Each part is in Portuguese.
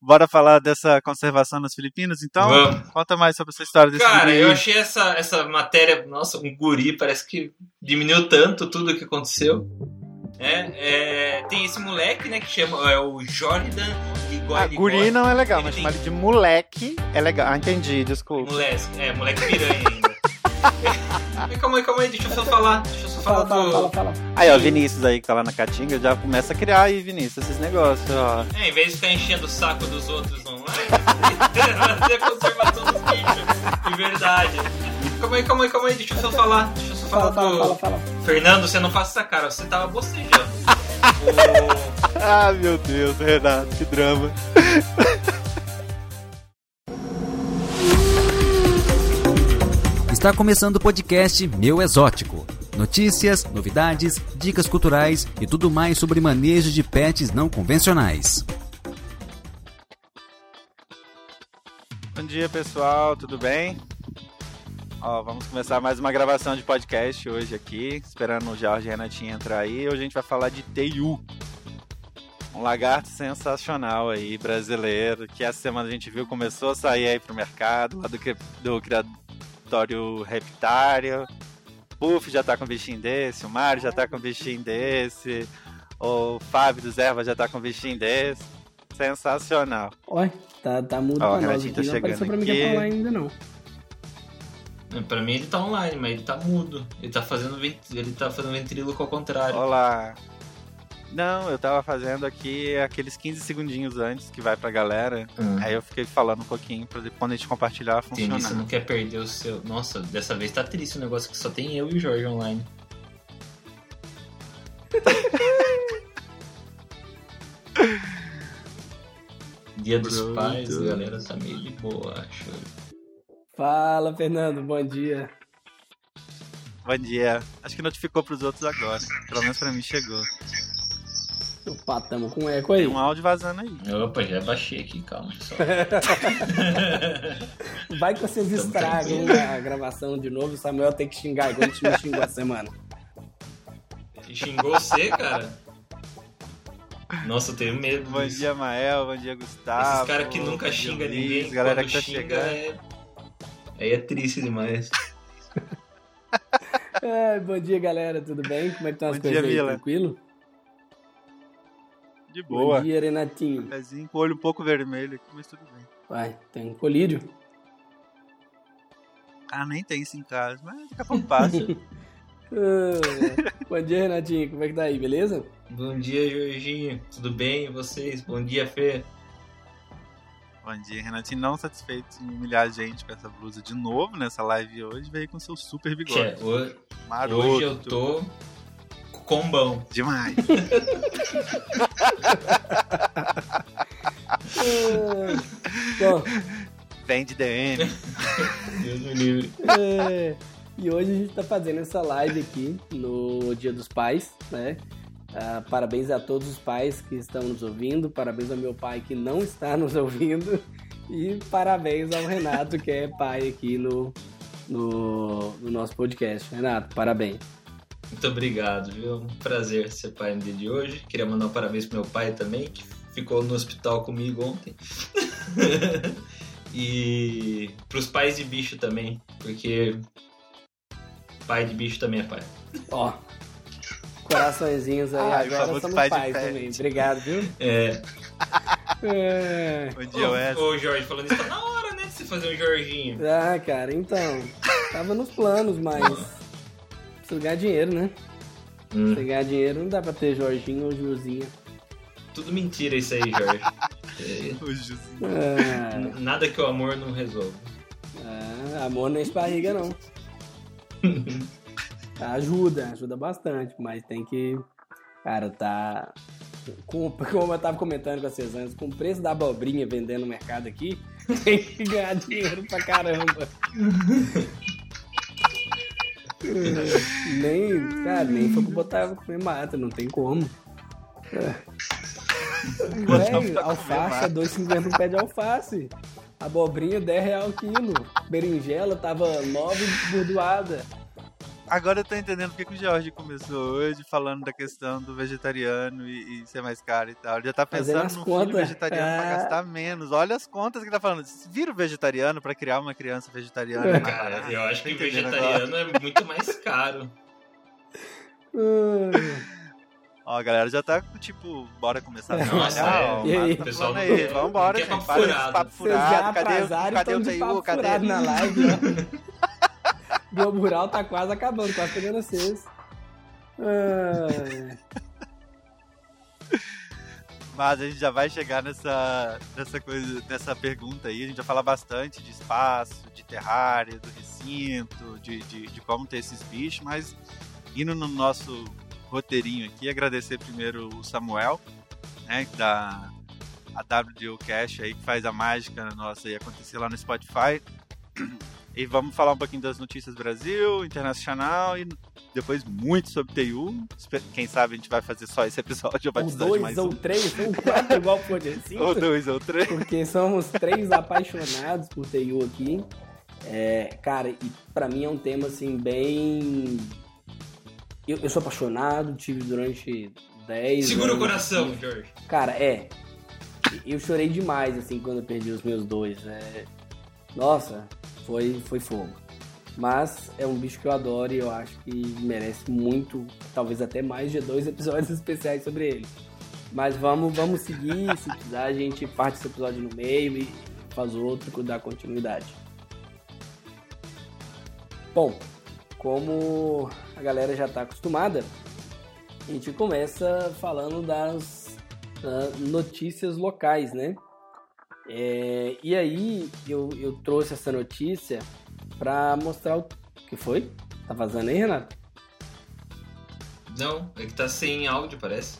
Bora falar dessa conservação nas Filipinas, então? Vamos. Conta mais sobre essa história desse Cara, guri. eu achei essa matéria... Nossa, um guri, parece que diminuiu tanto tudo o que aconteceu. Tem esse moleque, né, que chama... o Jordan Ligoi. Guri não é legal, mas chamar ele de moleque é legal. Ah, entendi, desculpa. Moleque piranha ainda. Calma aí, deixa eu só falar. Fala. Aí, ó, Vinícius aí que tá lá na Caatinga, já começa a criar aí, Vinícius, esses negócios, ó. Em vez de ficar enchendo o saco dos outros online, fazer conservação dos bichos, de verdade. Calma aí, deixa eu só falar. Fala. Fernando, você não faça essa cara, você tava bocejando. Ah, meu Deus, Renato, que drama. Está começando o podcast Meu Exótico. Notícias, novidades, dicas culturais e tudo mais sobre manejo de pets não convencionais. Bom dia, pessoal, tudo bem? Ó, vamos começar mais uma gravação de podcast hoje aqui, esperando o Jorge e a Renatinha entrar aí. Hoje a gente vai falar de Teiu, um lagarto sensacional aí, brasileiro, que essa semana a gente viu começou a sair aí pro mercado, lá do criatório Reptário. Puff já tá com um bichinho desse, o Mário já tá com um bichinho desse, o Fábio dos Ervas já tá com um bichinho desse. Sensacional. Olha, tá mudo pra nós aqui, tá não apareceu pra mim que aqui. é pra online ainda não. Pra mim ele tá online, mas ele tá mudo. Ele tá fazendo ventríloco ao contrário. Olá. Não, eu tava fazendo aqui aqueles 15 segundinhos antes que vai pra galera. Aí eu fiquei falando um pouquinho pra quando a gente compartilhar funcionar. Entendi, você não quer perder o seu... Nossa, dessa vez tá triste o negócio que só tem eu e o Jorge online. Dia dos Pais, a galera tá meio de boa, acho. Fala, Fernando, bom dia. Bom dia. Acho que notificou pros outros agora. Pelo menos pra mim chegou. Opa, tamo com eco aí. Tem um áudio vazando aí. Opa, já baixei aqui, calma, pessoal. Vai que vocês estragam a gravação de novo, o Samuel tem que xingar igual a gente me xingou a semana. Xingou você, cara? Nossa, eu tenho medo. Bom dia, Mael. Bom dia, Gustavo. Esses caras que nunca xingam ninguém, galera quando que tá xinga, chegando. Aí é triste demais. Bom dia, galera, tudo bem? Como é que estão as Bom coisas dia, aí? Mila. Tranquilo? De boa. Bom dia, Renatinho. Pezinho com o olho um pouco vermelho aqui, mas tudo bem. Vai, tem colírio? Ah, nem tem isso em casa, mas daqui a pouco passa. Bom dia, Renatinho. Como é que tá aí, beleza? Bom dia, Jorginho. Tudo bem? E vocês? Bom dia, Fê. Bom dia, Renatinho. Não satisfeito em humilhar a gente com essa blusa de novo nessa live hoje, veio com seu super bigode. Maroto. Hoje eu tô combão. Demais. Bom, Vem de DM. Deus me livre. e hoje a gente tá fazendo essa live aqui no Dia dos Pais, né? Parabéns a todos os pais que estão nos ouvindo, parabéns ao meu pai que não está nos ouvindo e parabéns ao Renato que é pai aqui no nosso podcast. Renato, parabéns. Muito obrigado, viu? Um prazer ser pai no dia de hoje. Queria mandar um parabéns pro meu pai também, que ficou no hospital comigo ontem. E pros pais de bicho também, porque pai de bicho também é pai. Ó, coraçõezinhos aí, agora somos pais também. Obrigado, viu? Bom dia, Wes. Ô, Jorge, falando isso, tá na hora, né, de você fazer um Jorginho. Ah, cara, então, tava nos planos, mas precisa ganhar dinheiro, né? Se ganhar dinheiro não dá pra ter Jorginho ou Juzinha. Tudo mentira isso aí, Jorge. Nada que o amor não resolva. Amor não esparriga, não. Ajuda bastante, mas tem que... Cara, tá... Como eu tava comentando com vocês antes, com o preço da abobrinha vendendo no mercado aqui, tem que ganhar dinheiro pra caramba. Nem foi pra botar pra comer mata, não tem como. Alface, R$2,50 um pé de alface. Abobrinha, R$10 o quilo. Berinjela tava 9 bordoada. Agora eu tô entendendo porque que o Jorge começou hoje falando da questão do vegetariano e ser mais caro e tal. Ele já tá pensando no filho vegetariano pra gastar menos. Olha as contas que ele tá falando. Vira o vegetariano pra criar uma criança vegetariana. Cara, eu acho que o vegetariano é muito mais caro. Ó, a galera já tá, tipo, bora começar a trabalhar. E aí? Pessoal, aí, vambora, gente. Papo para furado. desse papo furado. Cadê o TU? Cadê? Na live, ó. Meu mural tá quase acabando, quase pegando vocês. Mas a gente já vai chegar nessa pergunta aí. A gente vai falar bastante de espaço, de terrária, do recinto, de como ter esses bichos, mas indo no nosso roteirinho aqui, agradecer primeiro o Samuel, né, da WDO Cash aí, que faz a mágica nossa aí acontecer lá no Spotify. E vamos falar um pouquinho das notícias do Brasil, internacional e depois muito sobre TU. Quem sabe a gente vai fazer só esse episódio, vai precisar de mais um. Ou 2 ou 3 ou 4, igual o Recinto. Ou 2 ou 3. Porque somos 3 apaixonados por TU aqui. Cara, e pra mim é um tema assim bem... Eu sou apaixonado, tive durante 10 Segura anos, o coração, assim. Jorge. Cara, eu chorei demais assim quando eu perdi os meus 2. Nossa, foi fogo. Mas é um bicho que eu adoro e eu acho que merece muito, talvez até mais de 2 episódios especiais sobre ele. Mas vamos seguir, se precisar a gente parte esse episódio no meio e faz outro para dar continuidade. Bom, como a galera já está acostumada, a gente começa falando das notícias locais, né? E aí eu trouxe essa notícia para mostrar o que foi. Tá vazando aí, Renato? Não, é que tá sem áudio, parece.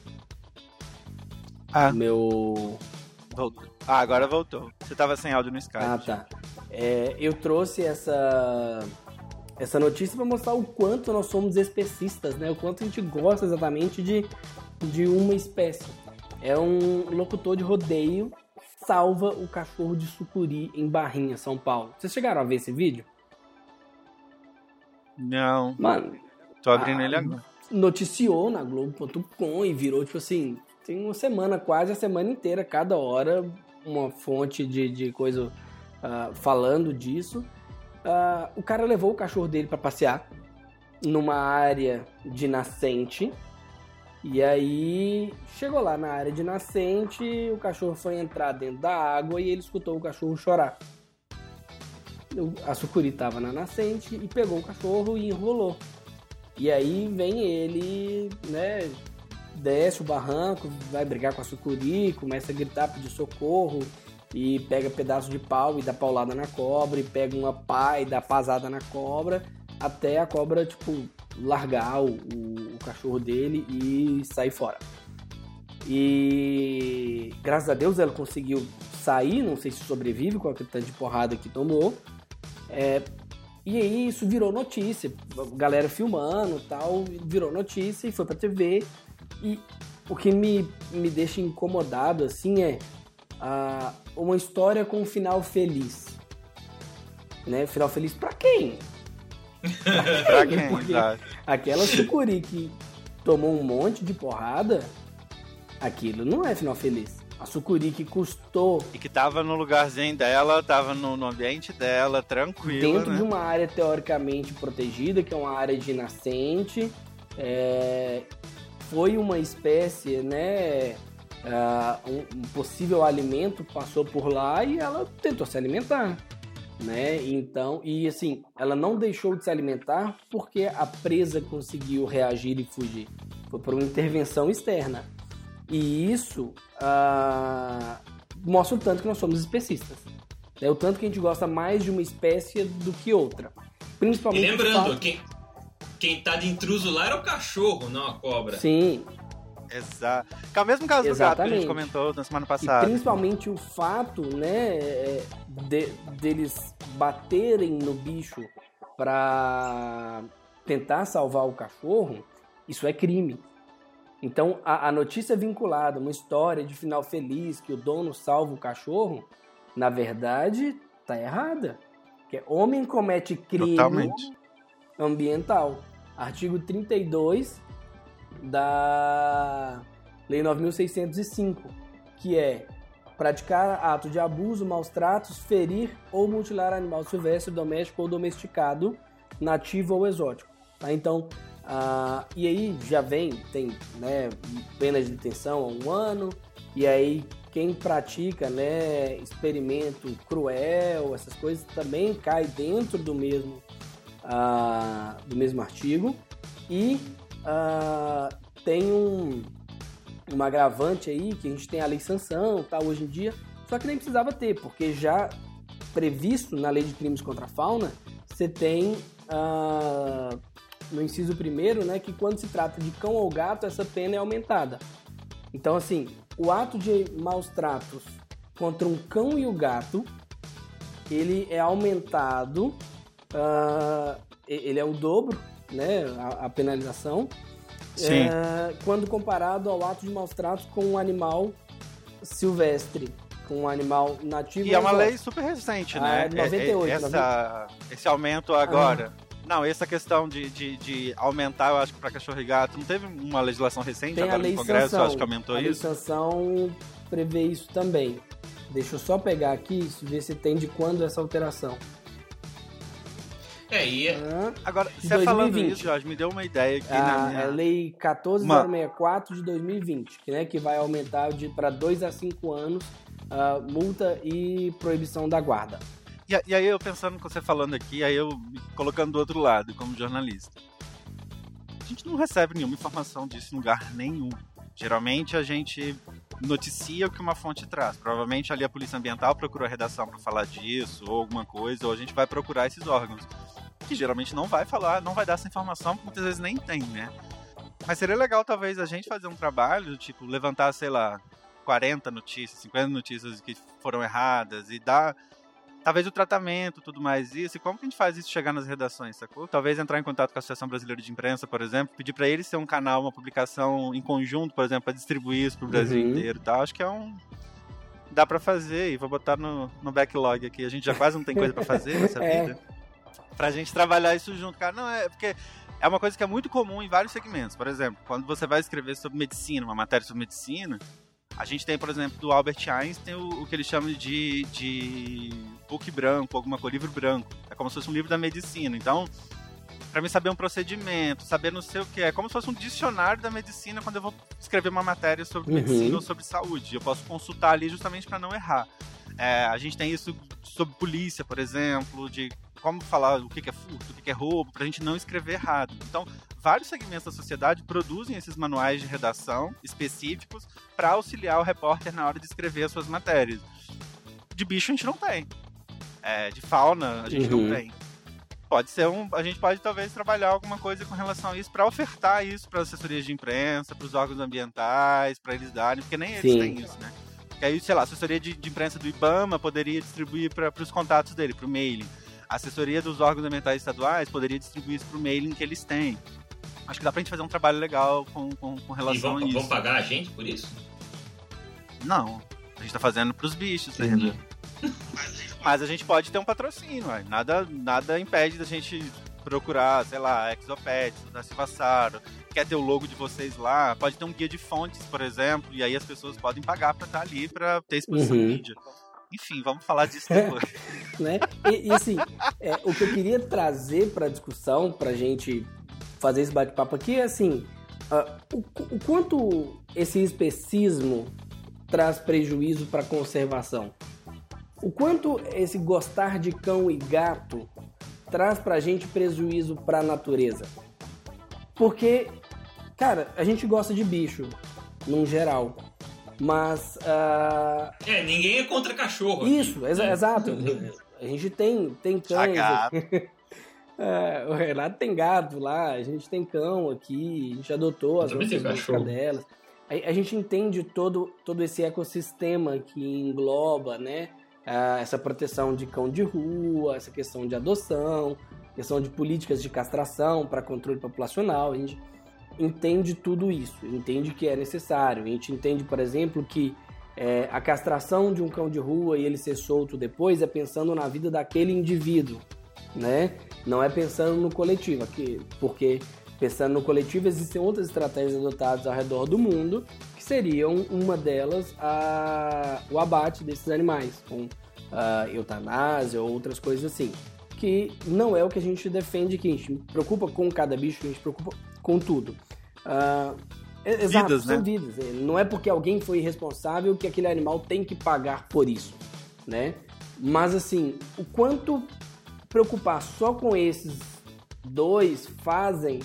Meu... Voltou. Agora voltou. Você tava sem áudio no Skype. Tá. Eu trouxe essa notícia para mostrar o quanto nós somos especistas, né? O quanto a gente gosta exatamente de uma espécie. É um locutor de rodeio salva o cachorro de sucuri em Barrinha, São Paulo. Vocês chegaram a ver esse vídeo? Não. Mano, tô abrindo ele agora. Noticiou na Globo.com e virou, tipo assim, tem uma semana, quase a semana inteira, cada hora, uma fonte de coisa falando disso. O cara levou o cachorro dele pra passear numa área de nascente. E aí, chegou lá na área de nascente, o cachorro foi entrar dentro da água e ele escutou o cachorro chorar. A sucuri estava na nascente e pegou o cachorro e enrolou. E aí vem ele, né, desce o barranco, vai brigar com a sucuri, começa a gritar, pedir socorro, e pega pedaço de pau e dá paulada na cobra, e pega uma pá e dá pasada na cobra, até a cobra, tipo, largar o cachorro dele e sair fora. E graças a Deus ela conseguiu sair, não sei se sobrevive com aquele tanto de porrada que tomou. E aí isso virou notícia, a galera filmando e tal, virou notícia e foi pra TV. E o que me deixa incomodado assim é uma história com um final feliz. Né? Final feliz pra quem? Pra quem? Porque aquela sucuri que tomou um monte de porrada, aquilo não é final feliz. A sucuri que custou... E que tava no lugarzinho dela, tava no ambiente dela, tranquila, dentro, né? De né? uma área teoricamente protegida, que é uma área de nascente. Foi uma espécie, né? Um possível alimento passou por lá e ela tentou se alimentar. Né? Então, e assim, ela não deixou de se alimentar porque a presa conseguiu reagir e fugir. Foi por uma intervenção externa. E isso mostra o tanto que nós somos especistas. É o tanto que a gente gosta mais de uma espécie do que outra. Principalmente. E lembrando, quem tá de intruso lá era o cachorro, não a cobra. Sim. Exato. Que é o mesmo caso do gato que a gente comentou na semana passada. E principalmente o fato, né, deles baterem no bicho para tentar salvar o cachorro, isso é crime. Então, a notícia vinculada a uma história de final feliz, que o dono salva o cachorro, na verdade, tá errada. Porque homem comete crime ambiental. artigo 32 da Lei 9.605, que é praticar ato de abuso, maus tratos, ferir ou mutilar animal silvestre, doméstico ou domesticado, nativo ou exótico. Tá? Então, e aí já tem, né, pena de detenção a 1 ano, e aí quem pratica, né, experimento cruel, essas coisas, também cai dentro do mesmo artigo. E tem um agravante aí, que a gente tem a lei sanção, tá, hoje em dia, só que nem precisava ter, porque já previsto na lei de crimes contra a fauna, você tem no inciso 1º, né, que quando se trata de cão ou gato, essa pena é aumentada. Então, assim, o ato de maus tratos contra um cão e o gato, ele é aumentado, ele é o dobro, né, a penalização, quando comparado ao ato de maus tratos com um animal silvestre, com um animal nativo. E é uma lei super recente, né? 98. Esse aumento agora. Não, essa questão de aumentar, eu acho que para cachorro e gato, não teve uma legislação recente tem agora no Congresso, sanção, eu acho que aumentou isso? A lei sanção prevê isso também. Deixa eu só pegar aqui e ver se tem de quando essa alteração. Agora, você falando isso, Jorge, me deu uma ideia aqui na minha... A lei 14.064 de 2020, né, que vai aumentar para 2 a 5 anos multa e proibição da guarda. E aí eu pensando com você falando aqui, aí eu me colocando do outro lado, como jornalista. A gente não recebe nenhuma informação disso em lugar nenhum. Geralmente a gente noticia o que uma fonte traz. Provavelmente ali a Polícia Ambiental procurou a redação para falar disso, ou alguma coisa, ou a gente vai procurar esses órgãos. Que geralmente não vai falar, não vai dar essa informação, porque muitas vezes nem tem, né? Mas seria legal talvez a gente fazer um trabalho, tipo, levantar, sei lá, 40 notícias, 50 notícias que foram erradas e dar... Talvez o tratamento, tudo mais isso. E como que a gente faz isso chegar nas redações, sacou? Talvez entrar em contato com a Associação Brasileira de Imprensa, por exemplo, pedir para eles ter um canal, uma publicação em conjunto, por exemplo, para distribuir isso pro Brasil inteiro, tá? Acho que dá para fazer, e vou botar no backlog aqui. A gente já quase não tem coisa para fazer nessa vida. Pra gente trabalhar isso junto, cara. Não, porque é uma coisa que é muito comum em vários segmentos. Por exemplo, quando você vai escrever sobre medicina, uma matéria sobre medicina, a gente tem, por exemplo, do Albert Einstein, o que eles chamam de book branco, alguma coisa, livro branco. É como se fosse um livro da medicina. Então, para mim saber um procedimento, saber não sei o que, é como se fosse um dicionário da medicina quando eu vou escrever uma matéria sobre medicina ou sobre saúde. Eu posso consultar ali justamente para não errar. A gente tem isso sobre polícia, por exemplo, de como falar o que é furto, o que é roubo, pra gente não escrever errado. Então, vários segmentos da sociedade produzem esses manuais de redação específicos para auxiliar o repórter na hora de escrever as suas matérias. De bicho a gente não tem. De fauna a gente não tem. A gente pode talvez trabalhar alguma coisa com relação a isso para ofertar isso para as assessorias de imprensa, para os órgãos ambientais, para eles darem, porque nem eles têm isso, né? Porque aí, sei lá, a assessoria de imprensa do IBAMA poderia distribuir para os contatos dele, para o mailing. A assessoria dos órgãos ambientais estaduais poderia distribuir isso para o mailing que eles têm. Acho que dá pra gente fazer um trabalho legal com relação a isso. E vão pagar a gente por isso? Não. A gente tá fazendo pros bichos, né? Mas a gente pode ter um patrocínio, ué. Nada impede da gente procurar, sei lá, Exopets, da Silvassaro. Quer ter o logo de vocês lá? Pode ter um guia de fontes, por exemplo, e aí as pessoas podem pagar pra estar ali, pra ter exposição mídia. Enfim, vamos falar disso depois. Né? E assim, o que eu queria trazer pra discussão, pra gente fazer esse bate-papo aqui, é assim, o quanto esse especismo traz prejuízo para a conservação. O quanto esse gostar de cão e gato traz pra gente prejuízo para a natureza. Porque, cara, a gente gosta de bicho, num geral. Mas... ninguém é contra cachorro. Isso, exato. A gente tem cães. O Renato tem gato lá, a gente tem cão aqui, a gente adotou as nossas cadelas. A gente entende todo esse ecossistema que engloba, né? Essa proteção de cão de rua, essa questão de adoção, questão de políticas de castração para controle populacional. A gente entende tudo isso, entende que é necessário. A gente entende, por exemplo, que a castração de um cão de rua e ele ser solto depois é pensando na vida daquele indivíduo, né? Não é pensando no coletivo, porque Pensando no coletivo, existem outras estratégias adotadas ao redor do mundo, que seriam, uma delas, o abate desses animais, com eutanásia ou outras coisas assim, que não é o que a gente defende aqui. A gente se preocupa com cada bicho, a gente se preocupa com tudo. Exato, vidas, são né? vidas. Não é porque alguém foi irresponsável que aquele animal tem que pagar por isso, né? Mas, assim, o quanto preocupar só com esses dois fazem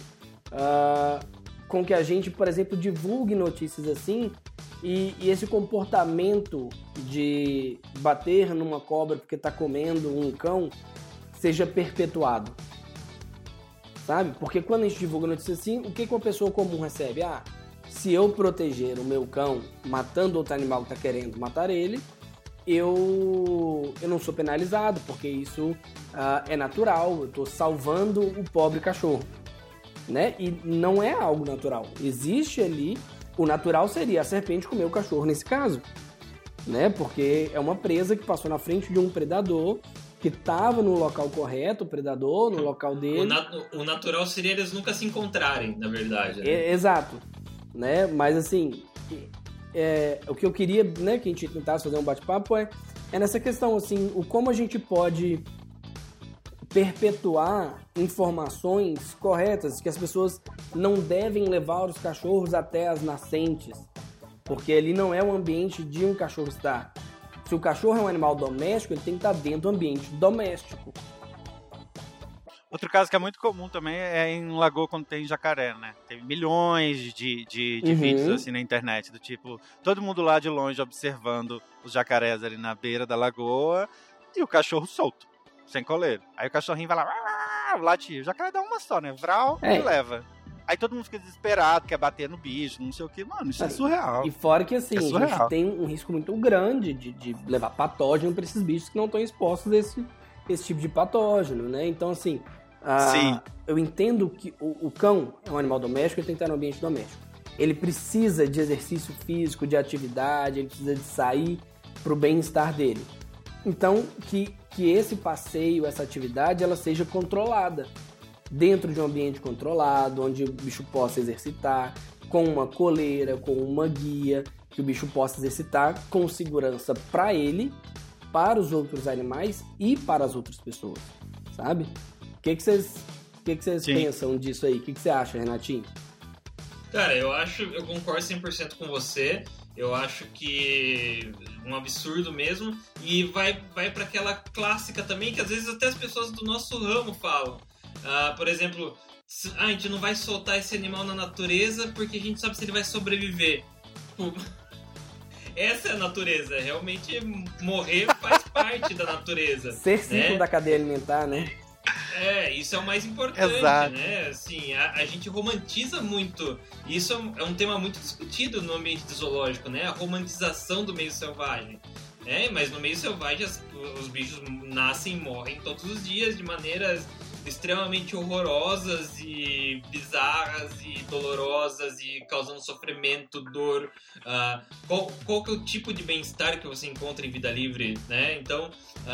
com que a gente, por exemplo, divulgue notícias assim e esse comportamento de bater numa cobra porque está comendo um cão seja perpetuado, sabe? Porque quando a gente divulga notícias assim, o que uma pessoa comum recebe? Se eu proteger o meu cão matando outro animal que está querendo matar ele, eu não sou penalizado, porque isso é natural, eu estou salvando o pobre cachorro, né? E não é algo natural. Existe ali, o natural seria a serpente comer o cachorro nesse caso, né? Porque é uma presa que passou na frente de um predador que estava no local correto, o predador, no local dele. O natural seria eles nunca se encontrarem, na verdade. Né? Exato, né? Mas assim, o que eu queria, né, que a gente tentasse fazer um bate-papo é nessa questão, assim, como a gente pode perpetuar informações corretas, que as pessoas não devem levar os cachorros até as nascentes, porque ali não é o ambiente de um cachorro estar. Se o cachorro é um animal doméstico, ele tem que estar dentro do ambiente doméstico. Outro caso que é muito comum também é em lagoa quando tem jacaré, né? Tem milhões de vídeos assim na internet, do tipo, todo mundo lá de longe observando os jacarés ali na beira da lagoa e o cachorro solto, sem coleiro. Aí o cachorrinho vai lá, late, o jacaré dá uma só, né? Vral e leva. Aí todo mundo fica desesperado, quer bater no bicho, não sei o que. Mano, isso é surreal. E fora que assim, a gente tem um risco muito grande de levar patógeno para esses bichos que não estão expostos a esse tipo de patógeno, né? Então, assim, eu entendo que o cão é um animal doméstico, ele tem que estar no ambiente doméstico. Ele precisa de exercício físico, de atividade, ele precisa de sair para o bem-estar dele. Então, que esse passeio, essa atividade, ela seja controlada. Dentro de um ambiente controlado, onde o bicho possa exercitar, com uma coleira, com uma guia, que o bicho possa exercitar com segurança para ele, para os outros animais e para as outras pessoas, sabe? O que vocês pensam disso aí? O que você acha, Renatinho? Cara, eu concordo 100% com você. Eu acho que um absurdo mesmo. E vai para aquela clássica também, que às vezes até as pessoas do nosso ramo falam. Por exemplo, a gente não vai soltar esse animal na natureza porque a gente sabe se ele vai sobreviver. Essa é a natureza, realmente morrer faz parte da natureza. Ser ciclo da cadeia alimentar, né? Isso é o mais importante, Exato. né? Assim, a gente romantiza muito. Isso é um tema muito discutido no ambiente do zoológico, né? A romantização do meio selvagem. Mas no meio selvagem os bichos nascem e morrem todos os dias de maneiras extremamente horrorosas e bizarras e dolorosas e causando sofrimento, dor. Qual que é o tipo de bem-estar que você encontra em vida livre, né? Então,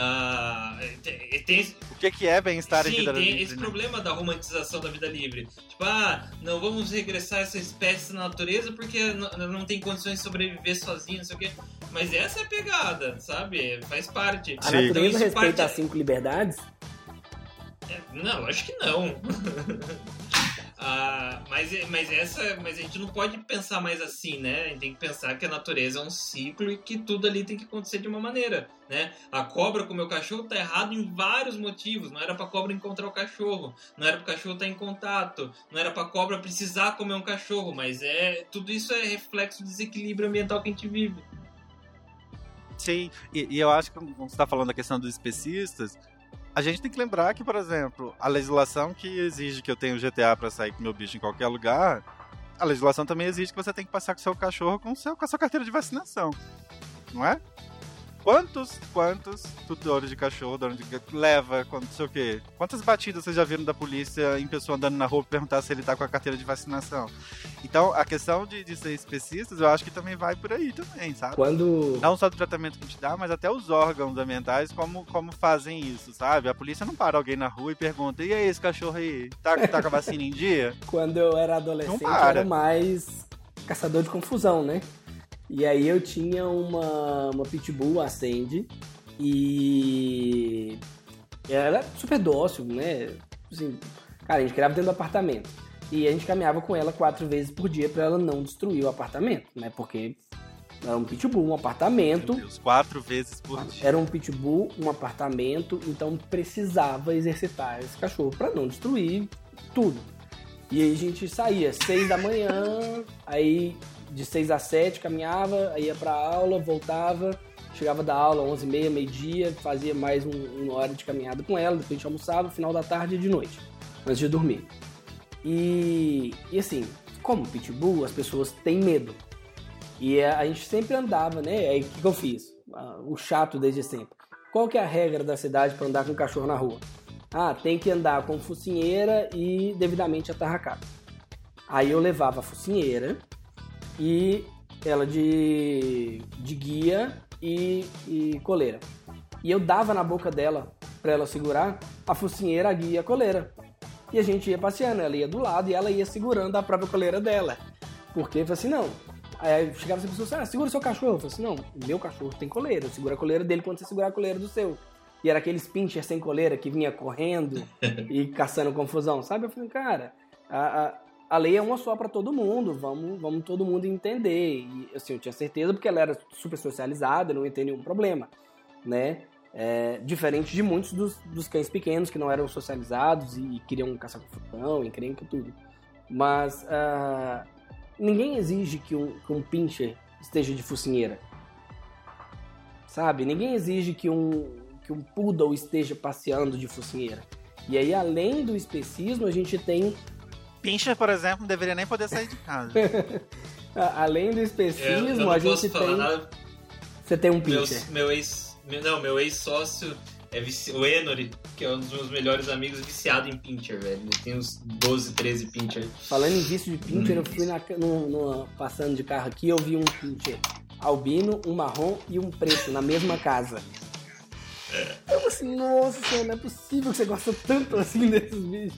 tem... O que é bem-estar em vida livre? Sim, tem esse problema da romantização da vida livre. Tipo, não vamos regressar essa espécie na natureza porque não tem condições de sobreviver sozinho, não sei o quê. Mas essa é a pegada, sabe? Faz parte. A natureza respeita as 5 liberdades? Não, acho que não. Mas a gente não pode pensar mais assim, né? A gente tem que pensar que a natureza é um ciclo e que tudo ali tem que acontecer de uma maneira, né? A cobra comer o cachorro tá errado em vários motivos. Não era pra cobra encontrar o cachorro, não era pro cachorro estar em contato, não era pra cobra precisar comer um cachorro, mas tudo isso é reflexo do desequilíbrio ambiental que a gente vive. Sim, e eu acho que quando você está falando da questão dos especistas, a gente tem que lembrar que, por exemplo, a legislação que exige que eu tenha o GTA para sair com meu bicho em qualquer lugar, a legislação também exige que você tem que passar com o seu cachorro com a sua carteira de vacinação, não é? Quantos tutores de cachorro, dono de leva, não sei o quê? Quantas batidas vocês já viram da polícia em pessoa andando na rua pra perguntar se ele tá com a carteira de vacinação? Então, a questão de ser especistas, eu acho que também vai por aí também, sabe? Não só do tratamento que a gente dá, mas até os órgãos ambientais, como fazem isso, sabe? A polícia não para alguém na rua e pergunta, e aí, esse cachorro aí, tá com a vacina em dia? Quando eu era adolescente, eu era mais caçador de confusão, né? E aí eu tinha uma pitbull, a Sandy, e ela era super dócil, né? Assim, cara, a gente criava dentro do apartamento. E a gente caminhava com ela 4 vezes por dia pra ela não destruir o apartamento, né? Porque era um pitbull, um apartamento. Meu Deus, 4 vezes por dia. Era um pitbull, um apartamento, então precisava exercitar esse cachorro pra não destruir tudo. E aí a gente saía 6 da manhã, aí de 6 às 7 caminhava, aí ia pra aula, voltava, chegava da aula 11h30, meio-dia, fazia mais uma hora de caminhada com ela, depois a gente almoçava, final da tarde e de noite, antes de dormir. E assim, como pitbull, as pessoas têm medo. E a gente sempre andava, né? Aí o que eu fiz? O chato desde sempre. Qual que é a regra da cidade para andar com o cachorro na rua? Tem que andar com focinheira e devidamente atarracado. Aí eu levava a focinheira e ela de guia e coleira. E eu dava na boca dela para ela segurar a focinheira, a guia e a coleira. E a gente ia passeando, ela ia do lado e ela ia segurando a própria coleira dela. Porque eu falei assim, não. Aí chegava essa pessoa, segura o seu cachorro. Eu falei assim, não, o meu cachorro tem coleira, eu seguro a coleira dele quando você segurar a coleira do seu. E era aqueles pincher sem coleira que vinha correndo e caçando confusão, sabe? Eu falei, cara, a lei é uma só pra todo mundo, vamos todo mundo entender. E assim, eu tinha certeza porque ela era super socializada, não ia ter nenhum problema, né? Diferente de muitos dos cães pequenos que não eram socializados e queriam caçar confusão, encrenca tudo. Mas ninguém exige que um pincher esteja de focinheira, sabe? Ninguém exige que um poodle esteja passeando de focinheira. E aí, além do especismo, a gente tem... Pincher, por exemplo, não deveria nem poder sair de casa. Além do especismo, a gente tem... Você tem um pincher. Meu ex-sócio é o Enori, que é um dos meus melhores amigos, viciado em pincher, velho. Ele tem uns 12, 13 pincher. Falando em vício de pincher, eu fui passando de carro aqui, eu vi um pincher albino, um marrom e um preto na mesma casa. Eu falei assim, nossa senhora, não é possível que você gosta tanto assim desses bichos.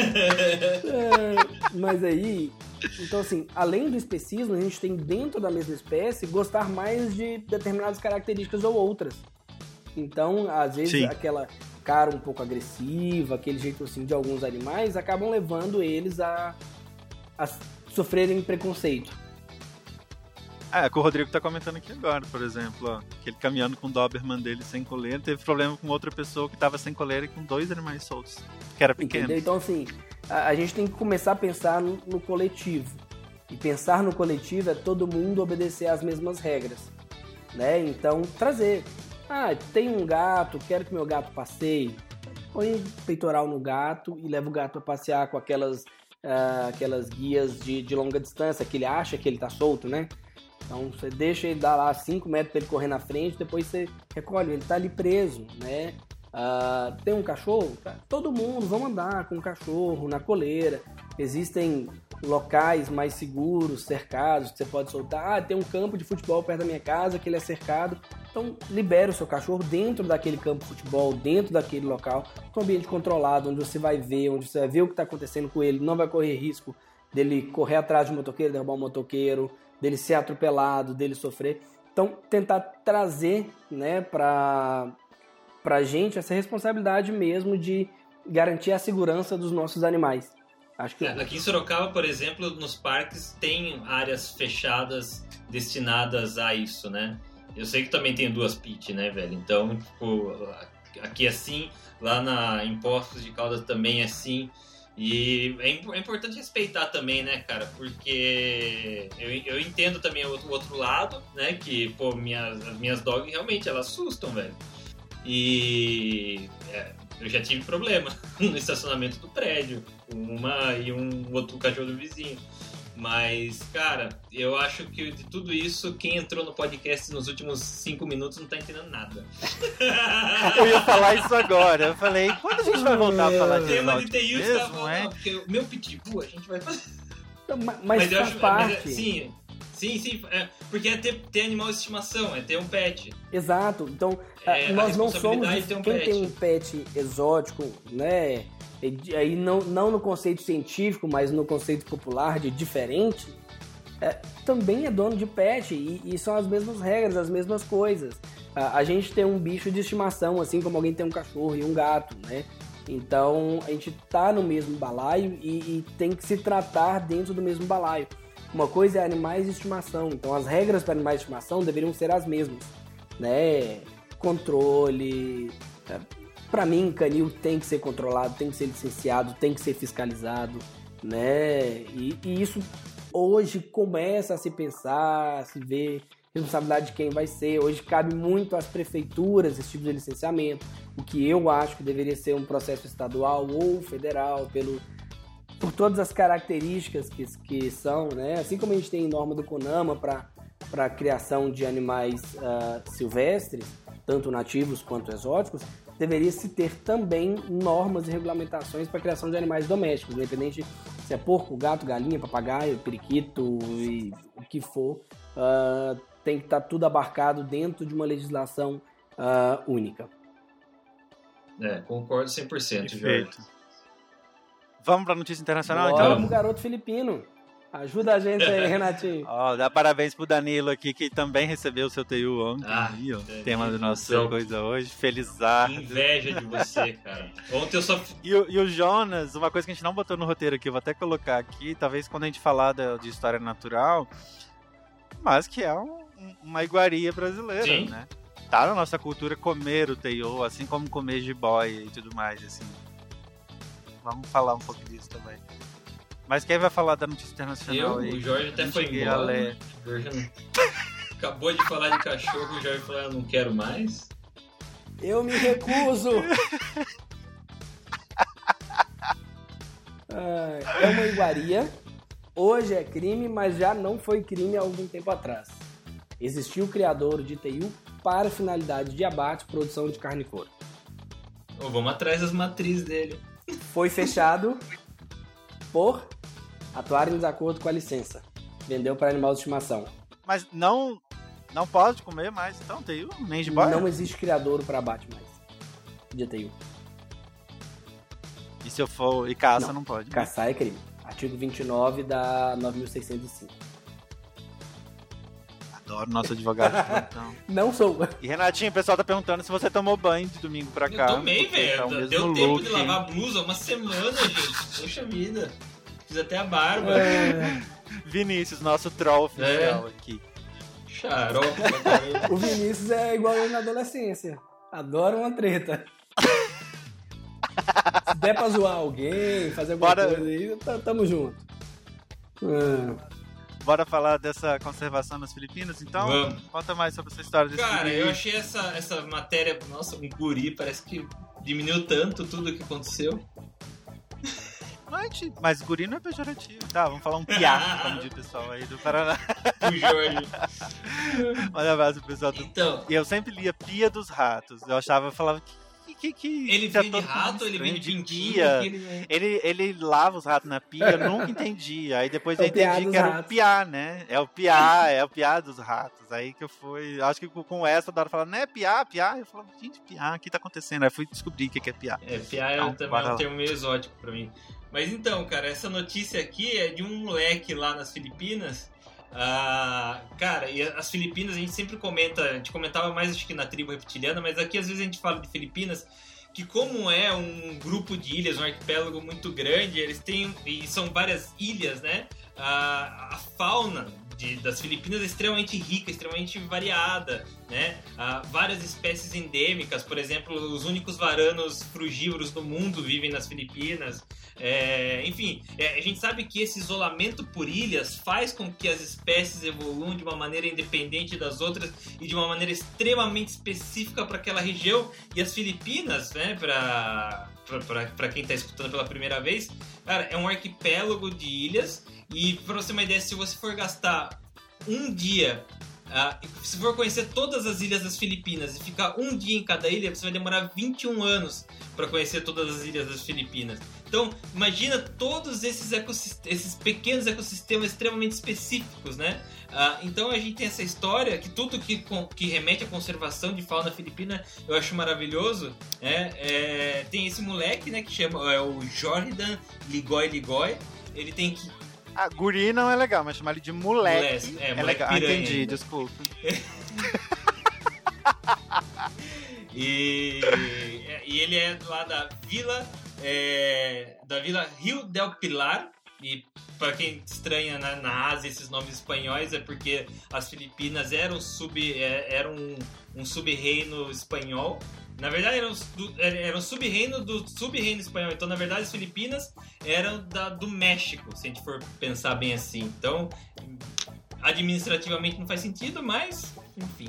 Mas aí, então assim, além do especismo, a gente tem dentro da mesma espécie gostar mais de determinadas características ou outras. Então, às vezes, sim, aquela cara um pouco agressiva, aquele jeito assim de alguns animais, acabam levando eles a sofrerem preconceito. Que o Rodrigo tá comentando aqui agora, por exemplo, ó, que ele caminhando com o Doberman dele sem coleira, teve problema com outra pessoa que tava sem coleira e com 2 animais soltos, que era pequeno. Entendeu? Então, assim, a gente tem que começar a pensar no coletivo. E pensar no coletivo é todo mundo obedecer às mesmas regras, né? Então, trazer. Tem um gato, quero que meu gato passeie. Põe peitoral no gato e leva o gato a passear com aquelas guias de longa distância, que ele acha que ele tá solto, né? Então você deixa ele dar lá 5 metros para ele correr na frente, depois você recolhe, ele tá ali preso, né? Tem um cachorro? Todo mundo, vamos andar com o cachorro na coleira. Existem locais mais seguros, cercados, que você pode soltar. Tem um campo de futebol perto da minha casa que ele é cercado. Então libera o seu cachorro dentro daquele campo de futebol, dentro daquele local, um ambiente controlado, onde você vai ver o que está acontecendo com ele, não vai correr risco dele correr atrás de um motoqueiro, derrubar um motoqueiro, dele ser atropelado, dele sofrer. Então, tentar trazer, né, pra gente essa responsabilidade mesmo de garantir a segurança dos nossos animais. Acho que aqui em Sorocaba, por exemplo, nos parques tem áreas fechadas destinadas a isso, né? Eu sei que também tem 2 pit, né, velho? Então, tipo, aqui é assim, lá em Poços de Caldas também é assim. E é importante respeitar também, né, cara? Porque eu entendo também o outro lado, né? Que, pô, as minhas dogs realmente, elas assustam, velho. E eu já tive problema no estacionamento do prédio. Uma e um outro cachorro do vizinho. Mas, cara, eu acho que de tudo isso, quem entrou no podcast nos últimos 5 minutos não tá entendendo nada. Eu ia falar isso agora. Eu falei, quando a gente vai voltar a falar O de tema de TI mesmo, tá falando, porque o meu pitbull a gente vai fazer. Mas eu faz acho, parte. Sim, porque é ter animal de estimação, é ter um pet. Exato. Então, A nós não somos responsabilidade de ter um quem pet. tem um pet exótico, né? Aí não no conceito científico, mas no conceito popular de diferente, também é dono de pet e são as mesmas regras, as mesmas coisas. A gente tem um bicho de estimação, assim como alguém tem um cachorro e um gato, né? Então a gente tá no mesmo balaio e tem que se tratar dentro do mesmo balaio. Uma coisa é animais de estimação, então as regras para animais de estimação deveriam ser as mesmas, né? Controle. Para mim, canil tem que ser controlado, tem que ser licenciado, tem que ser fiscalizado, né? E isso hoje começa a se pensar, a se ver responsabilidade de quem vai ser. Hoje cabe muito às prefeituras esse tipo de licenciamento, o que eu acho que deveria ser um processo estadual ou federal, por todas as características que são, né? Assim como a gente tem norma do CONAMA para a criação de animais silvestres, tanto nativos quanto exóticos, deveria se ter também normas e regulamentações para a criação de animais domésticos, independente se é porco, gato, galinha, papagaio, periquito e o que for, tem que estar tudo abarcado dentro de uma legislação única. Concordo 100%, Jorge. Perfeito. Vamos para a notícia internacional, Bora então? pro garoto filipino. Ajuda a gente aí, Renatinho. Dá parabéns pro Danilo aqui, que também recebeu o seu TU ontem. Aí, ó, tema do nosso coisa hoje. Felizardo. Que inveja de você, cara. Ontem eu só... E o Jonas, uma coisa que a gente não botou no roteiro aqui, eu vou até colocar aqui, talvez quando a gente falar de história natural, mas que é uma iguaria brasileira, Sim. né? Tá na nossa cultura comer o TU, assim como comer jiboia e tudo mais, assim. Vamos falar um pouco disso também. Mas quem vai falar da notícia internacional aí? O Jorge até foi embora. O Jorge acabou de falar de cachorro, o Jorge falou, eu não quero mais. Eu me recuso! É uma iguaria. Hoje é crime, mas já não foi crime há algum tempo atrás. Existiu o criador de TU para finalidade de abate e produção de carne couro. Vamos atrás das matrizes dele. Foi fechado por atuar em desacordo com a licença. Vendeu para animal de estimação. Mas não pode comer mais, então, TU? Nem jiboia? Não existe criadouro para abate mais de TU. E se eu for... E caça não pode? Né? Caçar é crime. Artigo 29 da 9.605. Adoro nosso advogado de plantão. Não sou. E Renatinho, o pessoal tá perguntando se você tomou banho de domingo pra cá. Eu tomei, velho. Tá o mesmo Deu tempo look. de lavar a blusa uma semana, gente. Poxa vida. Fiz até a barba. Vinícius, nosso troll oficial aqui. Xarope pra caramba. O Vinícius é igual eu na adolescência. Adora uma treta. Se der pra zoar alguém, fazer alguma coisa aí, tamo junto. Bora falar dessa conservação nas Filipinas, então? Vamos. Conta mais sobre essa história desse Cara, guri. eu achei essa matéria... Nossa, um guri, parece que diminuiu tanto tudo o que aconteceu. Mas guri não é pejorativo. Tá, vamos falar um piá, como diz o pessoal aí do Paraná. O Jorge. Olha abraço pro pessoal do... Então... E eu sempre lia Pia dos Ratos. Eu falava que ele isso é vem de todo rato, ele vem de estranho, pintinho. Ele lava os ratos na pia, eu nunca entendi. Aí depois eu entendi que era o ratos. piá, né? É o piá dos ratos. Aí que eu fui... Acho que com essa da hora falando, né? Piá. Eu falava, gente, piá, o que tá acontecendo? Aí fui descobrir o que é piá. Piá Então, também bora é um lá. termo meio exótico pra mim. Mas então, cara, essa notícia aqui é de um moleque lá nas Filipinas. Cara, e as Filipinas a gente sempre comenta, a gente comentava mais acho que na tribo reptiliana, mas aqui às vezes a gente fala de Filipinas, que como é um grupo de ilhas, um arquipélago muito grande, eles têm, e são várias ilhas, né? A fauna das Filipinas é extremamente rica, extremamente variada, né? Várias espécies endêmicas, por exemplo, os únicos varanos frugívoros do mundo vivem nas Filipinas. Enfim, a gente sabe que esse isolamento por ilhas faz com que as espécies evoluam de uma maneira independente das outras e de uma maneira extremamente específica para aquela região. E as Filipinas, né, para pra quem tá escutando pela primeira vez, cara, é um arquipélago de ilhas. E pra você ter uma ideia, se você for gastar um dia, se for conhecer todas as ilhas das Filipinas e ficar um dia em cada ilha, você vai demorar 21 anos para conhecer todas as ilhas das Filipinas. Então, imagina todos esses pequenos ecossistemas extremamente específicos, né? Então a gente tem essa história, que tudo que remete à conservação de fauna filipina eu acho maravilhoso. Tem esse moleque, né, que chama o Jordan Ligoy. Ele tem que... Guri não é legal, mas chamar ele de moleque é legal. Entendi, ainda. Desculpa. E ele é lá da Vila Rio del Pilar. E para quem estranha na Ásia esses nomes espanhóis, é porque as Filipinas eram um sub-reino espanhol. Na verdade, era um sub-reino do sub-reino espanhol. Então, na verdade, as Filipinas eram do México, se a gente for pensar bem assim. Então, administrativamente não faz sentido, mas, enfim.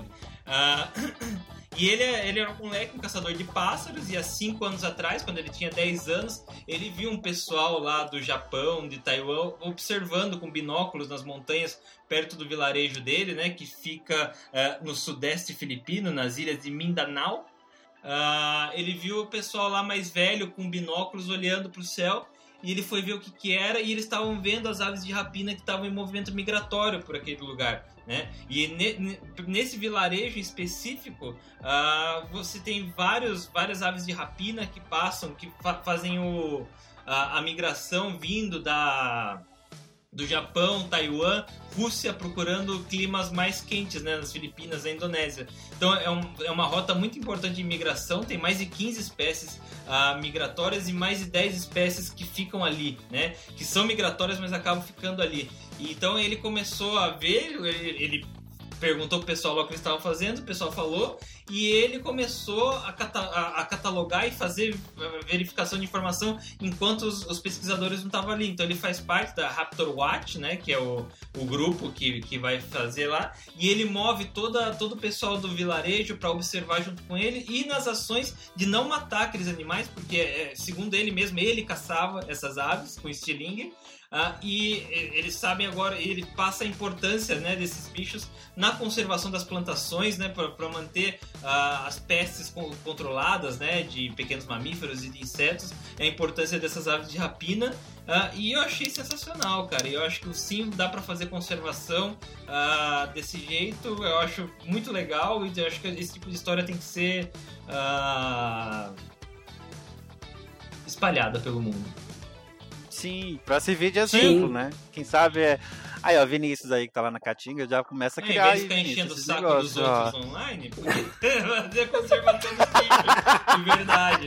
E ele era um moleque, um caçador de pássaros, e há 5 anos atrás, quando ele tinha 10 anos, ele viu um pessoal lá do Japão, de Taiwan, observando com binóculos nas montanhas, perto do vilarejo dele, né, que fica no sudeste filipino, nas ilhas de Mindanao. Ele viu o pessoal lá mais velho, com binóculos, olhando para o céu, e ele foi ver o que era, e eles estavam vendo as aves de rapina que estavam em movimento migratório por aquele lugar, né? E nesse vilarejo específico, você tem várias aves de rapina que passam, que fazem a migração vindo do Japão, Taiwan, Rússia, procurando climas mais quentes, né, nas Filipinas, na Indonésia. Então é uma rota muito importante de migração, tem mais de 15 espécies migratórias e mais de 10 espécies que ficam ali, né, que são migratórias, mas acabam ficando ali. E então ele começou a ver, ele perguntou pro pessoal lá o que eles estavam fazendo, o pessoal falou, e ele começou a catalogar e fazer verificação de informação enquanto os pesquisadores não estavam ali. Então ele faz parte da Raptor Watch, né, que é o grupo que vai fazer lá, e ele move todo o pessoal do vilarejo para observar junto com ele e nas ações de não matar aqueles animais, porque segundo ele mesmo, ele caçava essas aves com estilingue. E eles sabem agora, ele passa a importância, né, desses bichos na conservação das plantações, né, para manter as pestes controladas, né, de pequenos mamíferos e de insetos, a importância dessas aves de rapina. E eu achei sensacional, cara. Eu acho que sim, dá para fazer conservação desse jeito. Eu acho muito legal, e eu acho que esse tipo de história tem que ser espalhada pelo mundo. Sim, pra servir de exemplo, né? Quem sabe Aí, ó, Vinícius aí que tá lá na Caatinga já começa a criar. Em vez de ficar enchendo o saco dos outros online, fazer conservação dos bichos, de verdade.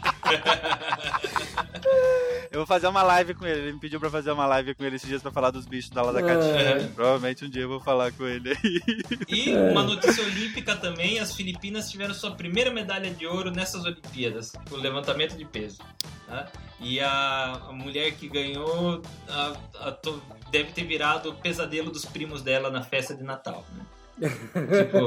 Eu vou fazer uma live com ele. Ele me pediu pra fazer uma live com ele esses dias pra falar dos bichos da lá da Caatinga. Provavelmente um dia eu vou falar com ele aí. E uma notícia olímpica também: as Filipinas tiveram sua primeira medalha de ouro nessas Olimpíadas, o levantamento de peso. Tá? E a mulher que ganhou deve ter virado o pesadelo dos primos dela na festa de Natal, né? Tipo,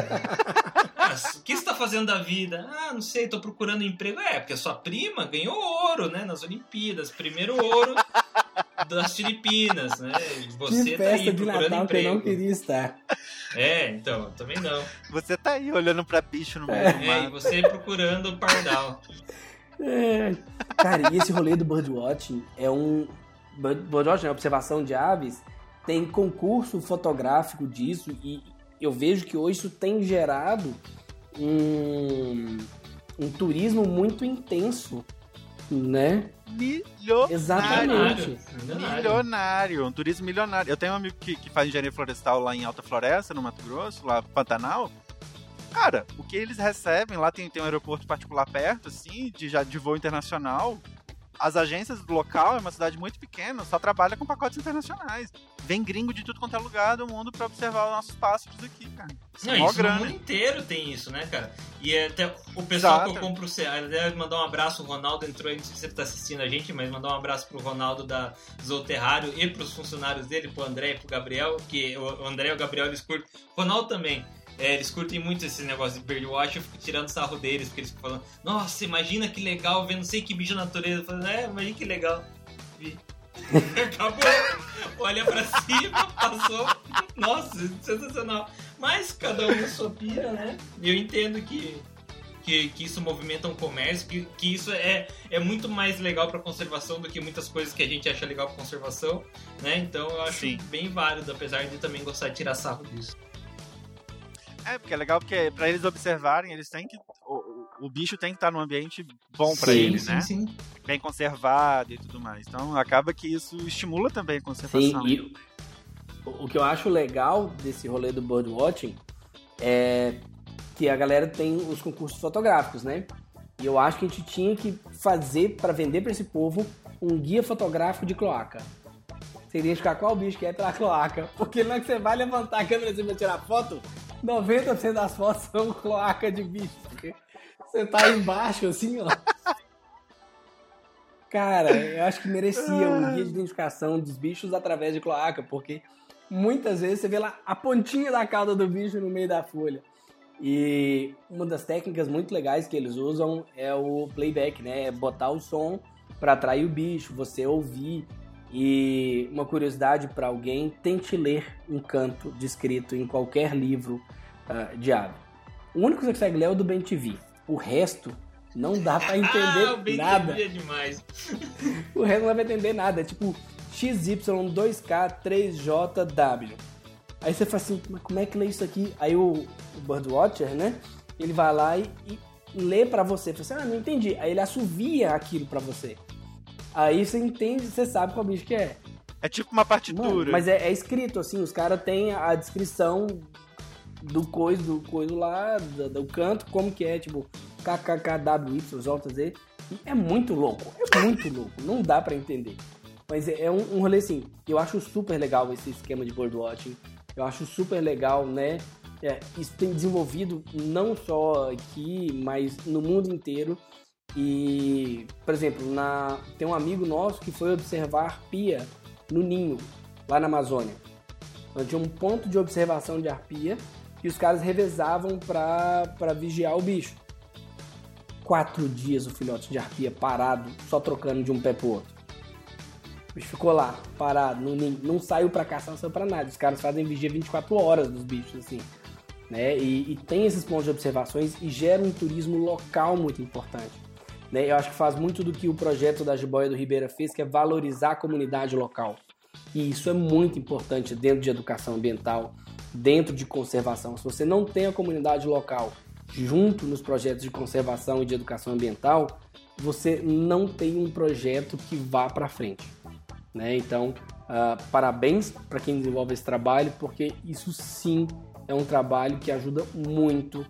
o que você tá fazendo da vida? Não sei, tô procurando emprego. Porque a sua prima ganhou ouro, né, nas Olimpíadas, primeiro ouro das Filipinas, né? Você que tá aí festa de procurando Natal emprego. que eu não queria estar. Então, também não. Você tá aí olhando pra bicho no meio do mar. E você procurando o pardal. Cara, e esse rolê do birdwatching birdwatching, observação de aves, tem concurso fotográfico disso, e eu vejo que hoje isso tem gerado um turismo muito intenso, né? Milionário. Exatamente. Milionário. Um turismo milionário. Eu tenho um amigo que faz engenharia florestal lá em Alta Floresta, no Mato Grosso, lá Pantanal. Cara, o que eles recebem, lá tem um aeroporto particular perto, assim, de voo internacional. As agências do local, é uma cidade muito pequena, só trabalha com pacotes internacionais. Vem gringo de tudo quanto é lugar do mundo pra observar os nossos pássaros aqui, cara. Isso no mundo inteiro tem isso, né, cara? E até o pessoal que eu compro deve mandar um abraço, o Ronaldo entrou aí, não sei se ele tá assistindo a gente, mas mandar um abraço pro Ronaldo da Zooterrário e pros funcionários dele, pro André e pro Gabriel, que o André e o Gabriel eles curtem. Ronaldo também. eles curtem muito esse negócio de birdwatch, eu fico tirando sarro deles, porque eles ficam falando, nossa, imagina que legal ver não sei que bicho na natureza. Eu falo, imagina que legal. Acabou. Olha pra cima, passou. Nossa, sensacional. Mas cada um na sua pira, né? E eu entendo que isso movimenta um comércio, que isso é muito mais legal pra conservação do que muitas coisas que a gente acha legal pra conservação, né? Então eu acho bem válido, apesar de também gostar de tirar sarro disso. Porque é legal, porque pra eles observarem, eles têm que... O bicho tem que estar num ambiente bom pra ele, né? Sim. Bem conservado e tudo mais. Então acaba que isso estimula também a conservação. Sim, e o que eu acho legal desse rolê do birdwatching é que a galera tem os concursos fotográficos, né? E eu acho que a gente tinha que fazer, pra vender pra esse povo, um guia fotográfico de cloaca. Você identificar qual bicho que é pela cloaca. Porque na hora que você vai levantar a câmera assim pra tirar foto, 90% das fotos são cloaca de bicho. Porque você tá embaixo assim, ó. Cara, eu acho que merecia um guia de identificação dos bichos através de cloaca, porque muitas vezes você vê lá a pontinha da cauda do bicho no meio da folha. E uma das técnicas muito legais que eles usam é o playback, né? É botar o som para atrair o bicho, você ouvir. E uma curiosidade para alguém, tente ler um canto descrito em qualquer livro de ave. O único que você consegue ler é o do BenTV. O resto não dá pra entender nada. É demais. O resto não dá pra entender nada. É tipo XY2K3JW. Aí você fala assim, mas como é que lê isso aqui? Aí o birdwatcher, né? Ele vai lá e lê pra você. Fala assim, não entendi. Aí ele assovia aquilo pra você. Aí você entende, você sabe qual bicho que é. É tipo uma partitura. Mano, mas é escrito assim, os caras têm a descrição do coisa lá, do canto, como que é, tipo, KKKWYZ. É muito louco, não dá pra entender. Mas é um rolê assim, eu acho super legal esse esquema de birdwatching, eu acho super legal, né? Isso tem desenvolvido não só aqui, mas no mundo inteiro. E, por exemplo, tem um amigo nosso que foi observar arpia no ninho, lá na Amazônia. Então, tinha um ponto de observação de arpia e os caras revezavam para vigiar o bicho. 4 dias o filhote de arpia parado, só trocando de um pé pro outro. O bicho ficou lá, parado, no ninho, não saiu pra caçar, não saiu pra nada. Os caras fazem vigia 24 horas dos bichos, assim, né? E tem esses pontos de observações e gera um turismo local muito importante. Né? Eu acho que faz muito do que o projeto da Jiboia do Ribeira fez, que é valorizar a comunidade local. E isso é muito importante dentro de educação ambiental, dentro de conservação. Se você não tem a comunidade local junto nos projetos de conservação e de educação ambiental, você não tem um projeto que vá para frente. Né? Então, parabéns para quem desenvolve esse trabalho, porque isso sim é um trabalho que ajuda muito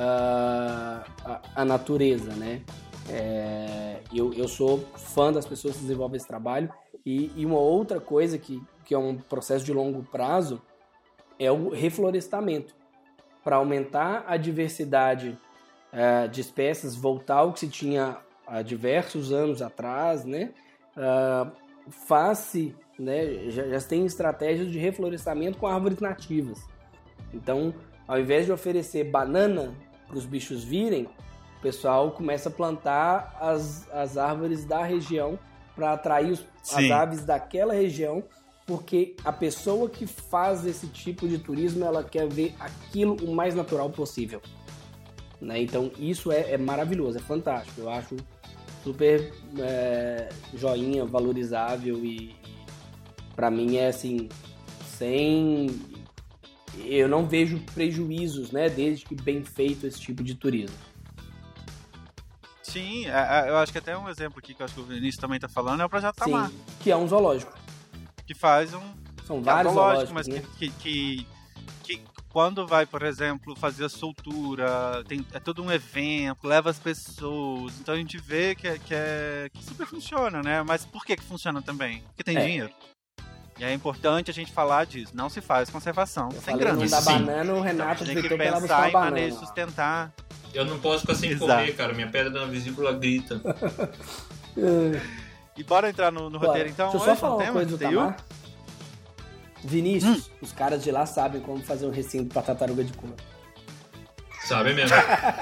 a natureza, né? Eu sou fã das pessoas que desenvolvem esse trabalho e uma outra coisa que é um processo de longo prazo é o reflorestamento para aumentar a diversidade de espécies, voltar ao que se tinha há diversos anos atrás, né? Faz-se, né? Já tem estratégias de reflorestamento com árvores nativas. Então, ao invés de oferecer banana para os bichos virem, o pessoal começa a plantar as árvores da região para atrair as aves daquela região, porque a pessoa que faz esse tipo de turismo, ela quer ver aquilo o mais natural possível. Né? Então isso é maravilhoso, é fantástico. Eu acho super joinha, valorizável e para mim é assim, eu não vejo prejuízos, né, desde que bem feito esse tipo de turismo. Sim, eu acho que até um exemplo aqui que eu acho que o Vinícius também está falando é o Projeto Tamar. Sim, que é um zoológico. Que faz São vários zoológicos, mas né? que quando vai, por exemplo, fazer a soltura, é todo um evento, leva as pessoas, então a gente vê que super funciona, né? Mas por que funciona também? Porque tem dinheiro. E é importante a gente falar disso. Não se faz conservação sem grana. Não dá banana, o Renato tem que pensar em maneira de sustentar. Eu não posso ficar sem comer, cara. Minha pedra na vesícula grita. E bora entrar no roteiro, então. Deixa eu só falar uma coisa do Tamar. Vinícius, os caras de lá sabem como fazer um recinto pra tartaruga de couro. Sabe mesmo.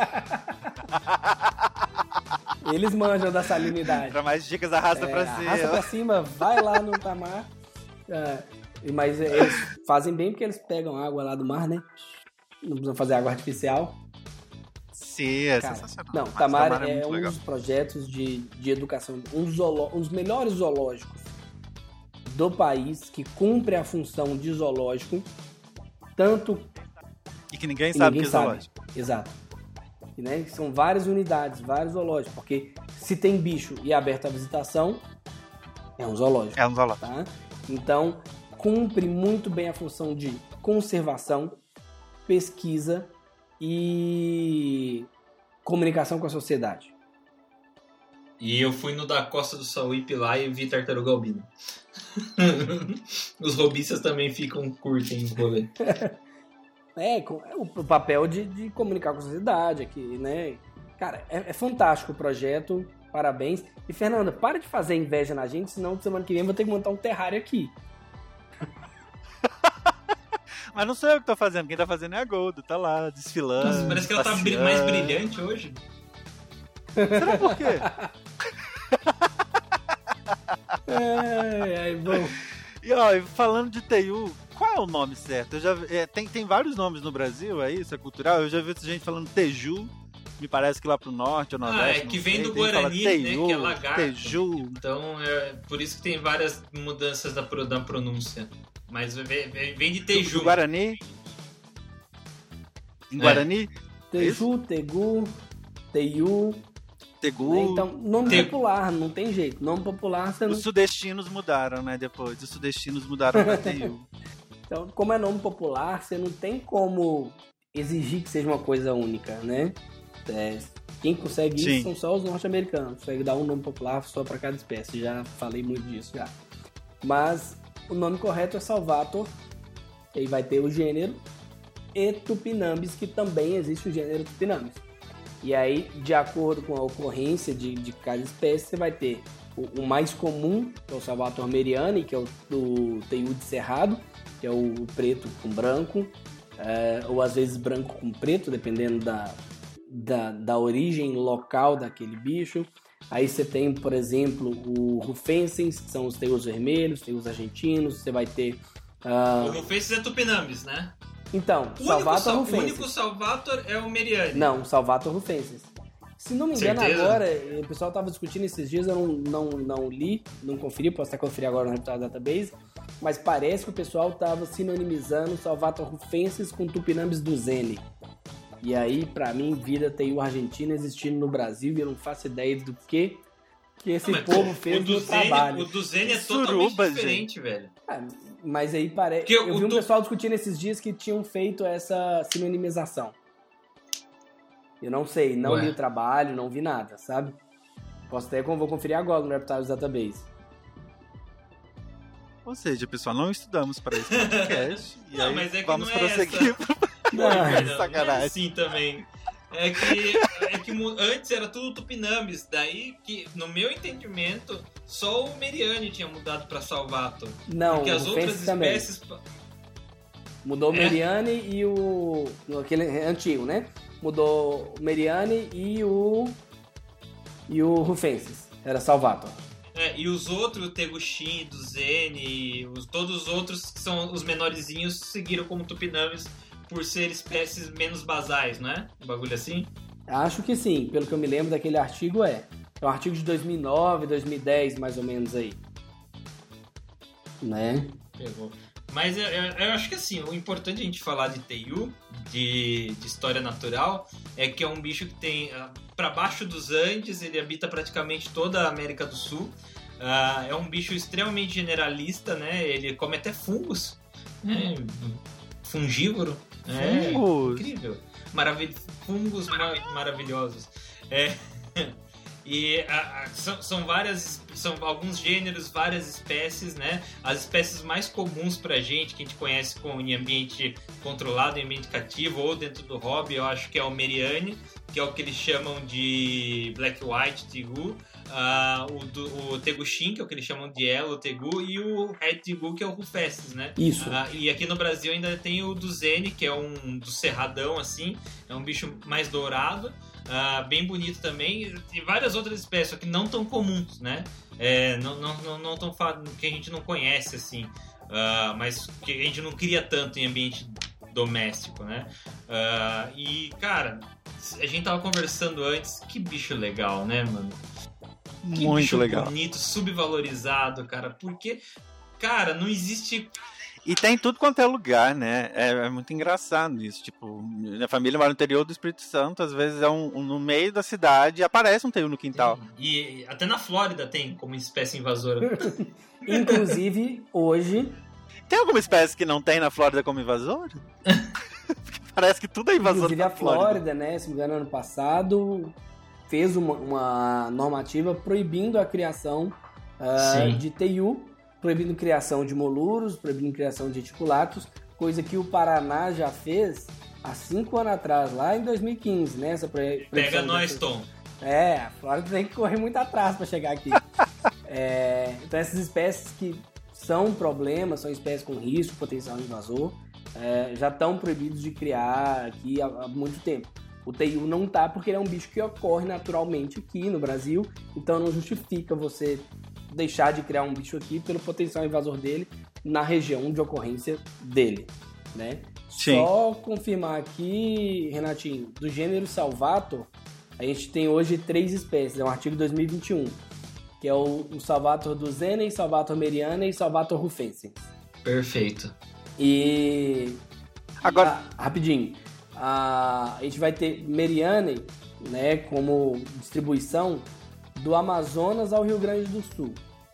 Eles manjam da salinidade. Pra mais dicas, arrasta pra cima. Arrasta pra cima, vai lá no tamar. Mas eles fazem bem porque eles pegam água lá do mar, né? Não precisam fazer água artificial. Sim, é sensacional. Não, Tamar é um dos projetos de educação, um dos melhores zoológicos do país, que cumpre a função de zoológico, tanto... E que ninguém sabe que é zoológico. Exato. E, né, são várias unidades, vários zoológicos, porque se tem bicho e é aberto à visitação, é um zoológico. É um zoológico. Tá? Então, cumpre muito bem a função de conservação, pesquisa e comunicação com a sociedade. E eu fui no da Costa do Sauípe lá e vi tartaruga albina. Os robistas também curtem o rolê. É o papel de comunicar com a sociedade aqui, né? Cara, é fantástico o projeto, parabéns. E, Fernanda, para de fazer inveja na gente, senão semana que vem eu vou ter que montar um terrário aqui. Mas não sou eu que tô fazendo, quem tá fazendo é a Goldo, tá lá, desfilando. Nossa, parece que ela tá mais brilhante hoje. Será por quê? Bom. E ó, falando de TU, qual é o nome certo? Eu já tem vários nomes no Brasil, é isso? É cultural? Eu já vi gente falando Teju, me parece que lá pro norte ou nordeste. É que vem do Guarani, né? Que é lagarto. Teju. Então, é por isso que tem várias mudanças da pronúncia. Mas vem de Teju. Do Guarani? Em Guarani? Teju, Tegu, Teiu. Tegu. Então, nome popular, não tem jeito. Nome popular você não... Os sudestinos mudaram, né? Depois. Os sudestinos mudaram pra Teiu. Então, como é nome popular, você não tem como exigir que seja uma coisa única, né? Quem consegue isso são só os norte-americanos. Consegue dar um nome popular só para cada espécie. Já falei muito disso já. Mas o nome correto é Salvator. E aí vai ter o gênero e Tupinambis, que também existe o gênero Tupinambis. E aí, de acordo com a ocorrência de cada espécie, você vai ter o mais comum, que é o Salvator meriani, que é o Teiu de cerrado, que é o preto com branco, ou às vezes branco com preto, dependendo da origem local daquele bicho. Aí você tem, por exemplo, o Rufensis, que são os Teius vermelhos, Teius argentinos. Você vai ter... O Rufensis é Tupinambis, né? Então, Salvator Rufensis. O único Salvator é o meriani. Não, Salvator Rufensis. Se não me engano, agora, o pessoal estava discutindo esses dias, eu não li, não conferi, posso até conferir agora no Reptile Database, mas parece que o pessoal estava sinonimizando Salvator Rufensis com Tupinambis do Zene. E aí, pra mim, vira Teiu argentino existindo no Brasil e eu não faço ideia do que esse povo fez no trabalho. O do Zene é totalmente diferente, velho. Mas aí parece... Eu vi um pessoal discutindo esses dias que tinham feito essa sinonimização. Eu não sei, não li o trabalho, não vi nada, sabe? Posso até vou conferir agora no Reptiles Database. Ou seja, pessoal, não estudamos para esse podcast. Não, e aí mas é que vamos não é prosseguir. Não, sacanagem. É assim também. É que antes era tudo Tupinambis, daí que, no meu entendimento, só o meriani tinha mudado pra Salvator. Não, porque as outras espécies... Mudou o meriani e aquele antigo, né? Mudou o meriani e o Rufensis. Era Salvator. E os outros, o Teguxin, do Zene, todos os outros que são os menorzinhos, seguiram como Tupinambis por ser espécies menos basais, não é? Um bagulho assim? Acho que sim, pelo que eu me lembro daquele artigo é um artigo de 2009, 2010, mais ou menos aí. Né? Pegou. Mas eu acho que assim, o importante a gente falar de Teiu, de história natural, é que é um bicho que tem para baixo dos Andes, ele habita praticamente toda a América do Sul. É um bicho extremamente generalista, né? Ele come até fungos, né? Fungívoro. Fungos! Incrível. Fungos maravilhosos. E são alguns gêneros, várias espécies, né? As espécies mais comuns pra gente, que a gente conhece em ambiente controlado, em ambiente cativo ou dentro do hobby, eu acho que é o meriani, que é o que eles chamam de Black White Tegu, o Teguxin, que é o que eles chamam de Yellow Tegu, e o Red Tegu, que é o Rufescens, né? Isso. E aqui no Brasil ainda tem o do Zene, que é um do cerradão, assim, é um bicho mais dourado, bem bonito também, e várias outras espécies, só que não tão comuns, né? Não tão que a gente não conhece, assim, mas que a gente não cria tanto em ambiente doméstico, né? E, cara, a gente tava conversando antes, que bicho legal, né, mano? Que muito bicho legal. Bonito, subvalorizado, cara, porque, cara, não existe... E tem tudo quanto é lugar, né? É muito engraçado isso. Tipo, minha família mora no interior do Espírito Santo, às vezes é no meio da cidade e aparece um teiu no quintal. E até na Flórida tem como espécie invasora. Inclusive, hoje... Tem alguma espécie que não tem na Flórida como invasora? Parece que tudo é invasor. Inclusive a Flórida, né? Se me engano, ano passado fez uma normativa proibindo a criação de teiu, proibindo a criação de moluros, proibindo a criação de reticulatos, coisa que o Paraná já fez há 5 anos atrás, lá em 2015, né? Essa Pega nós, Tom. A Flórida tem que correr muito atrás para chegar aqui. Então essas espécies que são problemas, são espécies com risco, potencial invasor, já estão proibidos de criar aqui há muito tempo. O teiu não tá porque ele é um bicho que ocorre naturalmente aqui no Brasil, então não justifica você deixar de criar um bicho aqui pelo potencial invasor dele na região de ocorrência dele, né? Sim. Só confirmar aqui, Renatinho, do gênero Salvator, a gente tem hoje 3 espécies, é um artigo 2021, que é o Salvator do Zene, Salvator meriana e Salvator rufescens. Perfeito. E agora, rapidinho, a gente vai ter Meriane, né, como distribuição do Amazonas ao Rio Grande do Sul.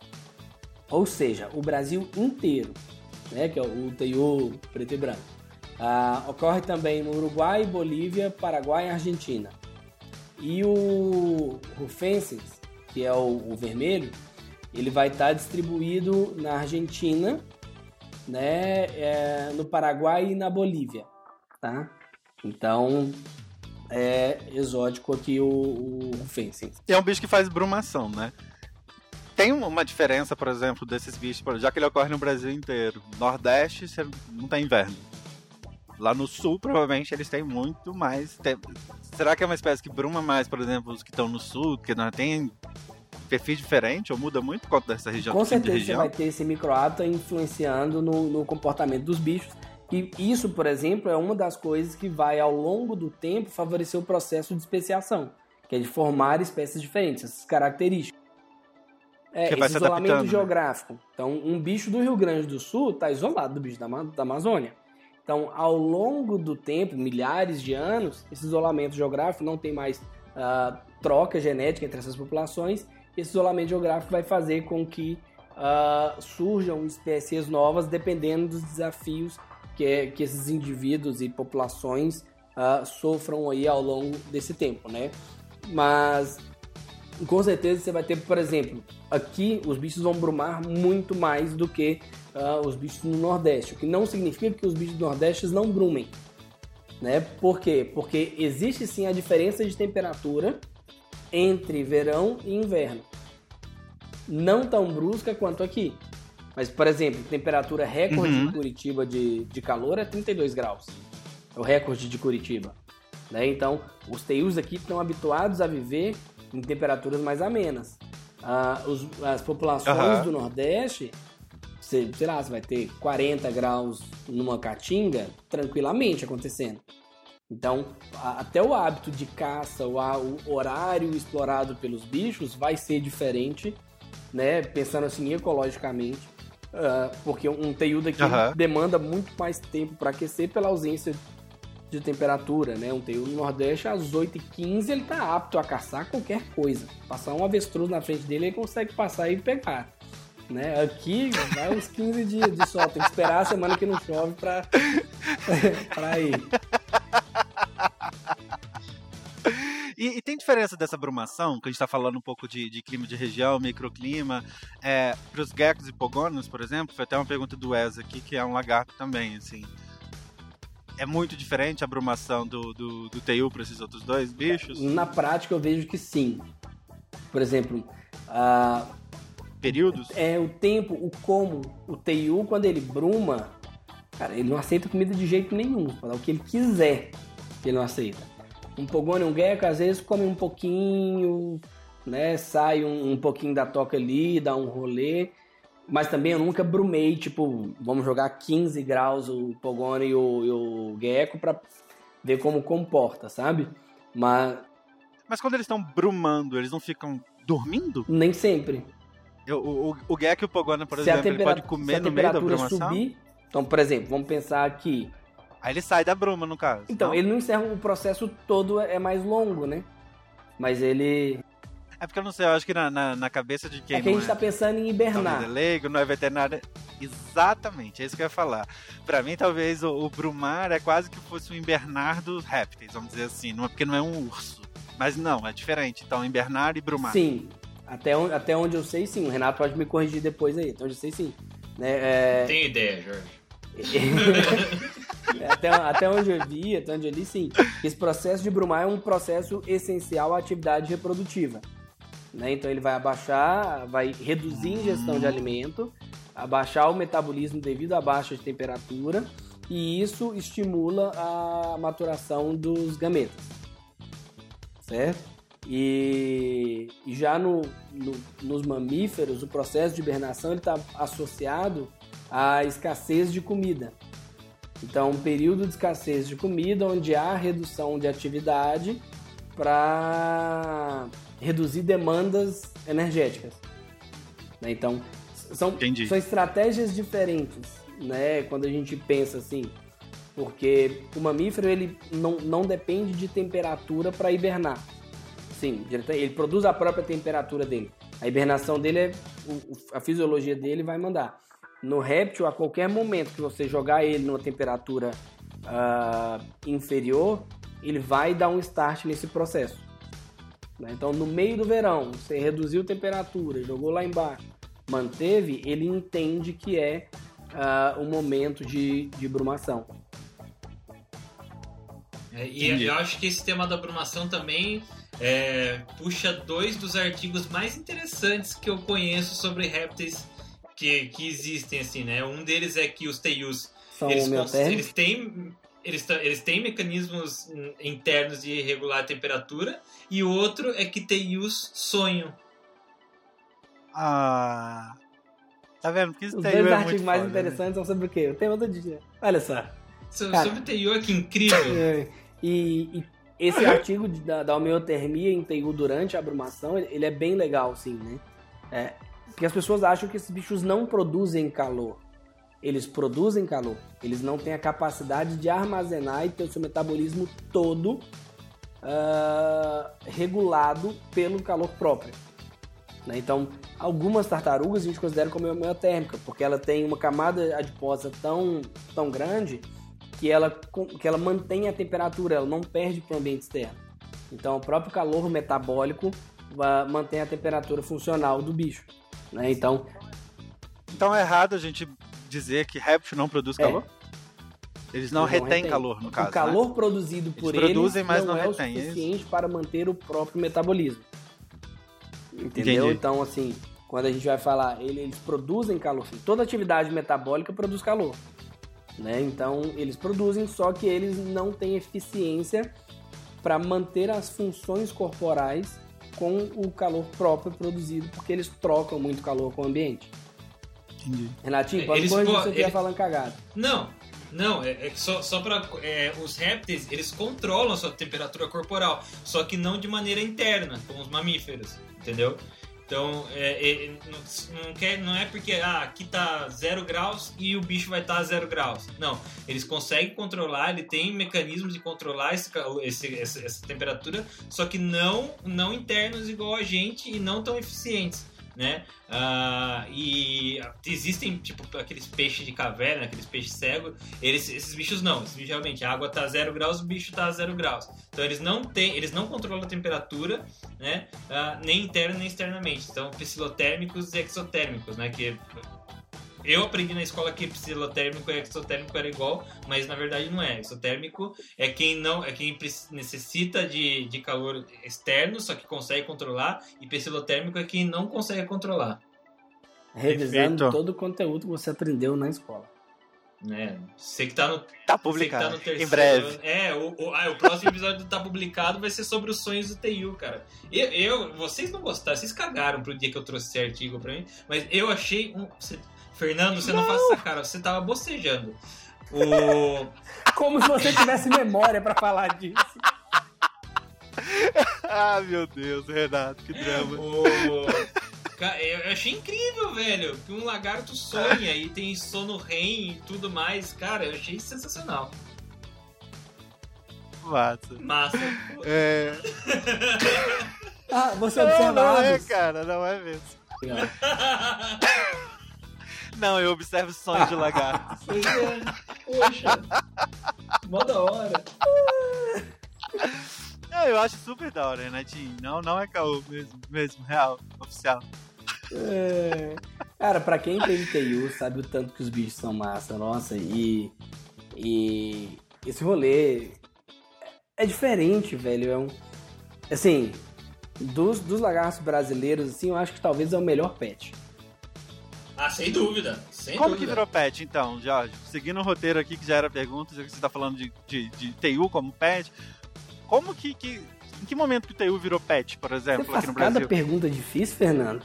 Ou seja, o Brasil inteiro, né, que é o teiu preto e branco. Ocorre também no Uruguai, Bolívia, Paraguai e Argentina. E o rufescens, que é o vermelho, ele vai estar distribuído na Argentina, né, no Paraguai e na Bolívia, tá? Então, é exótico aqui o rufescens. é um bicho que faz brumação, né? Tem uma diferença, por exemplo, desses bichos, já que ele ocorre no Brasil inteiro. Nordeste, você não tem inverno. Lá no sul, provavelmente, eles têm muito mais tempo. Será que é uma espécie que bruma mais, por exemplo, os que estão no sul, que não tem perfil diferente, ou muda muito por conta dessa região? Com certeza você vai ter esse microhábito influenciando no comportamento dos bichos. E isso, por exemplo, é uma das coisas que vai, ao longo do tempo, favorecer o processo de especiação, que é de formar espécies diferentes, essas características. Esse isolamento geográfico. Né? Então, um bicho do Rio Grande do Sul está isolado do bicho da Amazônia. Então, ao longo do tempo, milhares de anos, esse isolamento geográfico não tem mais troca genética entre essas populações. Esse isolamento geográfico vai fazer com que surjam espécies novas, dependendo dos desafios que esses indivíduos e populações sofram aí ao longo desse tempo, né? Mas, com certeza, você vai ter, por exemplo, aqui os bichos vão brumar muito mais do que os bichos no Nordeste, o que não significa que os bichos do Nordeste não brumem, né? Por quê? Porque existe sim a diferença de temperatura entre verão e inverno. Não tão brusca quanto aqui. Mas, por exemplo, temperatura recorde em Curitiba de calor é 32 graus. É o recorde de Curitiba. Né? Então, os teius aqui estão habituados a viver em temperaturas mais amenas. As populações do Nordeste, sei lá, você vai ter 40 graus numa caatinga tranquilamente acontecendo. Então, até o hábito de caça, o horário explorado pelos bichos vai ser diferente, né? Pensando assim ecologicamente. Porque um teiu daqui demanda muito mais tempo para aquecer pela ausência de temperatura, né? Um teiu no Nordeste, às 8h15, ele tá apto a caçar qualquer coisa. Passar um avestruz na frente dele, ele consegue passar e pegar. Né? Aqui, vai uns 15 dias de sol. Tem que esperar a semana que não chove pra ir. E tem diferença dessa brumação, que a gente está falando um pouco de clima de região, microclima, para os geckos e hipogônios, por exemplo? Foi até uma pergunta do Wes aqui, que é um lagarto também, assim. É muito diferente a brumação do TU para esses outros dois bichos? Na prática eu vejo que sim. Por exemplo, períodos? O tempo, o como. O TU, quando ele bruma, cara, ele não aceita comida de jeito nenhum. Pode dar o que ele quiser, que ele não aceita. Um pogone, um gecko, às vezes come um pouquinho, né? Sai um pouquinho da toca ali, dá um rolê. Mas também eu nunca brumei, tipo, vamos jogar 15 graus o pogone e o gecko pra ver como comporta, sabe? Mas quando eles estão brumando, eles não ficam dormindo? Nem sempre. O gecko e o pogone, por exemplo, ele pode comer no meio da brumação? Subir, então, por exemplo, vamos pensar aqui. Aí ele sai da bruma, no caso. Então, ele não encerra, o processo todo é mais longo, né? Mas ele... É porque eu não sei, eu acho que na cabeça de quem que a gente tá pensando em hibernar. Talvez é leigo, não é veterinário. Exatamente, é isso que eu ia falar. Pra mim, talvez o brumar é quase que fosse um hibernar dos répteis, vamos dizer assim. Não é porque não é um urso. Mas não, é diferente. Então, hibernar e brumar. Sim, até onde eu sei, sim. O Renato pode me corrigir depois aí. Até onde eu sei, sim. Né? Tenho ideia, Jorge. até onde eu li, sim. Esse processo de brumar é um processo essencial à atividade reprodutiva. Né? Então ele vai abaixar, vai reduzir a ingestão de alimento, abaixar o metabolismo devido à baixa de temperatura, e isso estimula a maturação dos gametas, certo? E já nos mamíferos, o processo de hibernação está associado à escassez de comida. Então, um período de escassez de comida onde há redução de atividade para reduzir demandas energéticas. Né? Então, são estratégias diferentes, né? Quando a gente pensa assim, porque o mamífero ele não depende de temperatura para hibernar. Sim, ele produz a própria temperatura dele. A hibernação dele, a fisiologia dele vai mandar. No réptil, a qualquer momento que você jogar ele numa temperatura inferior, ele vai dar um start nesse processo. Então, no meio do verão, você reduziu a temperatura, jogou lá embaixo, manteve, ele entende que é o momento de brumação. E eu acho que esse tema da brumação também puxa dois dos artigos mais interessantes que eu conheço sobre répteis que existem, assim, né? Um deles é que os TUs, eles têm mecanismos internos de regular a temperatura, e o outro é que TUs sonham. Tá vendo? Porque os dois artigos mais interessantes são sobre o quê? O tema do dia. Olha só. Sobre TU, que incrível. E esse artigo da homeotermia em TU durante a brumação, ele é bem legal, sim, né? Porque as pessoas acham que esses bichos não produzem calor. Eles produzem calor. Eles não têm a capacidade de armazenar e ter o seu metabolismo todo regulado pelo calor próprio. Né? Então, algumas tartarugas a gente considera como homeotérmica, porque ela tem uma camada adiposa tão grande que ela mantém a temperatura, ela não perde para o ambiente externo. Então, o próprio calor metabólico mantém a temperatura funcional do bicho. Né? Então é errado a gente dizer que réptil não produz calor? Eles não retêm calor, no caso. O calor produzido por eles produzem, mas não é retém, o suficiente para manter o próprio metabolismo. Entendeu? Entendi. Então, assim, quando a gente vai falar, eles produzem calor. Toda atividade metabólica produz calor. Né? Então, eles produzem, só que eles não têm eficiência para manter as funções corporais com o calor próprio produzido, porque eles trocam muito calor com o ambiente. Entendi. Renatinho, pode corrigir se você estiver falando cagado. Não, é que só para os répteis, eles controlam a sua temperatura corporal, só que não de maneira interna, como os mamíferos, entendeu? Então, não é porque aqui tá 0 graus e o bicho vai estar a 0 graus. Não, eles conseguem controlar, ele tem mecanismos de controlar essa temperatura, só que não internos igual a gente e não tão eficientes, né? E existem, tipo, aqueles peixes de caverna, aqueles peixes cegos, esses bichos não. Esses bichos realmente, a água tá a 0 graus, o bicho tá a 0 graus. Então eles não controlam a temperatura, né? Nem interna nem externamente. Então, psilotérmicos e exotérmicos, né? Que Eu aprendi na escola que psilotérmico e exotérmico era igual, mas na verdade não é. Exotérmico é quem necessita de calor externo, só que consegue controlar, e psilotérmico é quem não consegue controlar. Revisando Perfeito. todo o conteúdo que você aprendeu na escola. Você que tá no Tá publicado. no terceiro Em breve. ano. O próximo episódio do Tá Publicado vai ser sobre os sonhos do TU, cara. Vocês não gostaram, vocês cagaram pro dia que eu trouxe esse artigo pra mim, mas eu achei Fernando, você não faça essa cara, você tava bocejando. Como se você tivesse memória pra falar disso. Ah, meu Deus, Renato, que drama. Eu achei incrível, velho, que um lagarto sonha e tem sono REM e tudo mais. Cara, eu achei sensacional. Massa. Você observa Não é, aves. cara, não é mesmo. Não, eu observo sonhos de lagarto. Poxa, mó da hora. Não, eu acho super da hora, Renatinho. Não é caô mesmo, real, oficial. Cara, pra quem tem TU, sabe o tanto que os bichos são massa, nossa, e esse rolê é diferente, velho. Assim, dos lagartos brasileiros, assim, eu acho que talvez é o melhor pet. Ah, sem dúvida. Como que virou pet, então, Jorge? Seguindo o roteiro aqui, que já era pergunta, já que você tá falando de TU como pet, como que em que momento que o TU virou pet, por exemplo, Você faz aqui no cada Brasil? pergunta difícil, Fernando?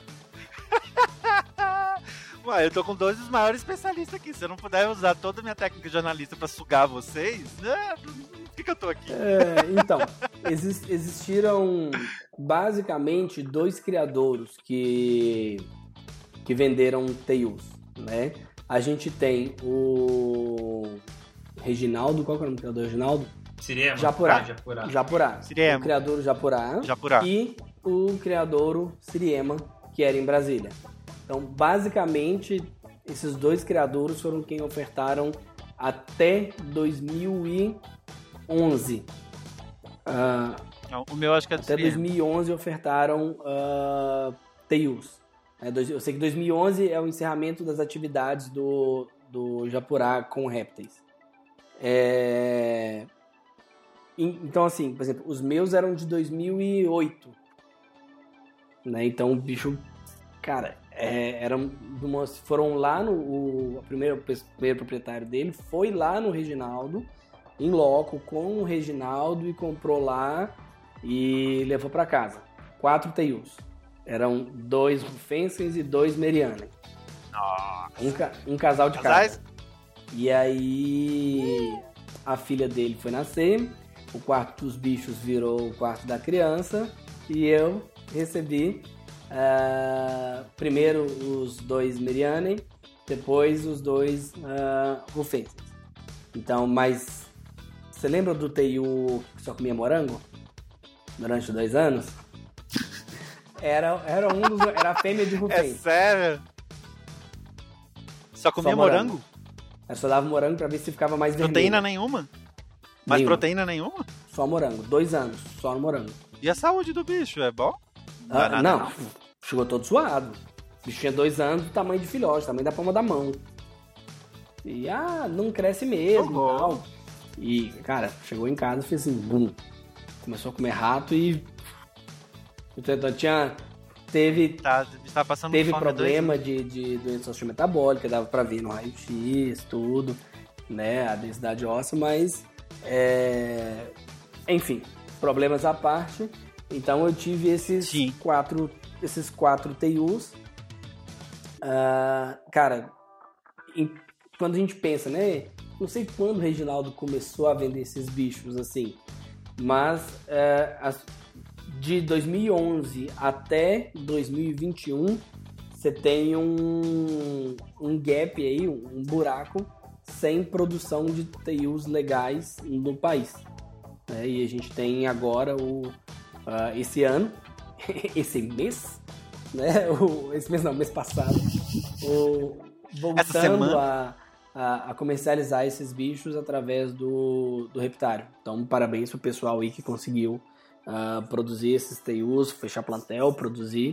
Ué, eu tô com 2 dos maiores especialistas aqui. Se eu não puder usar toda a minha técnica de jornalista pra sugar vocês, por que eu tô aqui? Então, existiram basicamente 2 criadouros que venderam TUs, né? A gente tem o Reginaldo, qual que é o nome do criador Reginaldo? Siriema. Japurá. Siriema. O criador Japurá. E o criador Siriema, que era em Brasília. Então, basicamente, esses 2 criadouros foram quem ofertaram até 2011. O meu acho que é do Até Siriema. 2011 ofertaram TUs. Eu sei que 2011 é o encerramento das atividades do Japurá com répteis. Então, assim, por exemplo, os meus eram de 2008. Né? Então, o bicho, cara, foram lá o primeiro proprietário dele foi lá no Reginaldo, em loco, com o Reginaldo, e comprou lá e levou pra casa. 4 TUs. Eram 2 Rufensens e 2 Merianen. Um casal de casa. E aí a filha dele foi nascer, o quarto dos bichos virou o quarto da criança, e eu recebi primeiro os 2 Merianen, depois os 2 Rufensens. Então, mas você lembra do TU que só comia morango? Durante 2 anos? Era a fêmea de Rufens. É sério? Só comia morango? Eu só dava morango pra ver se ficava mais vermelho. Proteína nenhuma? Mais proteína nenhuma? Só morango. 2 anos, só no morango. E a saúde do bicho, é bom? Não, chegou todo suado. O bicho tinha 2 anos do tamanho de filhote, tamanho da palma da mão. E, não cresce mesmo e tal. E, cara, chegou em casa e fez assim, bum. Começou a comer rato e... Teve problema de doença osteometabólica, dava pra ver no raio-x, tudo, né, a densidade óssea, mas, enfim, problemas à parte. Então eu tive esses 4 TUs. Cara, quando a gente pensa, né, não sei quando o Reginaldo começou a vender esses bichos assim, mas de 2011 até 2021, você tem um gap aí, um buraco sem produção de TUs legais no país. E a gente tem agora esse ano, esse mês, né? Mês passado, voltando a comercializar esses bichos através do Reptário. Então, parabéns pro pessoal aí que conseguiu produzir esses TUs, fechar plantel, produzir.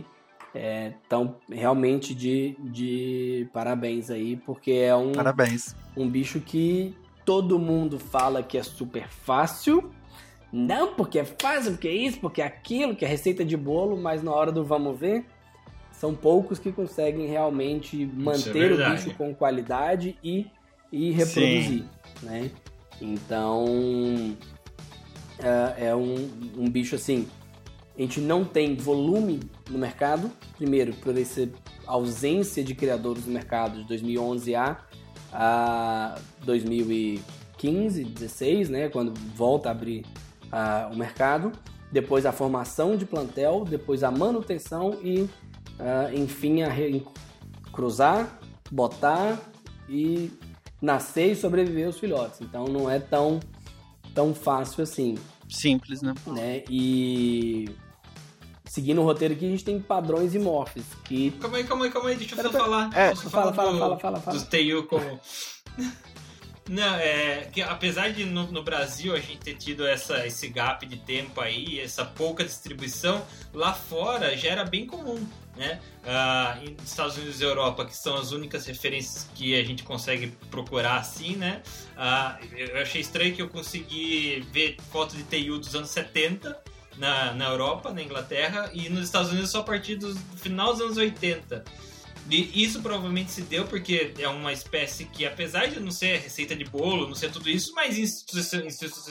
Então, realmente de parabéns aí, porque é um bicho que todo mundo fala que é super fácil. Não, porque é fácil, porque é isso, porque é aquilo, que é receita de bolo, mas na hora do vamos ver, são poucos que conseguem realmente manter o bicho com qualidade e reproduzir, né? Então, é um bicho assim, a gente não tem volume no mercado, primeiro, por essa ausência de criadores no mercado de 2011 a 2015, 16, né? Quando volta a abrir o mercado, depois a formação de plantel, depois a manutenção e enfim cruzar, botar e nascer e sobreviver os filhotes. Então não é tão fácil assim. Simples, né? E seguindo o roteiro aqui, a gente tem padrões e morphs que... Calma aí, deixa eu falar. Fala. Dos Teiu como... Não, que apesar de no Brasil a gente ter tido esse gap de tempo aí, essa pouca distribuição, lá fora já era bem comum, né? Em Estados Unidos e Europa, que são as únicas referências que a gente consegue procurar assim, né? Eu achei estranho que eu consegui ver foto de Teiu dos anos 70 na Europa, na Inglaterra, e nos Estados Unidos só a partir do final dos anos 80. E isso provavelmente se deu porque é uma espécie que, apesar de não ser receita de bolo, não ser tudo isso, mas instituições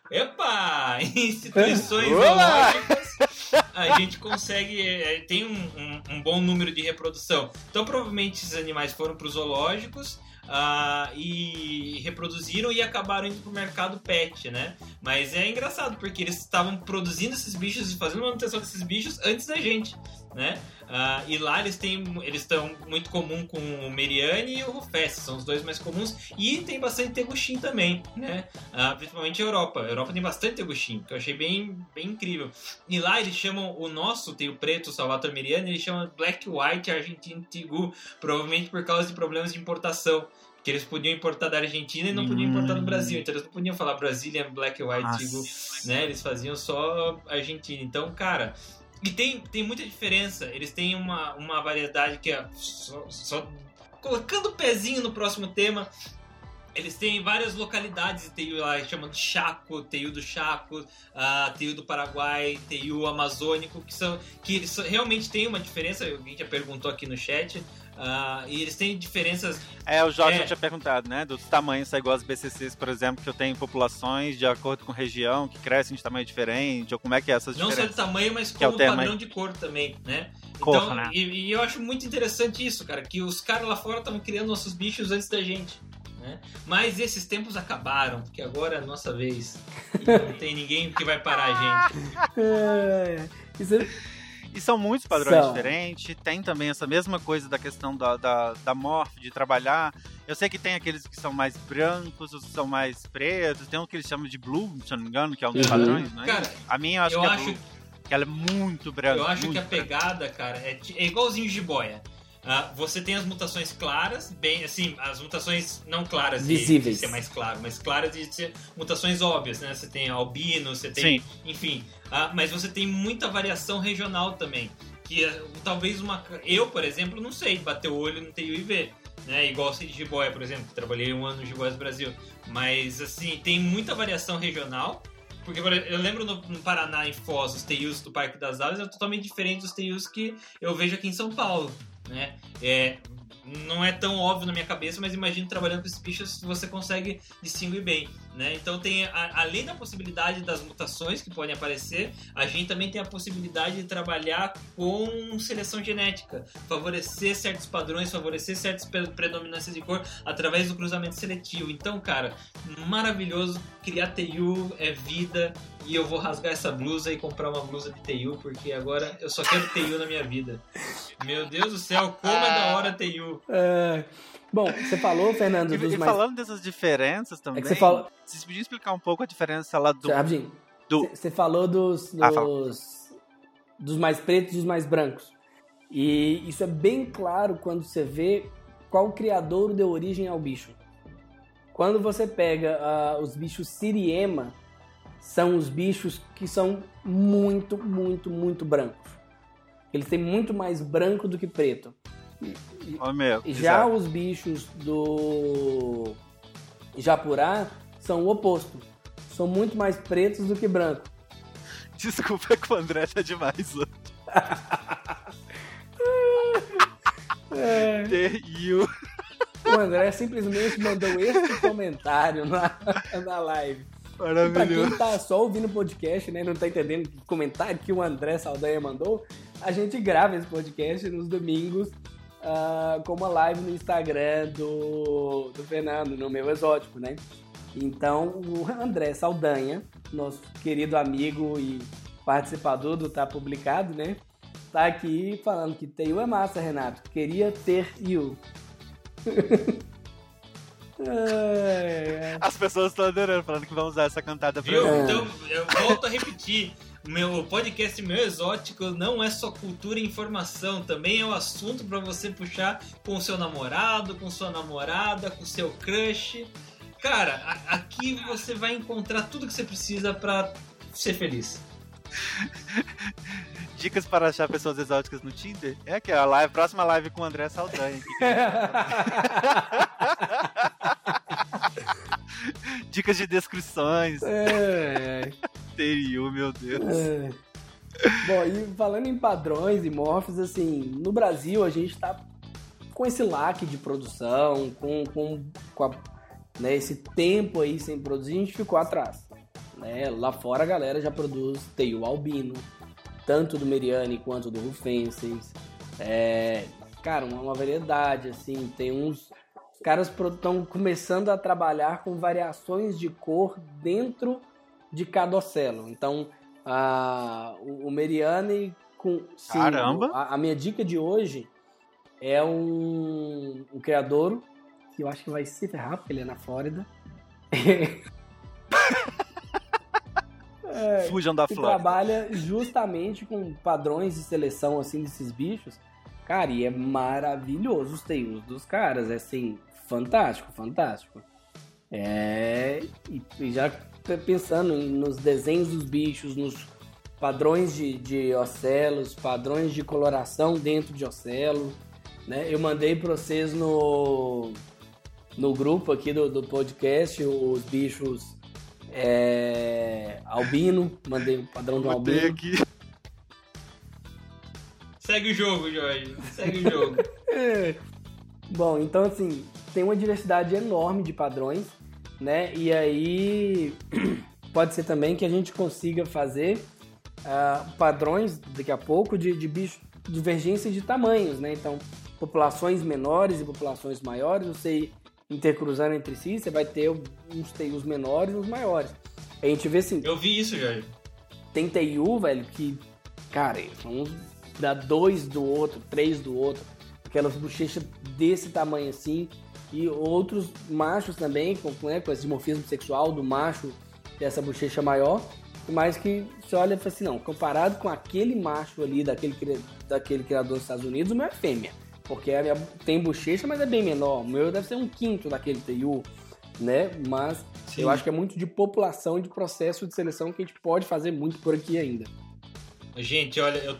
zoológicas, a gente consegue, tem um bom número de reprodução. Então provavelmente esses animais foram para os zoológicos e reproduziram e acabaram indo pro mercado pet, né? Mas é engraçado porque eles estavam produzindo esses bichos e fazendo manutenção desses bichos antes da gente, né? E lá eles estão muito comum com o Meriani e o Rufestre, são os dois mais comuns, e tem bastante teguxim também, né? Principalmente a Europa. A Europa tem bastante teguxim, que eu achei bem, bem incrível. E lá eles chamam o nosso, tem o preto, o Salvatore Meriani, eles chamam Black White Argentine Tegu, provavelmente por causa de problemas de importação. Que eles podiam importar da Argentina e não podiam importar do Brasil. Então eles não podiam falar Brazilian Black White Tegu, né? Eles faziam só Argentina. Então, cara... E tem muita diferença. Eles têm uma variedade que é... Só colocando o pezinho no próximo tema... Eles têm várias localidades de Teiu lá, chamam de Chaco, Teiu do Chaco, Teiu do Paraguai, Teiu amazônico, que eles realmente têm uma diferença, alguém já perguntou aqui no chat, e eles têm diferenças... O Jorge já tinha perguntado, né, dos tamanhos, igual as BCCs, por exemplo, que eu tenho populações de acordo com região, que crescem de tamanho diferente, ou como é que é essas diferenças? Não só de tamanho, mas como padrão de cor também, né? Então, né? E eu acho muito interessante isso, cara, que os caras lá fora estavam criando nossos bichos antes da gente. Mas esses tempos acabaram, porque agora é a nossa vez e não tem ninguém que vai parar a gente. E são muitos padrões diferentes. Tem também essa mesma coisa da questão da morph, de trabalhar. Eu sei que tem aqueles que são mais brancos, os que são mais pretos. Tem um que eles chamam de blue, se eu não me engano, que é um dos padrões, né? Cara, a minha eu acho que é blue, que ela é muito branca. Eu acho que a pegada, cara, é igualzinho jiboia. Você tem as mutações claras, bem assim, as mutações não claras visíveis, de ser mais claro, mas claras de ser mutações óbvias, né? Você tem albino, você tem, enfim, mas você tem muita variação regional também, que talvez eu, por exemplo, não sei bater o olho no Teiu e ver, né? Igual de jiboia, por exemplo, que trabalhei 1 ano no Jiboias Brasil, mas assim, tem muita variação regional. Porque eu lembro no Paraná, em Foz, os Teius do Parque das Aves são totalmente diferentes dos Teius que eu vejo aqui em São Paulo, né? Não é tão óbvio na minha cabeça, mas imagino trabalhando com esses bichos você consegue distinguir bem, né? Então tem, além da possibilidade das mutações que podem aparecer, a gente também tem a possibilidade de trabalhar com seleção genética, favorecer certos padrões, favorecer certas predominâncias de cor através do cruzamento seletivo. Então, cara, maravilhoso, criar Teiu é vida, e eu vou rasgar essa blusa e comprar uma blusa de Teiu, porque agora eu só quero Teiu na minha vida. Meu Deus do céu, como é da hora Teiu. Bom, você falou, Fernando, dos mais... falando dessas diferenças também, você fala... vocês podiam explicar um pouco a diferença lá do... Você falou dos mais pretos e dos mais brancos. E isso é bem claro quando você vê qual criador deu origem ao bicho. Quando você pega os bichos Siriema, são os bichos que são muito, muito, muito brancos. Eles têm muito mais branco do que preto. Já os bichos do Japurá são o oposto. São muito mais pretos do que branco. Desculpa, é que o André tá demais hoje. TU. O André simplesmente mandou esse comentário na live. Maravilhoso. Pra quem tá só ouvindo o podcast, né, não tá entendendo o comentário que o André Saldanha mandou, a gente grava esse podcast nos domingos com uma live no Instagram do Fernando, no Meu Exótico, né? Então, o André Saldanha, nosso querido amigo e participador do Tá Publicado, né? Tá aqui falando que TU é massa, Renato. Queria ter you. As pessoas estão adorando, falando que vão usar essa cantada pra mim. Então, eu volto a repetir. Meu podcast Meu Exótico não é só cultura e informação, também é o assunto pra você puxar com o seu namorado, com sua namorada, com o seu crush. Cara, aqui você vai encontrar tudo que você precisa pra ser feliz. Dicas para achar pessoas exóticas no Tinder? É que a próxima live com o André Saldanha. Dicas de descrições. TU, meu Deus. Bom, e falando em padrões e morfos, assim, no Brasil a gente tá com esse laque de produção, com né, esse tempo aí sem produzir, a gente ficou atrás. Né? Lá fora a galera já produz TU albino, tanto do Meriani quanto do Rufensis. Cara, uma variedade, assim, tem uns... Os caras estão começando a trabalhar com variações de cor dentro de cada ocelo. Então, o Meriani com... Sim, caramba! A minha dica de hoje é um criadouro, que eu acho que vai se ferrar, porque ele é na Flórida. Fujam da Flórida. Trabalha justamente com padrões de seleção assim desses bichos. Cara, e é maravilhoso os TUs dos caras. É assim, fantástico, fantástico. E já pensando nos desenhos dos bichos, nos padrões de ocelos, padrões de coloração dentro de ocelo, né? Eu mandei para vocês no grupo aqui do podcast os bichos albino, mandei o padrão do albino. Aqui. Segue o jogo, Jorge, segue o jogo. Bom, então assim, tem uma diversidade enorme de padrões, né? E aí pode ser também que a gente consiga fazer padrões daqui a pouco de bicho, divergência de tamanhos, né? Então, populações menores e populações maiores, você intercruzando entre si, você vai ter uns TUs menores e uns maiores. A gente vê assim... Eu vi isso, Jorge. Tem TU, velho, que, cara, uns dá 2 do outro, 3 do outro, aquelas bochechas desse tamanho assim, e outros machos também, com esse dimorfismo sexual do macho, dessa bochecha maior, mas que você olha e fala assim, não, comparado com aquele macho ali, daquele criador dos Estados Unidos, o meu é fêmea. Porque a minha tem bochecha, mas é bem menor. O meu deve ser 1/5 daquele TU, né? Mas sim, eu acho que é muito de população e de processo de seleção que a gente pode fazer muito por aqui ainda. Gente, olha, eu tô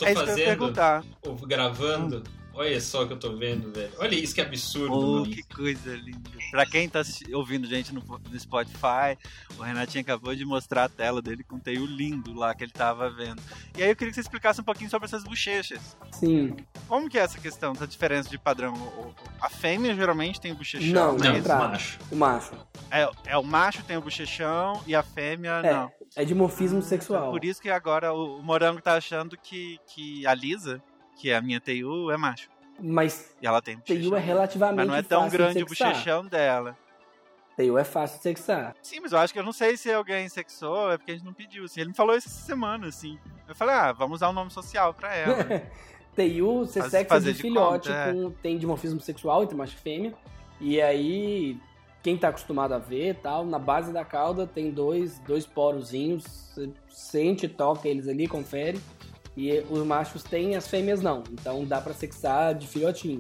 gravando. Olha só o que eu tô vendo, velho. Olha isso, que absurdo. Que coisa linda. Pra quem tá ouvindo gente no Spotify, o Renatinho acabou de mostrar a tela dele com um TU lindo lá que ele tava vendo. E aí eu queria que você explicasse um pouquinho sobre essas bochechas. Sim. Como que é essa questão, essa diferença de padrão? A fêmea geralmente tem o bochechão? Não, o macho. O macho tem o bochechão e a fêmea não. É dimorfismo sexual. Por isso que agora o Morango tá achando que a Lisa, que é a minha TU, é macho. Mas e ela tem TU é relativamente fácil. Mas não é tão grande o bochechão dela. TU é fácil de sexar. Sim, mas eu acho que eu não sei se alguém sexou, é porque a gente não pediu. Assim. Ele me falou isso essa semana, assim. Eu falei, vamos usar um nome social pra ela. TU, você sexa de filhote, tem dimorfismo sexual entre macho e fêmea. E aí, quem tá acostumado a ver, tal, na base da cauda tem dois porozinhos. Você sente, toca eles ali, confere. E os machos têm, as fêmeas não. Então dá pra sexar de filhotinho.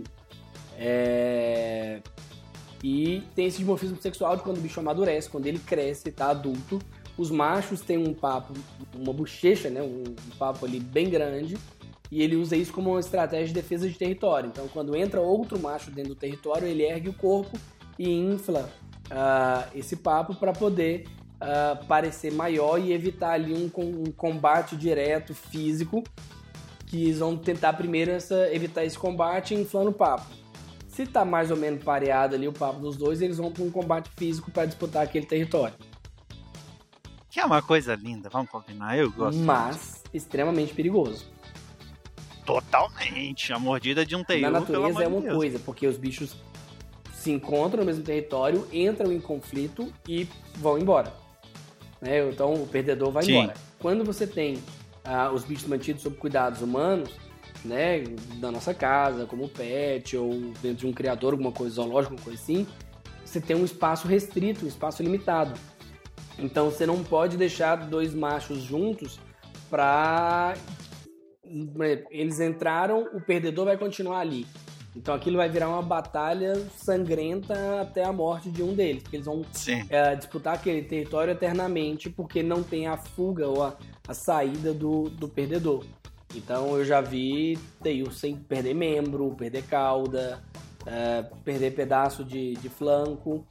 E tem esse dimorfismo sexual de quando o bicho amadurece, quando ele cresce, tá adulto. Os machos têm uma bochecha, né? Um papo ali bem grande. e ele usa isso como uma estratégia de defesa de território. Então, quando entra outro macho dentro do território, ele ergue o corpo e infla esse papo para poder parecer maior e evitar ali um combate direto físico, que eles vão tentar primeiro evitar esse combate inflando o papo. Se tá mais ou menos pareado ali o papo dos dois, eles vão para um combate físico para disputar aquele território. Que é uma coisa linda, vamos combinar, eu gosto. Mas extremamente perigoso. Totalmente, a mordida de um TU, na natureza é uma Deus. coisa, porque os bichos se encontram no mesmo território, entram em conflito e vão embora. Né? Então o perdedor vai embora. Quando você tem os bichos mantidos sob cuidados humanos, né, da nossa casa, como pet, ou dentro de um criador, alguma coisa zoológica, alguma coisa assim, você tem um espaço restrito, um espaço limitado. Então você não pode deixar dois machos juntos para... Eles entraram, o perdedor vai continuar ali. Então aquilo vai virar uma batalha sangrenta até a morte de um deles, porque eles vão disputar aquele território eternamente, porque não tem a fuga ou a saída do perdedor. Então eu já vi TU sem perder membro, perder cauda, perder pedaço de flanco,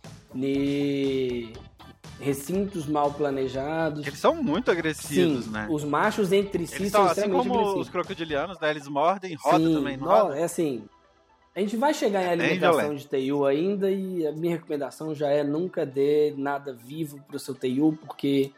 recintos mal planejados. Eles são muito agressivos, Sim, né? Os machos entre si Eles são são assim extremamente como agressivos. os crocodilianos, né? Eles mordem, roda também, não não, roda? é assim, a gente vai chegar em alimentação de TU ainda, e a minha recomendação já é nunca dê nada vivo pro seu TU, porque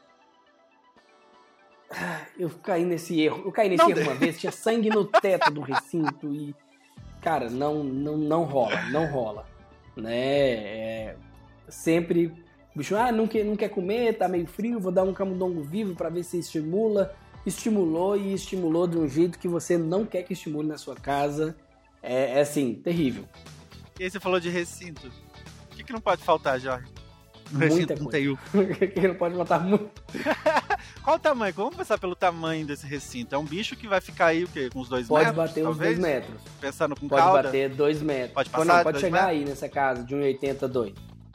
eu caí nesse erro. Eu caí nesse erro uma vez, tinha sangue no teto do recinto e, cara, não rola, né? Sempre o bicho, não quer comer, tá meio frio, vou dar um camundongo vivo pra ver se estimula. Estimulou de um jeito que você não quer que estimule na sua casa. É assim, terrível. E aí você falou de recinto. O que não pode faltar, Jorge? No Muita recinto coisa. do TU. Que não pode matar muito. Qual o tamanho? Vamos pensar pelo tamanho desse recinto. É um bicho que vai ficar aí, o quê? Com uns 2 Pode metros? bater uns talvez? 2 metros. Pensando com Pode cauda? bater 2 metros. Pode passar Não, de pode 2 chegar metros? aí nessa casa de 1,82.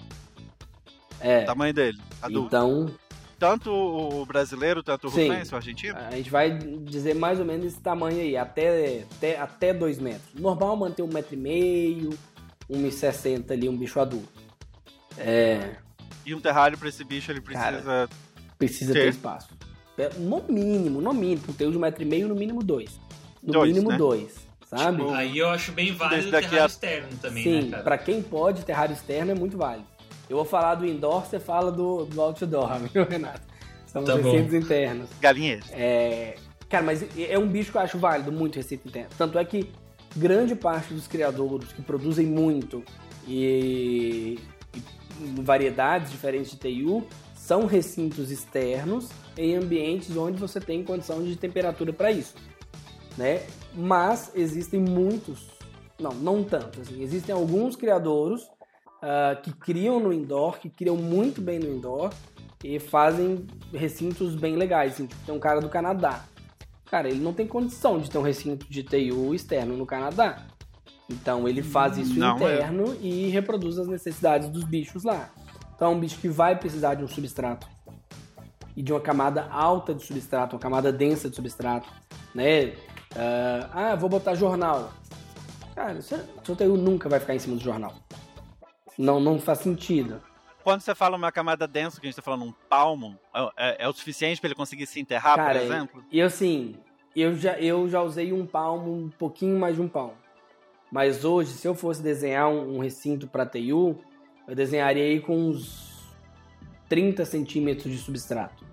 O tamanho dele, adulto. Então, Tanto o brasileiro, tanto o sim, rufense, o argentino? a gente vai dizer mais ou menos esse tamanho aí, até 2 metros. Normal manter 1,5 m, 1,60 m ali, um bicho adulto. E um terrário pra esse bicho, ele precisa... Precisa ter espaço. No mínimo, pro TU de 1,5 m, no mínimo 2. No Dois, mínimo né? 2, sabe? Tipo, Aí eu acho bem válido o daqui terrário a- externo também, Sim, né, cara? pra quem pode, terrário externo é muito válido. Eu vou falar do indoor, você fala do outdoor, viu, Renato? São Tá os bom. recintos internos. galinheiros. Cara, mas é um bicho que eu acho válido, muito recinto interno. Tanto é que grande parte dos criadores que produzem muito e variedades diferentes de TU são recintos externos em ambientes onde você tem condição de temperatura para isso, né? Mas existem muitos, não tanto, assim, existem alguns criadouros que criam no indoor, que criam muito bem no indoor e fazem recintos bem legais. Assim, tem um cara do Canadá. Cara, ele não tem condição de ter um recinto de TU externo no Canadá. Então ele faz isso interno e reproduz as necessidades dos bichos lá. Então é um bicho que vai precisar de um substrato e de uma camada alta de substrato, uma camada densa de substrato, né? Vou botar jornal. Cara, seu TU nunca vai ficar em cima do jornal. Não faz sentido. Quando você fala uma camada densa, que a gente tá falando um palmo, é o suficiente pra ele conseguir se enterrar, Cara, por exemplo? E assim, eu já usei um palmo, um pouquinho mais de um palmo. Mas hoje, se eu fosse desenhar um recinto para TU, eu desenharia aí com uns 30 centímetros de substrato.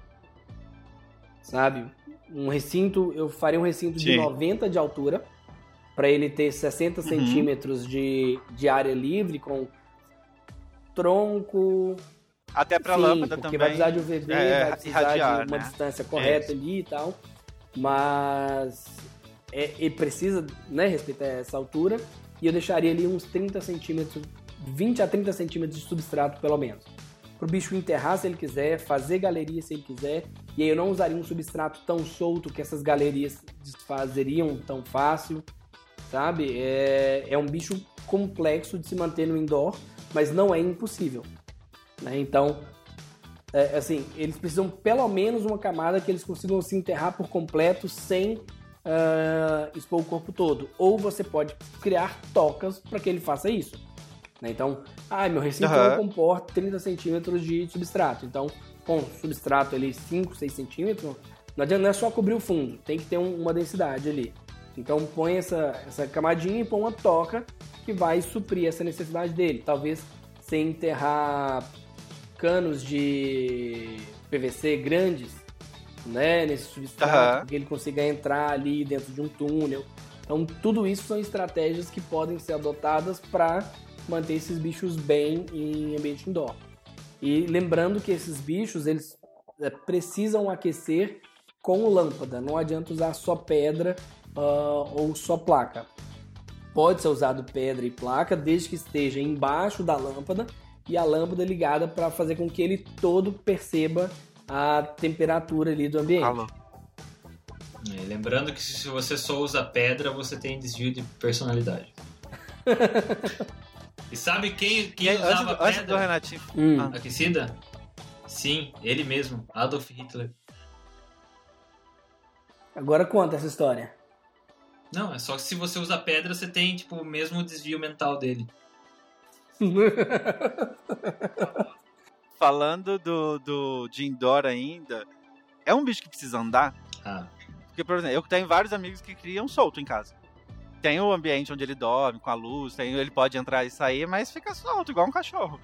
Sabe? Eu faria um recinto de 90 de altura, para ele ter 60 centímetros de área livre, com tronco... Até pra Sim, lâmpada porque também. vai precisar de UVB, vai precisar irradiar, de uma né? distância correta ali e tal. Mas ele precisa, né, respeitar essa altura. E eu deixaria ali uns 30 centímetros, 20 a 30 centímetros de substrato, pelo menos. Pro bicho enterrar se ele quiser, fazer galeria se ele quiser. E aí eu não usaria um substrato tão solto que essas galerias desfazeriam tão fácil, sabe? É um bicho complexo de se manter no indoor, mas não é impossível. Né? Então, assim, eles precisam pelo menos uma camada que eles consigam se enterrar por completo sem expor o corpo todo. Ou você pode criar tocas para que ele faça isso. Né? Então, meu recinto não comporta 30 centímetros de substrato. Então, com substrato ali 5, 6 centímetros, não adianta, não é só cobrir o fundo, tem que ter uma densidade ali. Então, põe essa camadinha e põe uma toca que vai suprir essa necessidade dele. Talvez sem enterrar canos de PVC grandes, né, nesse substrato, que ele consiga entrar ali dentro de um túnel. Então, tudo isso são estratégias que podem ser adotadas para manter esses bichos bem em ambiente indoor. E lembrando que esses bichos, eles precisam aquecer com lâmpada. Não adianta usar só pedra ou só placa. Pode ser usado pedra e placa, desde que esteja embaixo da lâmpada e a lâmpada ligada para fazer com que ele todo perceba a temperatura ali do ambiente. Lembrando que se você só usa pedra, você tem desvio de personalidade. E sabe quem usava pedra do Renatinho aquecida? Sim, ele mesmo, Adolf Hitler. Agora conta essa história. Não, é só que se você usa pedra, você tem tipo o mesmo desvio mental dele. Falando de indoor ainda, é um bicho que precisa andar. Porque, por exemplo, eu tenho vários amigos que criam solto em casa. Tem o ambiente onde ele dorme, com a luz, ele pode entrar e sair, mas fica solto, igual um cachorro.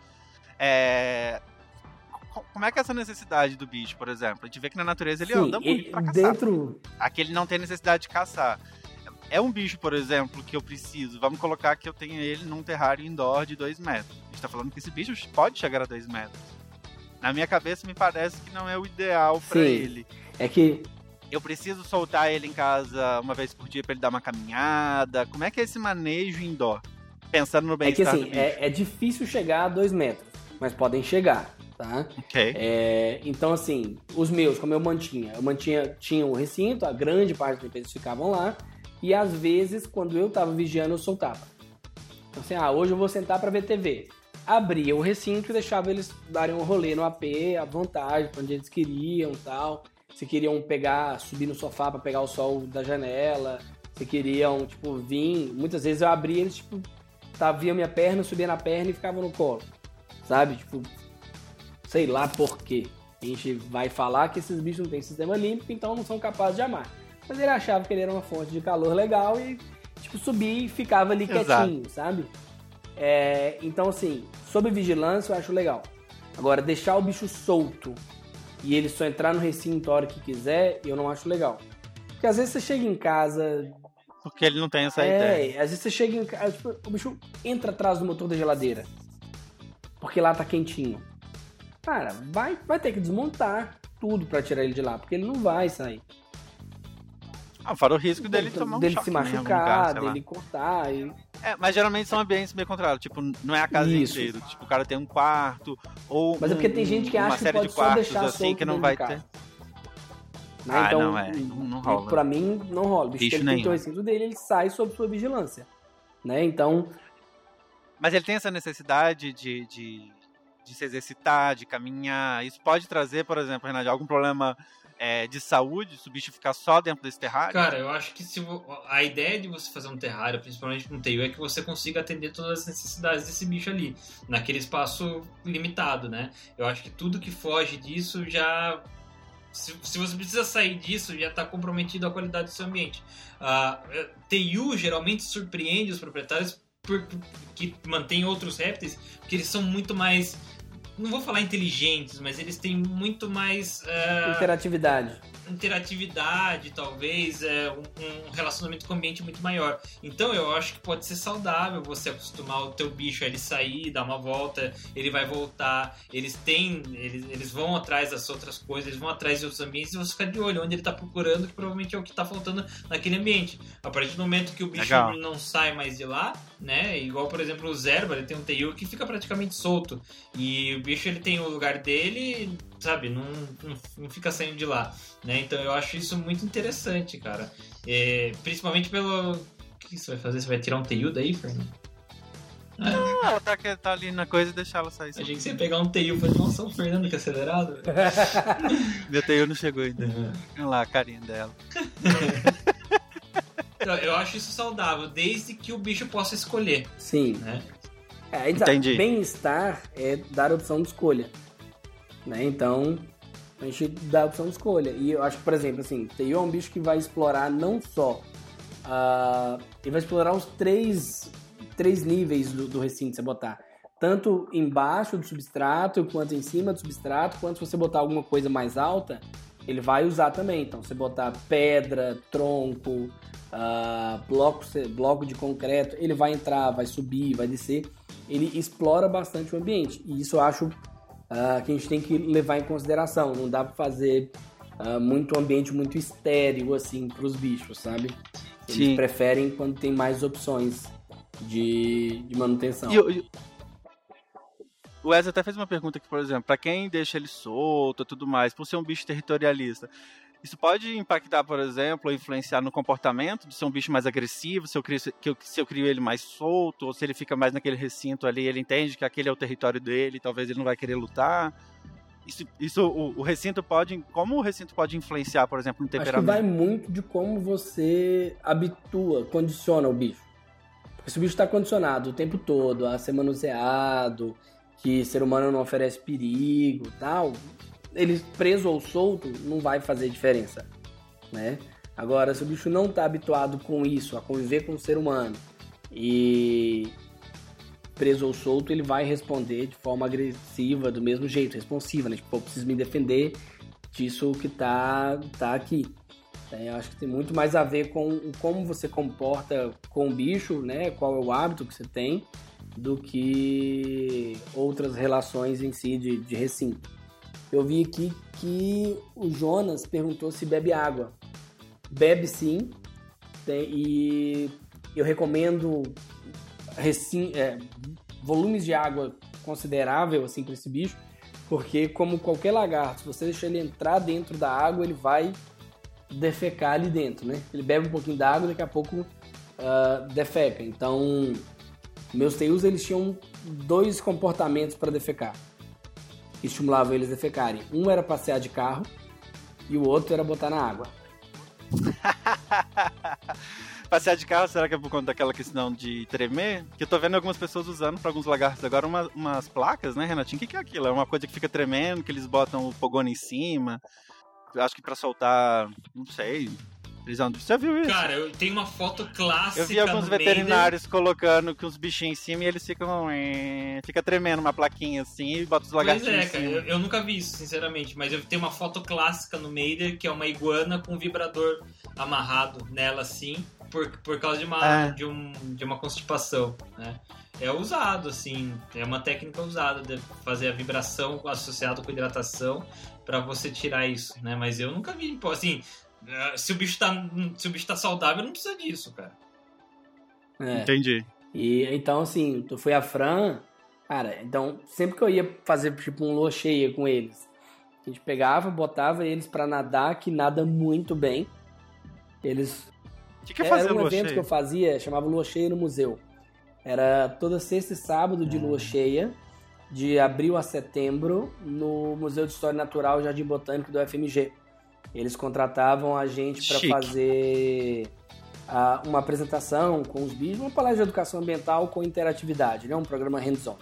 Como é que é essa necessidade do bicho, por exemplo? A gente vê que na natureza ele anda muito pra caçar. Aqui ele não tem necessidade de caçar. É um bicho, por exemplo, que eu preciso. Vamos colocar que eu tenho ele num terrário indoor de 2 metros. A gente tá falando que esse bicho pode chegar a 2 metros. Na minha cabeça, me parece que não é o ideal pra ele. É que eu preciso soltar ele em casa uma vez por dia pra ele dar uma caminhada. Como é que é esse manejo indoor? Pensando no bem-estar do bicho. É difícil chegar a 2 metros, mas podem chegar, tá? Ok. Então, assim, os meus, como eu tinha um recinto, a grande parte dos eles ficavam lá, e às vezes, quando eu tava vigiando, eu soltava. Então, assim, hoje eu vou sentar pra ver TV. Abria o recinto e deixava eles darem um rolê no AP, à vontade, pra onde eles queriam e tal. Se queriam subir no sofá pra pegar o sol da janela, se queriam, vir... Muitas vezes eu abria eles, via minha perna, subia na perna e ficava no colo, sabe? Sei lá por quê. A gente vai falar que esses bichos não têm sistema límbico, então não são capazes de amar. Mas ele achava que ele era uma fonte de calor legal e, subia e ficava ali quietinho, sabe? Então, assim, sob vigilância eu acho legal. Agora, deixar o bicho solto e ele só entrar no recinto a hora que quiser, eu não acho legal. Porque às vezes você chega em casa... Porque ele não tem essa ideia. Às vezes você chega em casa, o bicho entra atrás do motor da geladeira. Porque lá tá quentinho. Cara, vai ter que desmontar tudo pra tirar ele de lá, porque ele não vai sair. Fora o risco dele tomar um choque, se machucar, dele cortar. Mas geralmente são ambientes meio controlados. Não é a casa inteira. O cara tem um quarto ou mas é porque tem gente que acha que pode só deixar assim que não vai ter. Então, não rola. Pra mim, não rola. O bicho ele tem o recinto dele, ele sai sob sua vigilância. Né? Então... Mas ele tem essa necessidade de se exercitar, de caminhar. Isso pode trazer, por exemplo, Renato, algum problema... de saúde, se o bicho ficar só dentro desse terrário? Cara, eu acho que a ideia de você fazer um terrário, principalmente com TU, é que você consiga atender todas as necessidades desse bicho ali, naquele espaço limitado, né? Eu acho que tudo que foge disso já... Se você precisa sair disso, já está comprometido a qualidade do seu ambiente. TU geralmente surpreende os proprietários que mantêm outros répteis, porque eles são muito mais... Não vou falar inteligentes, mas eles têm muito mais... Interatividade, talvez, um relacionamento com o ambiente muito maior. Então eu acho que pode ser saudável você acostumar o teu bicho a ele sair, dar uma volta, ele vai voltar, eles vão atrás das outras coisas, eles vão atrás de outros ambientes e você ficar de olho onde ele está procurando, que provavelmente é o que está faltando naquele ambiente. A partir do momento que o bicho não sai mais de lá, né? Igual, por exemplo, o Zerba, ele tem um TU que fica praticamente solto e o bicho ele tem o lugar dele, sabe, não fica saindo de lá, né? Então eu acho isso muito interessante, cara. Principalmente pelo... O que você vai fazer? Você vai tirar um TU daí, Fernando? Não, ela tá ali na coisa e deixar ela sair. Achei que você ia pegar um TU e falar, nossa, o Fernando que acelerado. Meu TU não chegou ainda. Olha lá a carinha dela. Eu acho isso saudável, desde que o bicho possa escolher. Sim. Né? Entendi. Bem-estar é dar a opção de escolha. Né? Então, a gente dá a opção de escolha. E eu acho que, por exemplo, assim, TU é um bicho que vai explorar não só... ele vai explorar os três níveis do recinto que você botar. Tanto embaixo do substrato, quanto em cima do substrato, quanto se você botar alguma coisa mais alta, ele vai usar também. Então, você botar pedra, tronco, bloco de concreto, ele vai entrar, vai subir, vai descer. Ele explora bastante o ambiente. E isso eu acho que a gente tem que levar em consideração. Não dá para fazer muito ambiente muito estéril assim para os bichos, sabe? Eles preferem quando tem mais opções de manutenção. O Wesley até fez uma pergunta aqui, por exemplo, para quem deixa ele solto e tudo mais, por ser um bicho territorialista, isso pode impactar, por exemplo, ou influenciar no comportamento de ser um bicho mais agressivo, se eu crio ele mais solto, ou se ele fica mais naquele recinto ali, ele entende que aquele é o território dele, talvez ele não vai querer lutar. O recinto pode... Como o recinto pode influenciar, por exemplo, no temperamento? Acho que vai muito de como você condiciona o bicho. Porque se o bicho está condicionado o tempo todo a ser manuseado, que ser humano não oferece perigo e tal, ele preso ou solto não vai fazer diferença, né? Agora, se o bicho não está habituado com isso, a conviver com o ser humano, e preso ou solto, ele vai responder de forma agressiva, do mesmo jeito, responsiva, né? Tipo, eu preciso me defender disso que tá aqui. Eu acho que tem muito mais a ver com como você comporta com o bicho, né? Qual é o hábito que você tem, do que outras relações em si de recinto. Eu vi aqui que o Jonas perguntou se bebe água. Bebe sim, e eu recomendo volumes de água considerável assim, para esse bicho, porque como qualquer lagarto, se você deixar ele entrar dentro da água, ele vai defecar ali dentro, né? Ele bebe um pouquinho d'água e daqui a pouco defeca. Então, meus TUs, eles tinham 2 comportamentos para defecar, que estimulavam eles a defecarem. Um era passear de carro e o outro era botar na água. Passear de carro, será que é por conta daquela questão de tremer? Que eu tô vendo algumas pessoas usando para alguns lagartos agora umas placas, né, Renatinho? O que é aquilo? É uma coisa que fica tremendo, que eles botam o fogone em cima. Eu acho que pra soltar, não sei. Você já viu isso? Cara, eu tenho uma foto clássica. Eu vi alguns veterinários colocando que uns bichinhos em cima e eles fica tremendo uma plaquinha assim e bota os lagartinhos em cima. Cara, eu nunca vi isso, sinceramente, mas eu tenho uma foto clássica no Maider, que é uma iguana com um vibrador amarrado nela assim, por causa de uma constipação, né? É usado, assim, é uma técnica usada de fazer a vibração associada com hidratação pra você tirar isso, né? Mas eu nunca vi, assim, se o bicho tá saudável, não precisa disso, cara. Entendi. E então, assim, tu foi a Fran, cara, então sempre que eu ia fazer tipo um lua cheia com eles, a gente pegava, botava eles pra nadar, que nada muito bem. Eles... O que é fazer era um lua evento cheia? que eu fazia, chamava Lua Cheia no Museu. Era toda sexta e sábado de lua cheia, de abril a setembro, no Museu de História Natural Jardim Botânico do UFMG. Eles contratavam a gente para fazer uma apresentação com os bichos, uma palestra de educação ambiental com interatividade, né? Um programa hands-on.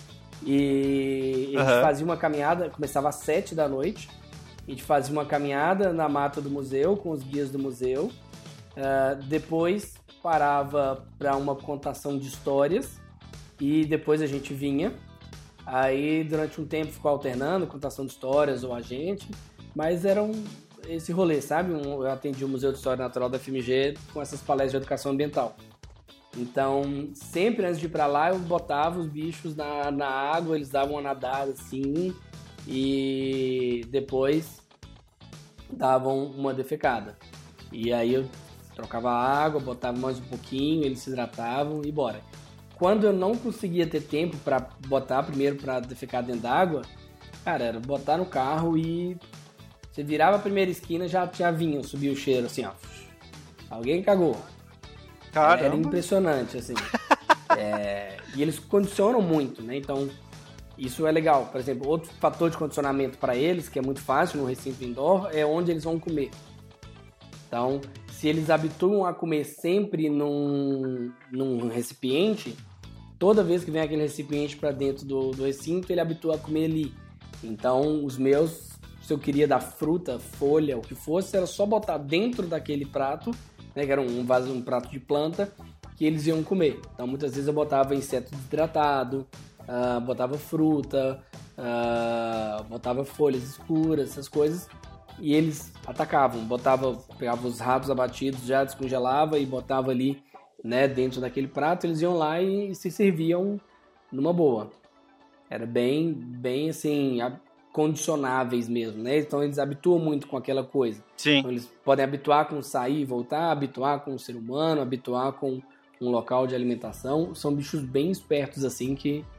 E a gente fazia uma caminhada, começava às 7 da noite, a gente fazia uma caminhada na mata do museu, com os guias do museu, depois parava para uma contação de histórias e depois a gente vinha. Aí durante um tempo ficou alternando contação de histórias ou a gente, mas era esse rolê, sabe? Eu atendi o Museu de História Natural da FMG com essas palestras de educação ambiental. Então, sempre antes de ir para lá, eu botava os bichos na água, eles davam uma nadada assim e depois davam uma defecada. E aí eu trocava a água, botava mais um pouquinho, eles se hidratavam e bora. Quando eu não conseguia ter tempo para botar primeiro para defecar dentro d'água, cara, era botar no carro e você virava a primeira esquina, já vinha, subia o cheiro assim, ó. Alguém cagou. Caramba. Era impressionante, assim. E eles condicionam muito, né? Então, isso é legal. Por exemplo, outro fator de condicionamento para eles, que é muito fácil no recinto indoor, é onde eles vão comer. Então, se eles habituam a comer sempre num recipiente, toda vez que vem aquele recipiente para dentro do recinto, ele habitua a comer ali. Então, os meus, se eu queria dar fruta, folha, o que fosse, era só botar dentro daquele prato, né, que era um prato de planta, que eles iam comer. Então, muitas vezes eu botava inseto desidratado, botava fruta, botava folhas escuras, essas coisas, e eles atacavam. Pegava os rabos abatidos, já descongelava e botava ali, né, dentro daquele prato. Eles iam lá e se serviam numa boa. Era bem assim, condicionáveis mesmo, né? Então eles habituam muito com aquela coisa. Sim. Então, eles podem habituar com sair e voltar, habituar com o ser humano, habituar com um local de alimentação. São bichos bem espertos assim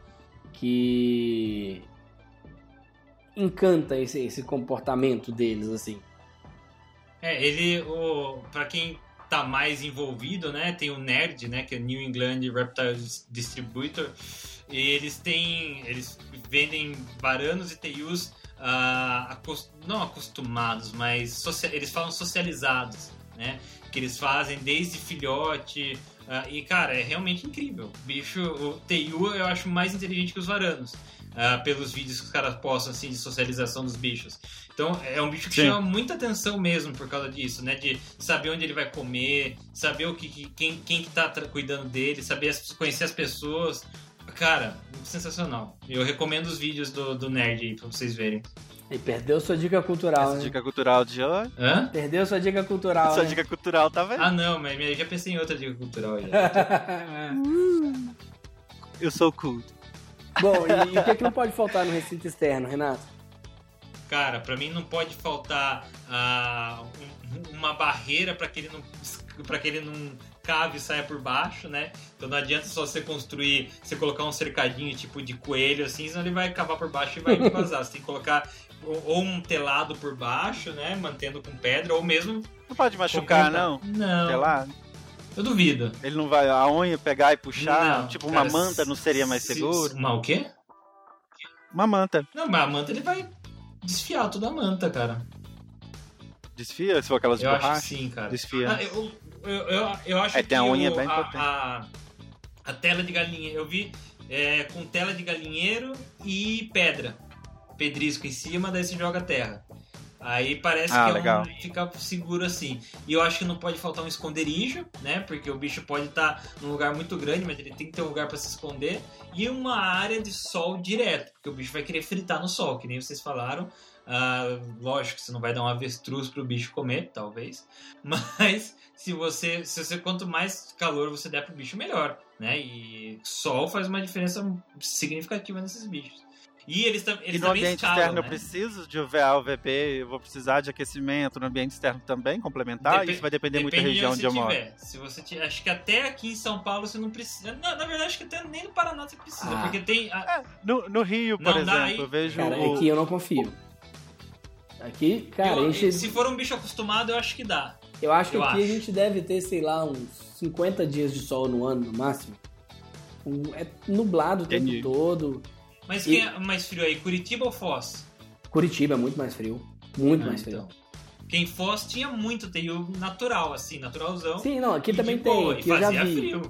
que encanta esse comportamento deles assim. Pra quem tá mais envolvido, né, tem o NERD, né, que é New England Reptile Distributor, e eles vendem varanos e teius não acostumados, mas eles falam socializados, né, que eles fazem desde filhote, e cara, é realmente incrível. O teiu eu acho mais inteligente que os varanos, pelos vídeos que os caras postam assim, de socialização dos bichos. Então é um bicho que chama muita atenção mesmo por causa disso, né? De saber onde ele vai comer, saber quem que tá cuidando dele, conhecer as pessoas. Cara, sensacional. Eu recomendo os vídeos do Nerd aí pra vocês verem. E perdeu sua dica cultural, Essa né? dica cultural de hoje. Hã? Perdeu sua dica cultural, Sua né? dica cultural, tá vendo? Não, mas eu já pensei em outra dica cultural já. Eu sou culto. Bom, e o que não pode faltar no recinto externo, Renato? Cara, pra mim não pode faltar uma barreira pra que ele não cave e saia por baixo, né? Então não adianta só você colocar um cercadinho tipo de coelho assim, senão ele vai cavar por baixo e vai vazar. Você tem que colocar ou um telado por baixo, né? Mantendo com pedra, ou mesmo... Não pode machucar, não? Não. Telado? Eu duvido. Ele não vai a unha pegar e puxar? Não, tipo cara, uma manta não seria mais seguro? O quê? Uma manta. Não, mas a manta ele vai desfiar toda a manta, cara. Desfia? Se for aquelas de Eu borracha? acho que sim, cara. Desfia. Eu acho que tem a unha bem potente. a tela de galinheiro, eu vi com tela de galinheiro e pedrisco em cima, daí você joga terra. Aí parece que legal. Fica seguro assim. E eu acho que não pode faltar um esconderijo, né? Porque o bicho pode estar num lugar muito grande, mas ele tem que ter um lugar para se esconder. E uma área de sol direto, porque o bicho vai querer fritar no sol, que nem vocês falaram. Lógico que você não vai dar um avestruz pro bicho comer, talvez. Mas se você quanto mais calor você der pro bicho, melhor, né? E sol faz uma diferença significativa nesses bichos. E eles E no também ambiente escalam, externo né? eu preciso de UVA, UVB, eu vou precisar de aquecimento no ambiente externo também, complementar? Isso vai depender muito da região onde eu moro. Se você acho que até aqui em São Paulo você não precisa. Não, na verdade, acho que até nem no Paraná você precisa, porque tem... No Rio, por exemplo, eu vejo... Cara, aqui eu não confio. Aqui, cara, se for um bicho acostumado, eu acho que dá. Eu acho que aqui a gente deve ter, sei lá, uns 50 dias de sol no ano, no máximo. É nublado o tempo todo. Mas quem é mais frio aí, Curitiba ou Foz? Curitiba é muito mais frio. Muito mais frio. Porque em Foz tinha muito teiu natural, assim, naturalzão. Sim, não, aqui também tem, aqui eu já vi. Frio.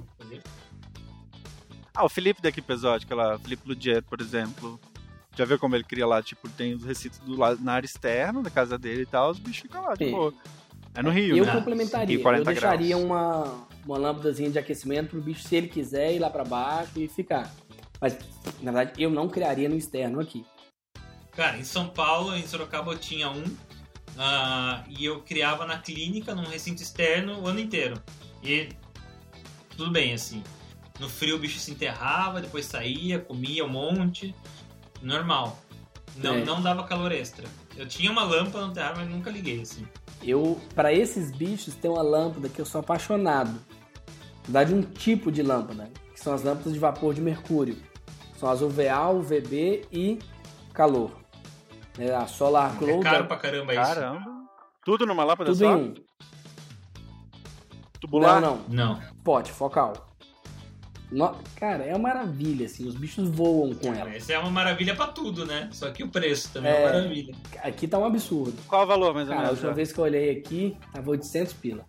O Felipe daqui episódio, lá, Felipe Ludier, por exemplo. Já viu como ele cria lá, tipo, tem os recintos na área externa da casa dele e tal, os bichos ficam lá, tipo... É no Rio, eu né? Complementaria, eu deixaria uma lâmpadazinha de aquecimento pro bicho, se ele quiser, ir lá pra baixo e ficar. Mas, na verdade, eu não criaria no externo aqui. Cara, em São Paulo, em Sorocaba, eu tinha e eu criava na clínica, num recinto externo, o ano inteiro. E tudo bem, assim. No frio o bicho se enterrava, depois saía, comia um monte. Normal. Não dava calor extra. Eu tinha uma lâmpada no terrário, mas nunca liguei, assim. Pra esses bichos, tem uma lâmpada que eu sou apaixonado. Na verdade, um tipo de lâmpada, que são as lâmpadas de vapor de mercúrio. São as UVA, UVB e calor. A Solar Glow... É caro pra caramba isso. Caramba. Tudo numa lâmpada tudo só? Tudo em um. Tubular? Não. Não. Pote, focal. Cara, é uma maravilha, assim, os bichos voam com ela. Essa é uma maravilha pra tudo, né? Só que o preço também é uma maravilha. Aqui tá um absurdo. Qual o valor, mais ou Cara, a menos? última vez que eu olhei aqui, tava 800 pila.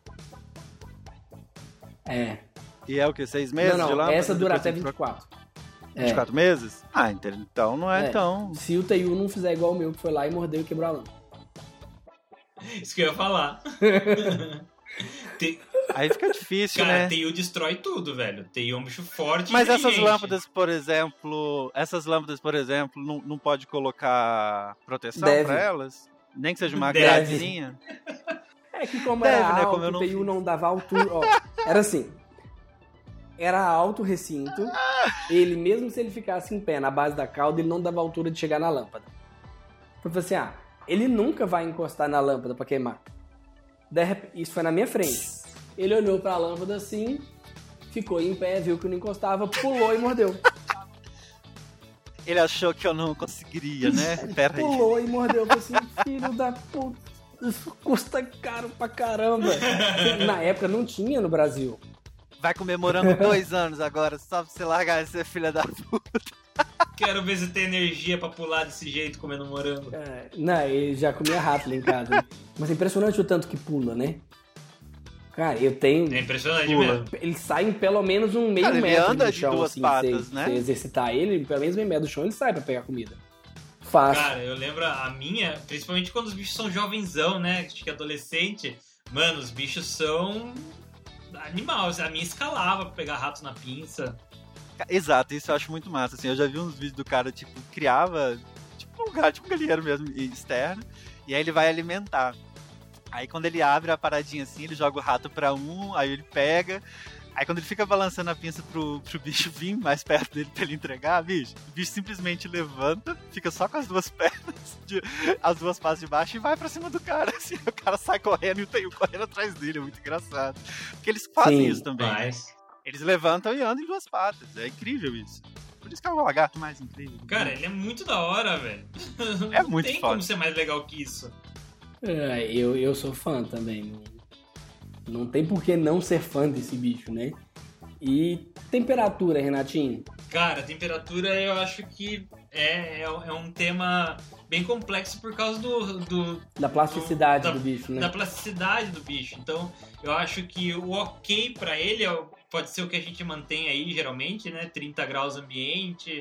E é o quê? 6 meses de lâmpada? Essa dura Depois até tem que 24. 24 meses? Ah, então não é tão... Se o Teiu não fizer igual o meu, que foi lá e mordeu e quebrou a lâmpada. Isso que eu ia falar. Aí fica difícil, Cara, né? Teiu destrói tudo, velho. Teiu é um bicho forte. Mas essas inteligente. lâmpadas, por exemplo, não pode colocar proteção Deve. pra elas? Nem que seja uma Deve. gradezinha? É que como Deve, era né? alto, Como eu não o Teiu fiz. não dava altura. Ó, era assim. Era alto o recinto. Ele, mesmo se ele ficasse em pé na base da cauda, ele não dava altura de chegar na lâmpada. Eu falei assim, ele nunca vai encostar na lâmpada pra queimar. Isso foi na minha frente. Ele olhou pra lâmpada assim, ficou em pé, viu que não encostava, pulou e mordeu. Ele achou que eu não conseguiria, né? Pera aí. Pulou e mordeu. Eu falei assim, filho da puta, isso custa caro pra caramba. Na época não tinha no Brasil. Vai comemorando 2 anos agora, só pra você largar essa filha da puta. Quero ver se tem energia pra pular desse jeito comendo morango. Não, ele já comia rato lá em casa. Né? Mas é impressionante o tanto que pula, né? Cara, eu tenho... É impressionante Pula. mesmo. Ele sai em pelo menos um meio Cara, ele metro anda do de chão, 2 assim, patas, se né? você exercitar ele, pelo menos meio metro do chão, ele sai pra pegar comida. Fácil. Cara, eu lembro a minha, principalmente quando os bichos são jovenzão, né? Acho que adolescente. Mano, os bichos são animal. A minha escalava pra pegar rato na pinça. Exato, isso eu acho muito massa. Assim, eu já vi uns vídeos do cara, tipo, criava tipo um gato, tipo um galinheiro mesmo, externo, e aí ele vai alimentar. Aí quando ele abre a paradinha assim, ele joga o rato pra um, aí ele pega. Aí quando ele fica balançando a pinça pro bicho vir mais perto dele pra ele entregar, o bicho simplesmente levanta, fica só com as duas pernas, as duas patas de baixo e vai pra cima do cara. Assim, o cara sai correndo e o Teiu correndo atrás dele, é muito engraçado. Porque eles fazem isso também. Mas, Eles levantam e andam em 2 patas. É incrível isso. Por isso que é o lagarto mais incrível. cara, ele é muito da hora, velho. É muito Não tem foda. como ser mais legal que isso. Eu sou fã também. Não tem por que não ser fã desse bicho, né? E temperatura, Renatinho? Cara, a temperatura eu acho que é um tema bem complexo por causa Da plasticidade da- do bicho, né? da plasticidade do bicho. Então, eu acho que o ok pra ele pode ser o que a gente mantém aí, geralmente, né? 30 graus ambiente,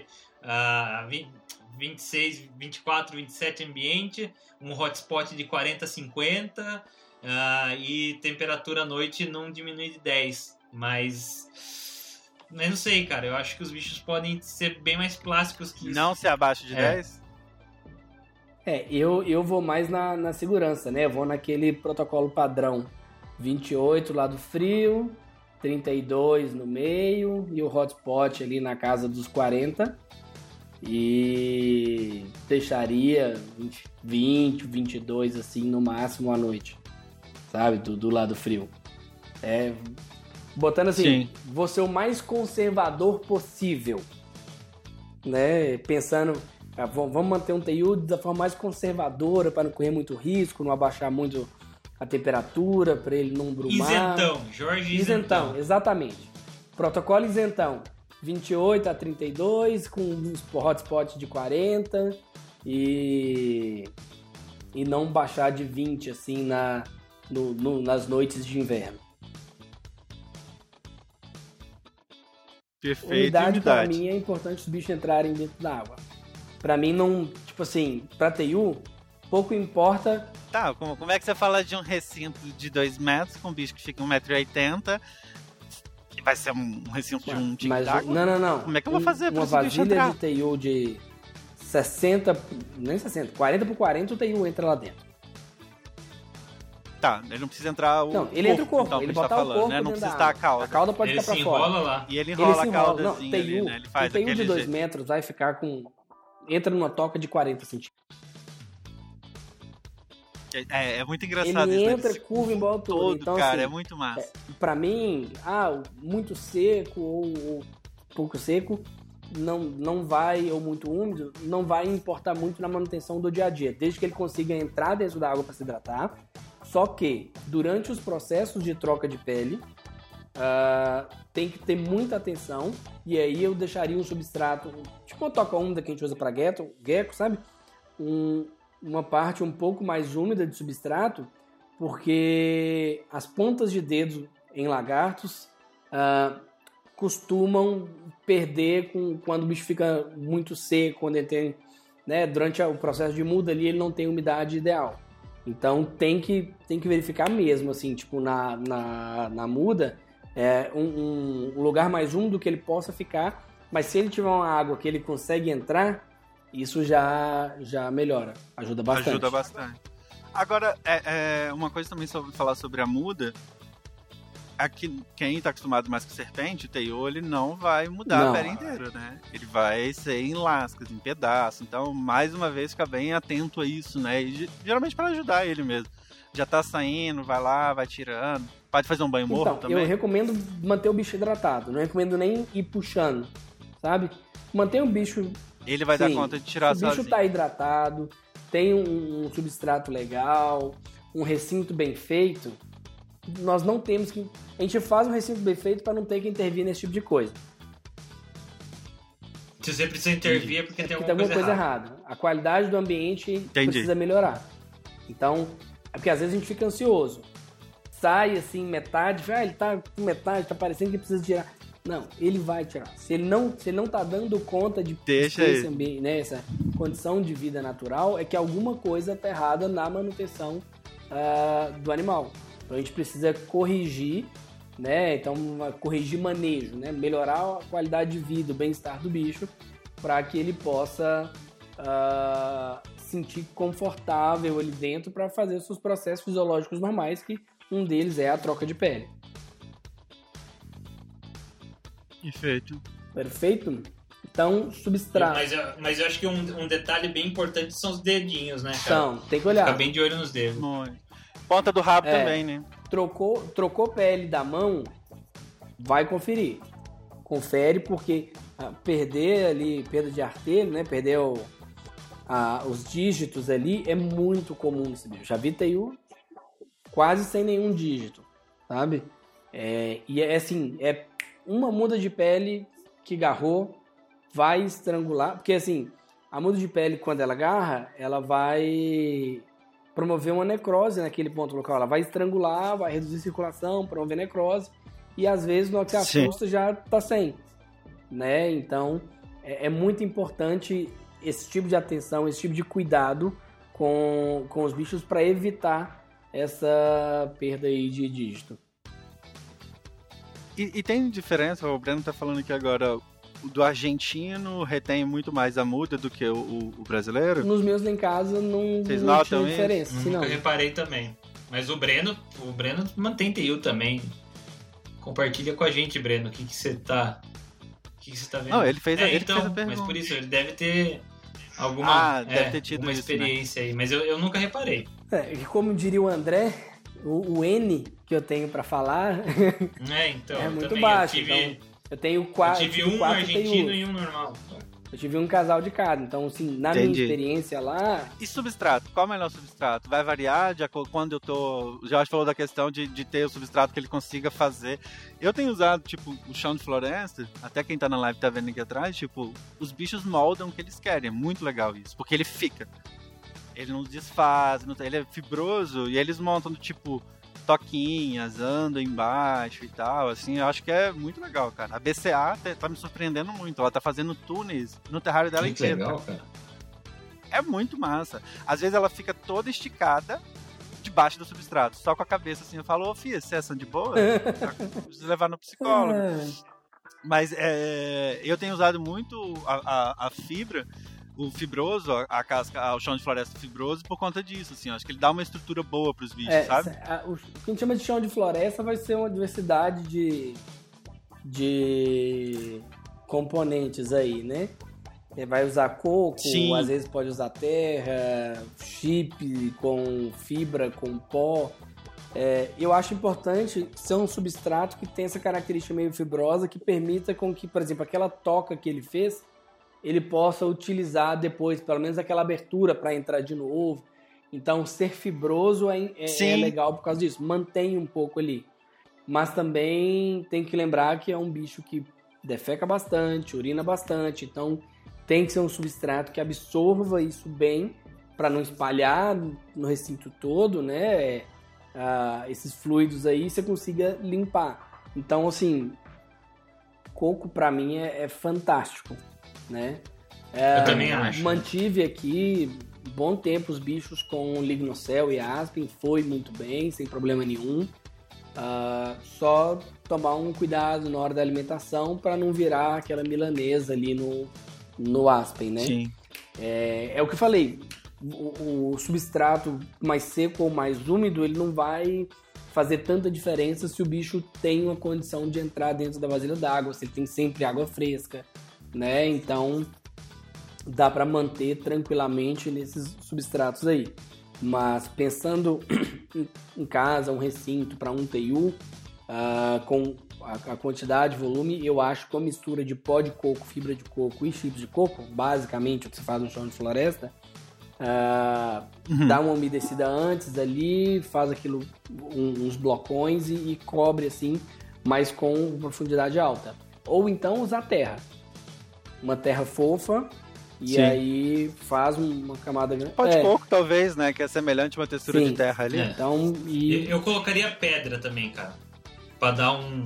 26, 24, 27 ambiente, um hotspot de 40, 50 e temperatura à noite não diminui de 10. Mas eu não sei, cara. Eu acho que os bichos podem ser bem mais plásticos que isso. Não ser abaixo de 10? Eu vou mais na segurança, né? Eu vou naquele protocolo padrão. 28 lado frio, 32 no meio e o hotspot ali na casa dos 40. E deixaria 20, 22 assim no máximo à noite, sabe? Do lado frio. Botando assim, Sim. vou ser o mais conservador possível, né? Pensando, vamos manter um Teiu da forma mais conservadora para não correr muito risco, não abaixar muito a temperatura, para ele não brumar. Isentão, Jorge Isentão, exatamente. Protocolo isentão, 28 a 32, com uns hotspot de 40 e não baixar de 20 assim nas noites de inverno. Perfeito. Umidade pra Umidade. mim é importante os bichos entrarem dentro da água. Pra mim não, tipo assim, pra Teiu, pouco importa. Tá, como é que você fala de um recinto de 2 metros com um bicho que fica 1,80 m? Vai ser um recinto de um tique Mas d'água? não. Como é que eu vou fazer pra uma esse bicho vasilha entrar? de Teiu de 60, nem 60, 40 por 40 o Teiu entra lá dentro. Tá, ele não precisa entrar o Não, ele entra o corpo, então, ele que a gente botar tá o falando, corpo né? Não dentro precisa da estar a água. cauda. A cauda pode Ele ficar se pra fora. enrola lá. E ele Ele enrola se a enrola. Não, caudazinha ali, Teiu, né? Ele faz o Teiu de aquele 2 jeito. metros vai ficar com... Entra numa toca de 40 centímetros. É muito engraçado Ele isso. entra, Né? curva em bola toda. Todo, Então, cara, assim, é muito massa. pra mim, muito seco ou pouco seco, não vai, ou muito úmido, não vai importar muito na manutenção do dia a dia, desde que ele consiga entrar dentro da água para se hidratar. Só que, durante os processos de troca de pele, tem que ter muita atenção, e aí eu deixaria um substrato, tipo uma toca úmida que a gente usa para gecko, sabe? Uma parte um pouco mais úmida de substrato, porque as pontas de dedo em lagartos costumam perder quando o bicho fica muito seco, quando ele tem, né, durante o processo de muda ali, ele não tem umidade ideal. Então tem que verificar mesmo, assim, tipo na muda, um lugar mais úmido que ele possa ficar, mas se ele tiver uma água que ele consegue entrar, isso já melhora, ajuda bastante. Ajuda bastante. Agora, uma coisa também sobre falar sobre a muda, aqui, quem tá acostumado mais com serpente, o Teiu, ele não vai mudar a pele inteira, né? Ele vai ser em lascas, em pedaços. Então, mais uma vez, fica bem atento a isso, né? E, geralmente para ajudar ele mesmo. Já tá saindo, vai lá, vai tirando. Pode fazer um banho morno também? Eu recomendo manter o bicho hidratado. Não recomendo nem ir puxando, sabe? Manter o bicho... Ele vai dar conta de tirar sozinho. O bicho tá hidratado, tem um substrato legal, um recinto bem feito... Nós não temos que... A gente faz um recinto bem feito para não ter que intervir nesse tipo de coisa. Se você precisa intervir é porque tem alguma coisa errada. A qualidade do ambiente precisa melhorar. Então, é porque às vezes a gente fica ansioso. Sai assim, metade, ele tá com metade, tá parecendo que precisa tirar. Não, ele vai tirar. Se ele não tá dando conta de deixa esse ambiente, né, essa condição de vida natural, é que alguma coisa tá errada na manutenção do animal. Então a gente precisa corrigir, né? Então, corrigir manejo, né? Melhorar a qualidade de vida, o bem-estar do bicho, para que ele possa sentir confortável ali dentro para fazer os seus processos fisiológicos normais, que um deles é a troca de pele. Perfeito? Então, substrato. Mas eu acho que um detalhe bem importante são os dedinhos, né, cara? Tem que olhar. Ficar bem de olho nos dedos. Ponta do rabo também, né? Trocou pele da mão, vai conferir. Confere, porque perda de artelho, né? Perder os dígitos ali é muito comum nesse bicho. Já vi Teiu quase sem nenhum dígito, sabe? E assim, uma muda de pele que agarrou, vai estrangular, porque assim, a muda de pele, quando ela agarra, ela vai promover uma necrose naquele ponto local. Ela vai estrangular, vai reduzir a circulação, promover necrose, e às vezes no que assusta já tá sem, né? Então é muito importante esse tipo de atenção, esse tipo de cuidado com os bichos para evitar essa perda aí de dígito. E tem diferença, o Breno tá falando aqui agora, do argentino retém muito mais a muda do que o brasileiro? Nos meus lá em casa não tinha diferença. Nunca reparei também. Mas o Breno mantém Teiu também. Compartilha com a gente, Breno, o que você tá vendo. Não, ele fez a pergunta. Mas por isso, ele deve ter alguma experiência isso, aí. Mas eu nunca reparei. Como diria o André, o N que eu tenho pra falar então, é muito também, baixo. Eu tenho quatro. Eu tive um argentino e um normal. Eu tive um casal de cada. Então, assim, na minha experiência lá... E substrato? Qual é o melhor substrato? Vai variar de acordo quando eu tô... Já falou da questão de ter o substrato que ele consiga fazer. Eu tenho usado, tipo, o chão de floresta. Até quem tá na live tá vendo aqui atrás. Tipo, os bichos moldam o que eles querem. É muito legal isso. Porque ele fica. Ele não desfaz. Ele é fibroso. E eles montam, tipo... toquinhas, andam embaixo e tal, assim, eu acho que é muito legal, cara. A BCA tá me surpreendendo muito, ela tá fazendo túneis no terrário dela inteiro. Legal, cara. É muito massa. Às vezes ela fica toda esticada debaixo do substrato, só com a cabeça assim, eu falo, Fia, você é de boa? Preciso levar no psicólogo. Mas eu tenho usado muito a fibra, o fibroso, a casca, o chão de floresta fibroso por conta disso, assim, acho que ele dá uma estrutura boa pros bichos, sabe? O que a gente chama de chão de floresta vai ser uma diversidade de componentes aí, né? Vai usar coco, às vezes pode usar terra, chip com fibra, com pó. Eu acho importante ser um substrato que tem essa característica meio fibrosa que permita com que, por exemplo, aquela toca que ele fez, ele possa utilizar depois, pelo menos aquela abertura para entrar de novo. Então, ser fibroso é legal por causa disso. Mantém um pouco ali. mas também tem que lembrar que é um bicho que defeca bastante, urina bastante, então tem que ser um substrato que absorva isso bem para não espalhar no recinto todo, né? Esses fluidos aí você consiga limpar. Então, assim, coco para mim é fantástico, né? Eu também acho. Mantive aqui bom tempo os bichos com lignocell e aspen, foi muito bem, sem problema nenhum. Só tomar um cuidado na hora da alimentação para não virar aquela milanesa ali no aspen, né? Sim. É o que eu falei, o substrato mais seco ou mais úmido, ele não vai fazer tanta diferença se o bicho tem uma condição de entrar dentro da vasilha d'água, se ele tem sempre água fresca, né? Então dá para manter tranquilamente nesses substratos aí. Mas pensando em casa, um recinto para um TU, com a quantidade, volume, eu acho que a mistura de pó de coco, fibra de coco e chips de coco, basicamente o que se faz no chão de floresta, dá uma umedecida antes ali, faz aquilo, uns blocões e cobre assim, mas com profundidade alta. Ou então usar terra. Uma terra fofa, e Sim. aí faz uma camada grande. Pó de coco, talvez, né? Que é semelhante a uma textura Sim. de terra ali. Então, Eu colocaria pedra também, cara. Pra dar um...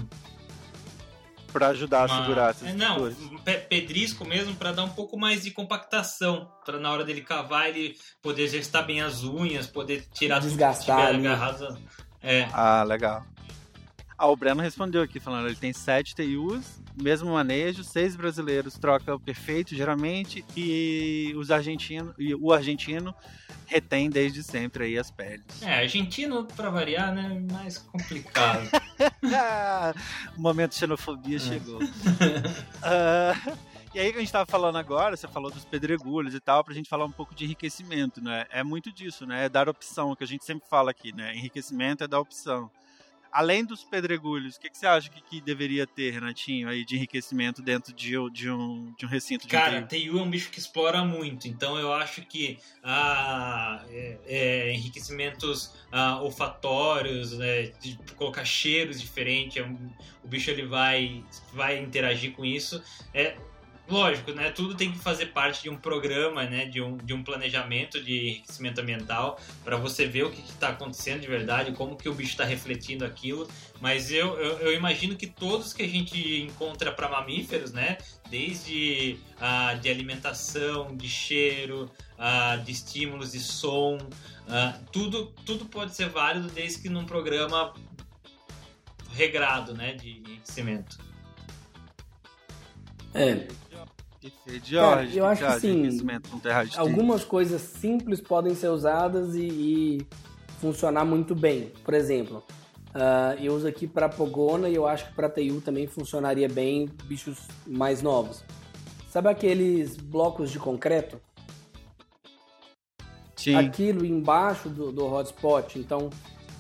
Pra ajudar a segurar essas Não, texturas. pedrisco mesmo, pra dar um pouco mais de compactação. Pra na hora dele cavar, ele poder exercitar bem as unhas, poder tirar Desgastar tudo que estiver ali. agarrado. Legal. O Breno respondeu aqui, falando ele tem 7 TUs, mesmo manejo, 6 brasileiros trocam perfeito, geralmente, e o argentino retém desde sempre aí as peles. Argentino, pra variar, né? Mais complicado. O momento de xenofobia chegou. E aí que a gente tava falando agora, você falou dos pedregulhos e tal, pra gente falar um pouco de enriquecimento, né? É muito disso, né? É dar opção, que a gente sempre fala aqui, né? Enriquecimento é dar opção. Além dos pedregulhos, o que você acha que deveria ter, Renatinho, aí de enriquecimento dentro de um recinto de Cara, TU? TU é um bicho que explora muito, então eu acho que enriquecimentos olfatórios, de colocar cheiros diferentes, o bicho ele vai interagir com isso. Lógico, né? Tudo tem que fazer parte de um programa, né? De um planejamento de enriquecimento ambiental para você ver o que está acontecendo de verdade, como que o bicho está refletindo aquilo. Mas eu imagino que todos que a gente encontra para mamíferos, né? Desde de alimentação, de cheiro, de estímulos de som, tudo pode ser válido desde que num programa regrado, né? De enriquecimento. Jorge, eu acho que sim, de algumas coisas simples podem ser usadas e funcionar muito bem. Por exemplo, eu uso aqui para pogona e eu acho que para TU também funcionaria bem bichos mais novos. Sabe aqueles blocos de concreto? Sim. Aquilo embaixo do hotspot, então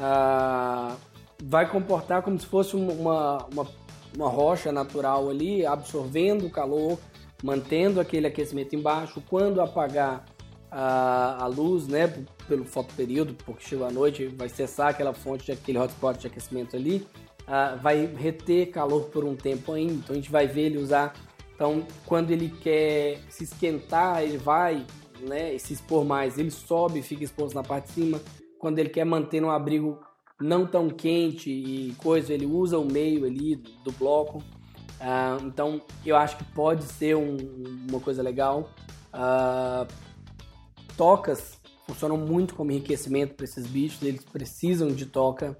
vai comportar como se fosse uma rocha natural ali, absorvendo o calor, mantendo aquele aquecimento embaixo. Quando apagar a luz, né, pelo fotoperíodo, porque chegou a noite, vai cessar aquela fonte, aquele hotspot de aquecimento ali, vai reter calor por um tempo ainda, então a gente vai ver ele usar. Então, quando ele quer se esquentar, ele vai, né, se expor mais, ele sobe e fica exposto na parte de cima. Quando ele quer manter um abrigo não tão quente e coisa, ele usa o meio ali do bloco. Então, eu acho que pode ser uma coisa legal. Tocas funcionam muito como enriquecimento para esses bichos, eles precisam de toca.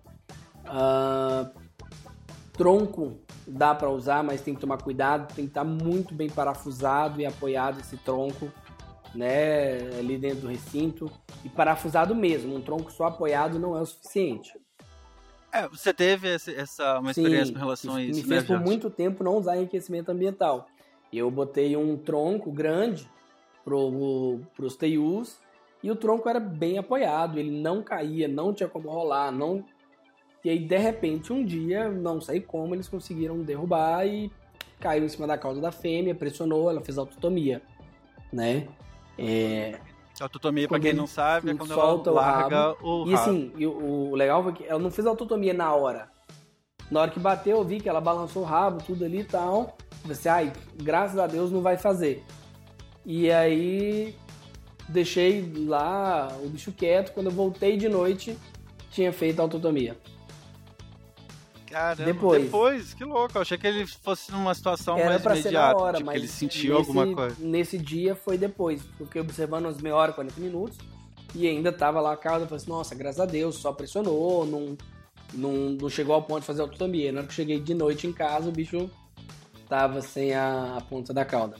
Tronco dá para usar, mas tem que tomar cuidado, tem que estar muito bem parafusado e apoiado esse tronco, né, ali dentro do recinto. E parafusado mesmo, um tronco só apoiado não é o suficiente. Você teve uma experiência com relação a isso, me fez por muito tempo não usar enriquecimento ambiental. Eu botei um tronco grande pros TUs e o tronco era bem apoiado, ele não caía, não tinha como rolar, e aí de repente um dia, não sei como, eles conseguiram derrubar e caiu em cima da cauda da fêmea, pressionou, ela fez autotomia, né? Autotomia, pra quem não sabe, é quando solta ela larga o rabo. E assim, o legal foi que ela não fez autotomia na hora. Na hora que bateu, eu vi que ela balançou o rabo, tudo ali e tal. Eu pensei, ai, graças a Deus não vai fazer. E aí, deixei lá o bicho quieto. Quando eu voltei de noite, tinha feito a autotomia. Caramba, Depois, que louco. Eu achei que ele fosse numa situação era mais pra ser imediata. na hora, tipo, mas que ele sentiu alguma coisa. Nesse dia foi depois. Fiquei observando umas meia hora, 40 minutos. E ainda tava lá a cauda. Eu falei assim, nossa, graças a Deus, só pressionou. Não chegou ao ponto de fazer autotomia. Na hora que eu cheguei de noite em casa, o bicho tava sem a ponta da cauda.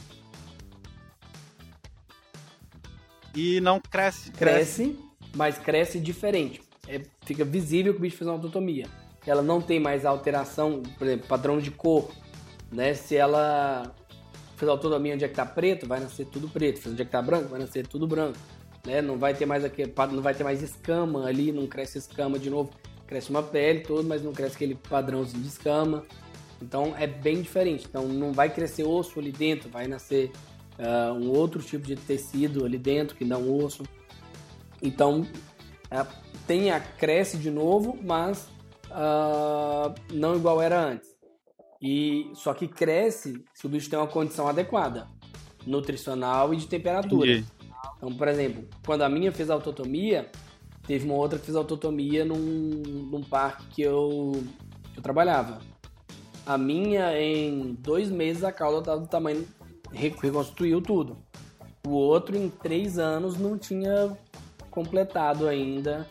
E não cresce? Cresce, mas cresce diferente. Fica visível que o bicho fez uma autotomia. Ela não tem mais alteração, por exemplo, padrão de cor, né? Se ela fez autotomia onde é que tá preto, vai nascer tudo preto. Fez onde é que tá branco, vai nascer tudo branco, né? Não vai ter mais não vai ter mais escama ali, não cresce escama de novo. Cresce uma pele toda, mas não cresce aquele padrãozinho de escama. Então é bem diferente. Então não vai crescer osso ali dentro, vai nascer um outro tipo de tecido ali dentro que não osso. Então cresce de novo, mas não igual era antes. Só que cresce se o bicho tem uma condição adequada, nutricional e de temperatura. Entendi. Então, por exemplo, quando a minha fez autotomia, teve uma outra que fez autotomia num parque que eu trabalhava. A minha, em 2 meses, a cauda estava do tamanho, reconstruiu tudo. O outro, em 3 anos, não tinha completado ainda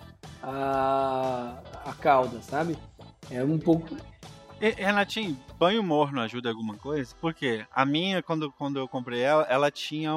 a cauda, sabe? É um pouco... Renatinho, banho morno ajuda alguma coisa? Porque a minha, quando eu comprei ela tinha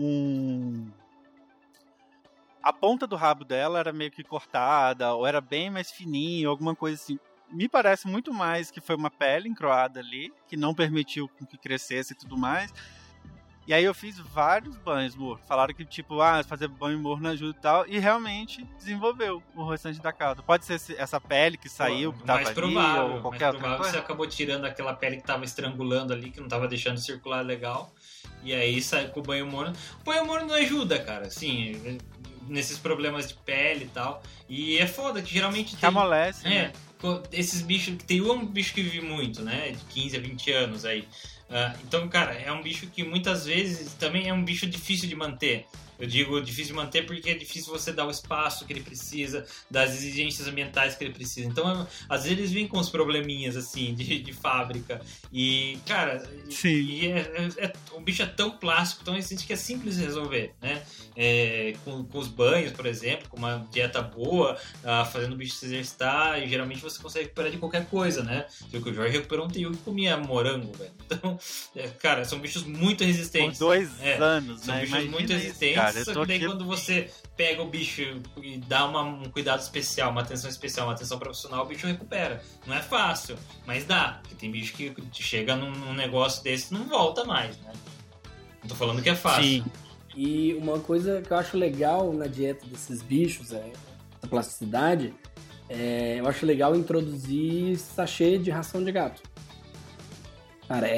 a ponta do rabo dela era meio que cortada, ou era bem mais fininha, alguma coisa assim. Me parece muito mais que foi uma pele encroada ali, que não permitiu que crescesse e tudo mais. E aí eu fiz vários banhos mornos. Falaram que, tipo, fazer banho morno ajuda e tal. E realmente desenvolveu o restante da cauda. Pode ser essa pele que saiu, que tava ali, ou qualquer outra coisa. Você acabou tirando aquela pele que tava estrangulando ali, que não tava deixando circular legal. E aí saiu com o banho morno. O banho morno não ajuda, cara, assim, nesses problemas de pele e tal. E é foda, que geralmente tem... amolece, né? Esses bichos... Tem um bicho que vive muito, né? De 15 a 20 anos aí. Então, cara, é um bicho que muitas vezes também é um bicho difícil de manter. Eu digo difícil de manter porque é difícil você dar o espaço que ele precisa, das exigências ambientais que ele precisa. Então, às vezes eles vêm com uns probleminhas, assim, de fábrica. E, cara, o bicho é tão plástico, tão resistente que é simples de resolver, né? Com os banhos, por exemplo, com uma dieta boa, fazendo o bicho se exercitar, e geralmente você consegue recuperar de qualquer coisa, né? O Jorge recuperou um teiu que comia morango, velho. Então, cara, são bichos muito resistentes. Por 2 anos, são né? bichos Imagina muito resistentes. Cara, só que daí quando você pega o bicho e dá um cuidado especial, uma atenção especial, uma atenção profissional, o bicho recupera. Não é fácil, mas dá. Porque tem bicho que chega num negócio desse e não volta mais, né? Não tô falando que é fácil. Sim. E uma coisa que eu acho legal na dieta desses bichos, a plasticidade, eu acho legal introduzir sachê de ração de gato. Cara,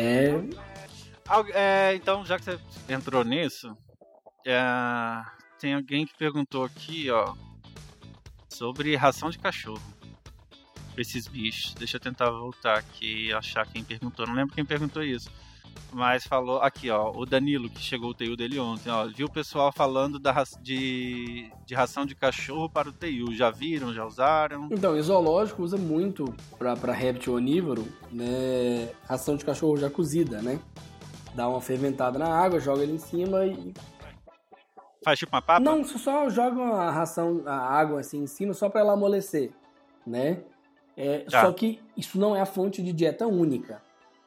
então, já que você entrou nisso, tem alguém que perguntou aqui, ó, sobre ração de cachorro pra esses bichos. Deixa eu tentar voltar aqui e achar quem perguntou. Não lembro quem perguntou isso, mas falou aqui, ó, o Danilo, que chegou o TU dele ontem, ó, viu o pessoal falando de ração de cachorro para o TU. Já viram? Já usaram? Então, em zoológico usa muito para réptil onívoro, né, ração de cachorro já cozida, né? Dá uma fermentada na água, joga ele em cima e... Faz tipo uma papa? Não, você só joga a água assim em cima só para ela amolecer, né? Só que isso não é a fonte de dieta única.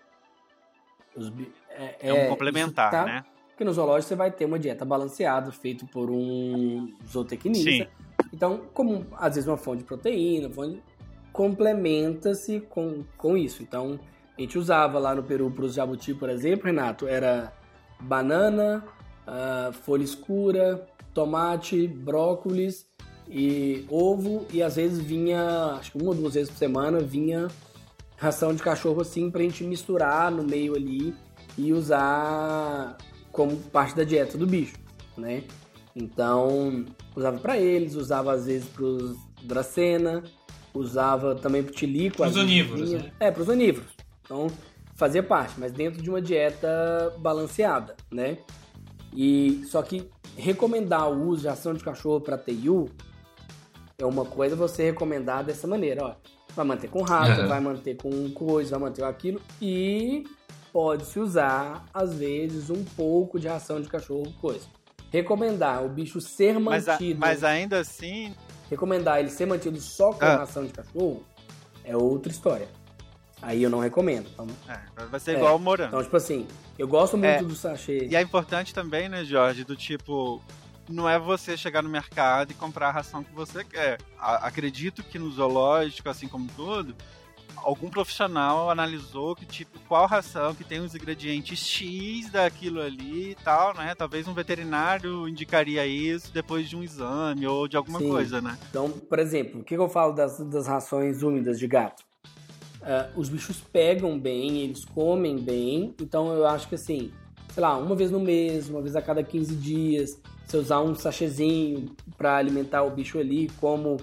É um complementar, né? Porque no zoológico você vai ter uma dieta balanceada, feita por um zootecnista. Sim. Então, como às vezes uma fonte de proteína, complementa-se com isso. Então, a gente usava lá no Peru para os jabuti, por exemplo, Renato, era banana, folha escura, tomate, brócolis e ovo, e às vezes vinha, acho que 1 ou 2 vezes por semana, vinha ração de cachorro assim pra gente misturar no meio ali e usar como parte da dieta do bicho, né? Então, usava pra eles, usava às vezes pros Dracena, usava também putilico. Pros onívoros, né? Pros onívoros. Então, fazia parte, mas dentro de uma dieta balanceada, né? E só que recomendar o uso de ração de cachorro para TU é uma coisa você recomendar dessa maneira, ó. Vai manter com rato, vai manter com coisa, vai manter com aquilo e pode-se usar, às vezes, um pouco de ração de cachorro, coisa. Recomendar o bicho ser mantido... Mas ainda assim... Recomendar ele ser mantido só com ração de cachorro é outra história. Aí eu não recomendo. Então, vai ser igual o morango. Então, tipo assim, eu gosto muito do sachê. E é importante também, né, Jorge, do tipo... Não é você chegar no mercado e comprar a ração que você quer. Acredito que no zoológico, assim como tudo, algum profissional analisou que tipo, qual ração que tem os ingredientes X daquilo ali e tal, né? Talvez um veterinário indicaria isso depois de um exame ou de alguma coisa, né? Então, por exemplo, o que eu falo das rações úmidas de gato? Os bichos pegam bem, eles comem bem, então eu acho que assim, sei lá, uma vez no mês, uma vez a cada 15 dias, você usar um sachêzinho para alimentar o bicho ali, como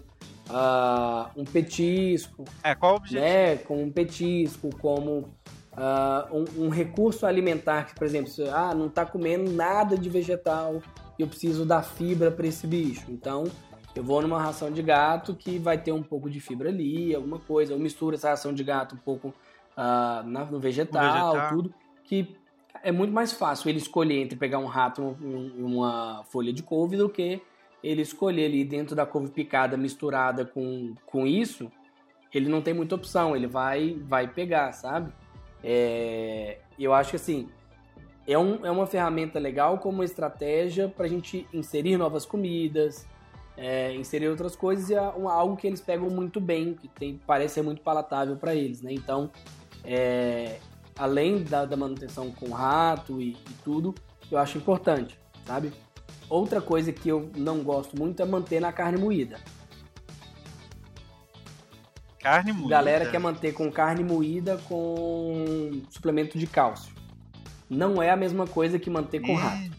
um petisco. Qual o objetivo? Né? Como um petisco, como um recurso alimentar que, por exemplo, você não está comendo nada de vegetal e eu preciso dar fibra para esse bicho. Então, eu vou numa ração de gato que vai ter um pouco de fibra ali, alguma coisa. Eu misturo essa ração de gato um pouco no vegetal, tudo, que é muito mais fácil ele escolher entre pegar um rato e uma folha de couve do que ele escolher ali dentro da couve picada misturada com isso. Ele não tem muita opção, ele vai pegar, sabe? Eu acho que assim, é uma ferramenta legal como estratégia pra gente inserir novas comidas, inserir outras coisas, e é algo que eles pegam muito bem, que parece ser muito palatável para eles, né? Então, além da manutenção com rato e tudo, eu acho importante, sabe? Outra coisa que eu não gosto muito é manter na carne moída. Carne moída? Galera quer manter com carne moída com suplemento de cálcio. Não é a mesma coisa que manter com rato.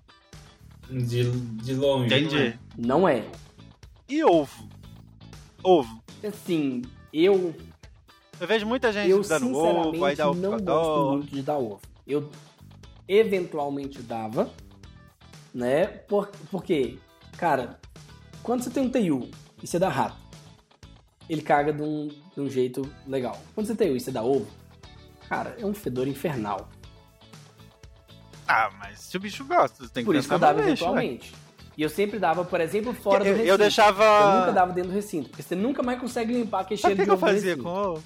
De longe. Entendi. Não é. E ovo? Ovo. Assim, eu vejo muita gente dando ovo, aí dá ovo. Eu não gosto muito de dar ovo. Eu eventualmente dava, né? Porque, cara, quando você tem um TU e você dá rato, ele caga de um jeito legal. Quando você tem TU e você dá ovo, cara, é um fedor infernal. Mas se o bicho gosta, você tem que Por isso que eu dava eventualmente. E eu sempre dava, por exemplo, fora do recinto. Eu deixava... Eu nunca dava dentro do recinto, porque você nunca mais consegue limpar aquele cheiro de ovo. Sabe o que eu fazia com ovo?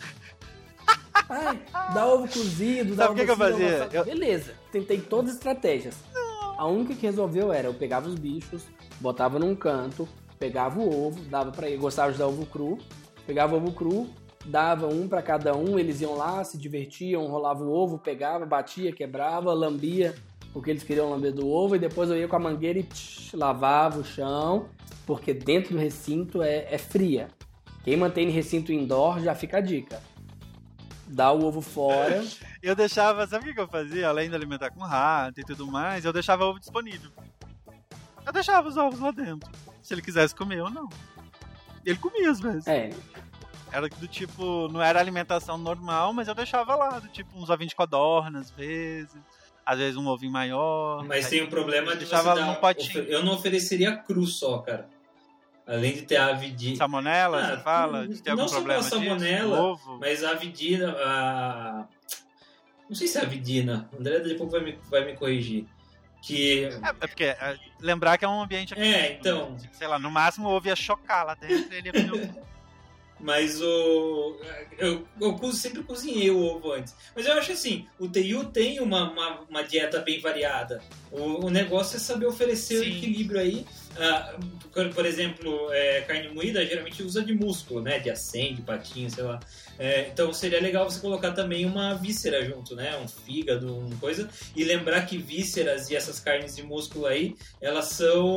Dá ovo cozido, dá ovo que eu fazia? Beleza, tentei todas as estratégias. A única que resolveu era, eu pegava os bichos, botava num canto, pegava o ovo, dava pra ele, gostava de dar ovo cru, pegava o ovo cru, dava um pra cada um, eles iam lá, se divertiam, rolava o ovo, pegava, batia, quebrava, lambia o que eles queriam lamber do ovo, e depois eu ia com a mangueira e lavava o chão, porque dentro do recinto é fria. Quem mantém recinto indoor já fica a dica. Dá o ovo fora. Eu deixava, sabe o que eu fazia? Além de alimentar com rato e tudo mais, eu deixava ovo disponível. Eu deixava os ovos lá dentro. Se ele quisesse comer ou não. Ele comia às vezes. Era do tipo, não era alimentação normal, mas eu deixava lá, do tipo uns ovinhos de codorna às vezes um ovinho maior. Mas tem um problema de deixava num potinho. Eu não ofereceria cru só, cara. Além de ter a avidina. Salmonela, você fala? De ter algum problema não só a salmonela, mas a avidina. Não sei se é a avidina. O André depois vai me corrigir. Que... porque lembrar que é um ambiente aqui. Então. Sei lá, no máximo o ovo ia chocar lá dentro e ele ia comer o... Mas eu sempre cozinhei o ovo antes. Mas eu acho assim, o TU tem uma dieta bem variada. O negócio é saber oferecer o equilíbrio aí. Por exemplo, carne moída geralmente usa de músculo, né? De acém, de patinho, sei lá. Então seria legal você colocar também uma víscera junto, né? Um fígado, uma coisa. E lembrar que vísceras e essas carnes de músculo aí, elas são...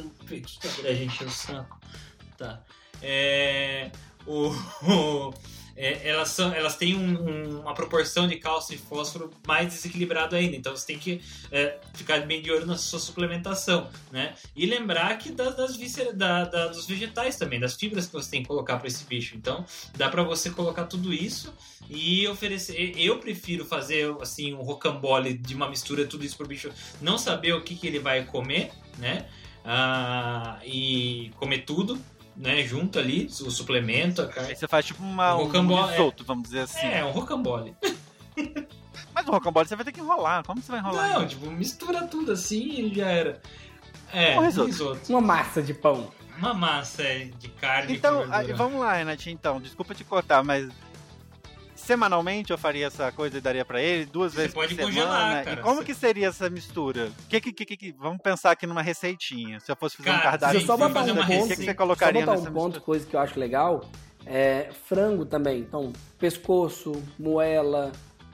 A gente o saco. Tá. elas têm uma proporção de cálcio e fósforo mais desequilibrado ainda. Então você tem que ficar bem de olho na sua suplementação, né? E lembrar que das vísceras, dos vegetais também, das fibras que você tem que colocar para esse bicho. Então dá para você colocar tudo isso e oferecer. Eu prefiro fazer assim um rocambole de uma mistura de tudo isso pro bicho não saber o que ele vai comer, né? E comer tudo, né? Junto ali, o suplemento, a carne. Aí você faz tipo um risoto, vamos dizer assim. Um rocambole. Mas o rocambole você vai ter que enrolar. Como você vai enrolar? Não, tipo, mistura tudo assim e já era. Um risoto. Uma massa de pão. Uma massa de carne. Então, vamos lá, Renatinho, então. Desculpa te cortar, mas semanalmente eu faria essa coisa e daria pra ele 2 vezes por semana. Congelar, cara. E como que seria essa mistura? Vamos pensar aqui numa receitinha. Se eu fosse fazer um cardápio, só botar um ponto, o que você colocaria só botar nessa mistura? Coisa que eu acho legal é frango também. Então, pescoço, moela,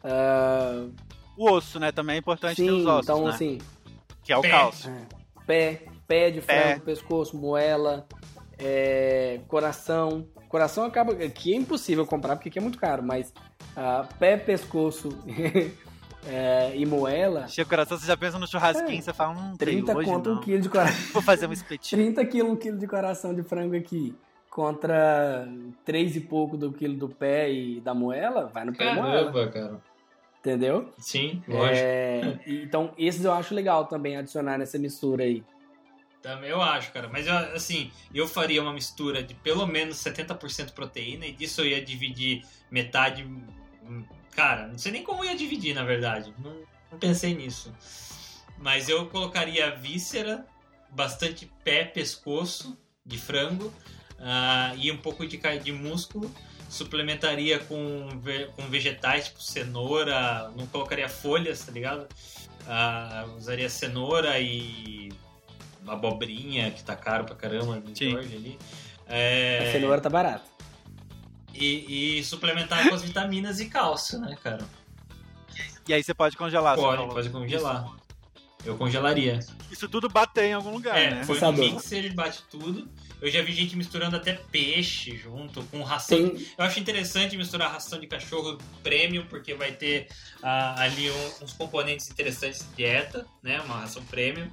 o osso, né? Também é importante ter os ossos, então, né? assim, que é o cálcio. Pé de frango, pescoço, moela, coração. Coração acaba... Aqui é impossível comprar, porque aqui é muito caro, mas pé, pescoço e moela... Chega o coração, você já pensa no churrasquinho, você fala... 30 hoje contra não. 1 quilo de coração. Vou fazer um espetinho. 30 quilos, 1 quilo de coração de frango aqui, contra 3 e pouco do quilo do pé e da moela, vai no pé e moela. Cara. Entendeu? Sim, lógico. Então, esses eu acho legal também adicionar nessa mistura aí. Também eu acho, cara. Mas, eu faria uma mistura de pelo menos 70% proteína e disso eu ia dividir metade... Cara, não sei nem como eu ia dividir, na verdade. Não pensei nisso. Mas eu colocaria víscera, bastante pé, pescoço de frango e um pouco de músculo. Suplementaria com vegetais, tipo cenoura. Não colocaria folhas, tá ligado? Usaria cenoura e... abobrinha, que tá caro pra caramba no George ali. A cenoura tá barata. E suplementar com as vitaminas e cálcio, né, cara? E aí você pode congelar. Pode congelar. Eu congelaria. Isso tudo bater em algum lugar, né? Foi no mixer, bate tudo. Eu já vi gente misturando até peixe junto com ração. Eu acho interessante misturar ração de cachorro premium, porque vai ter ali uns componentes interessantes de dieta, né? Uma ração premium.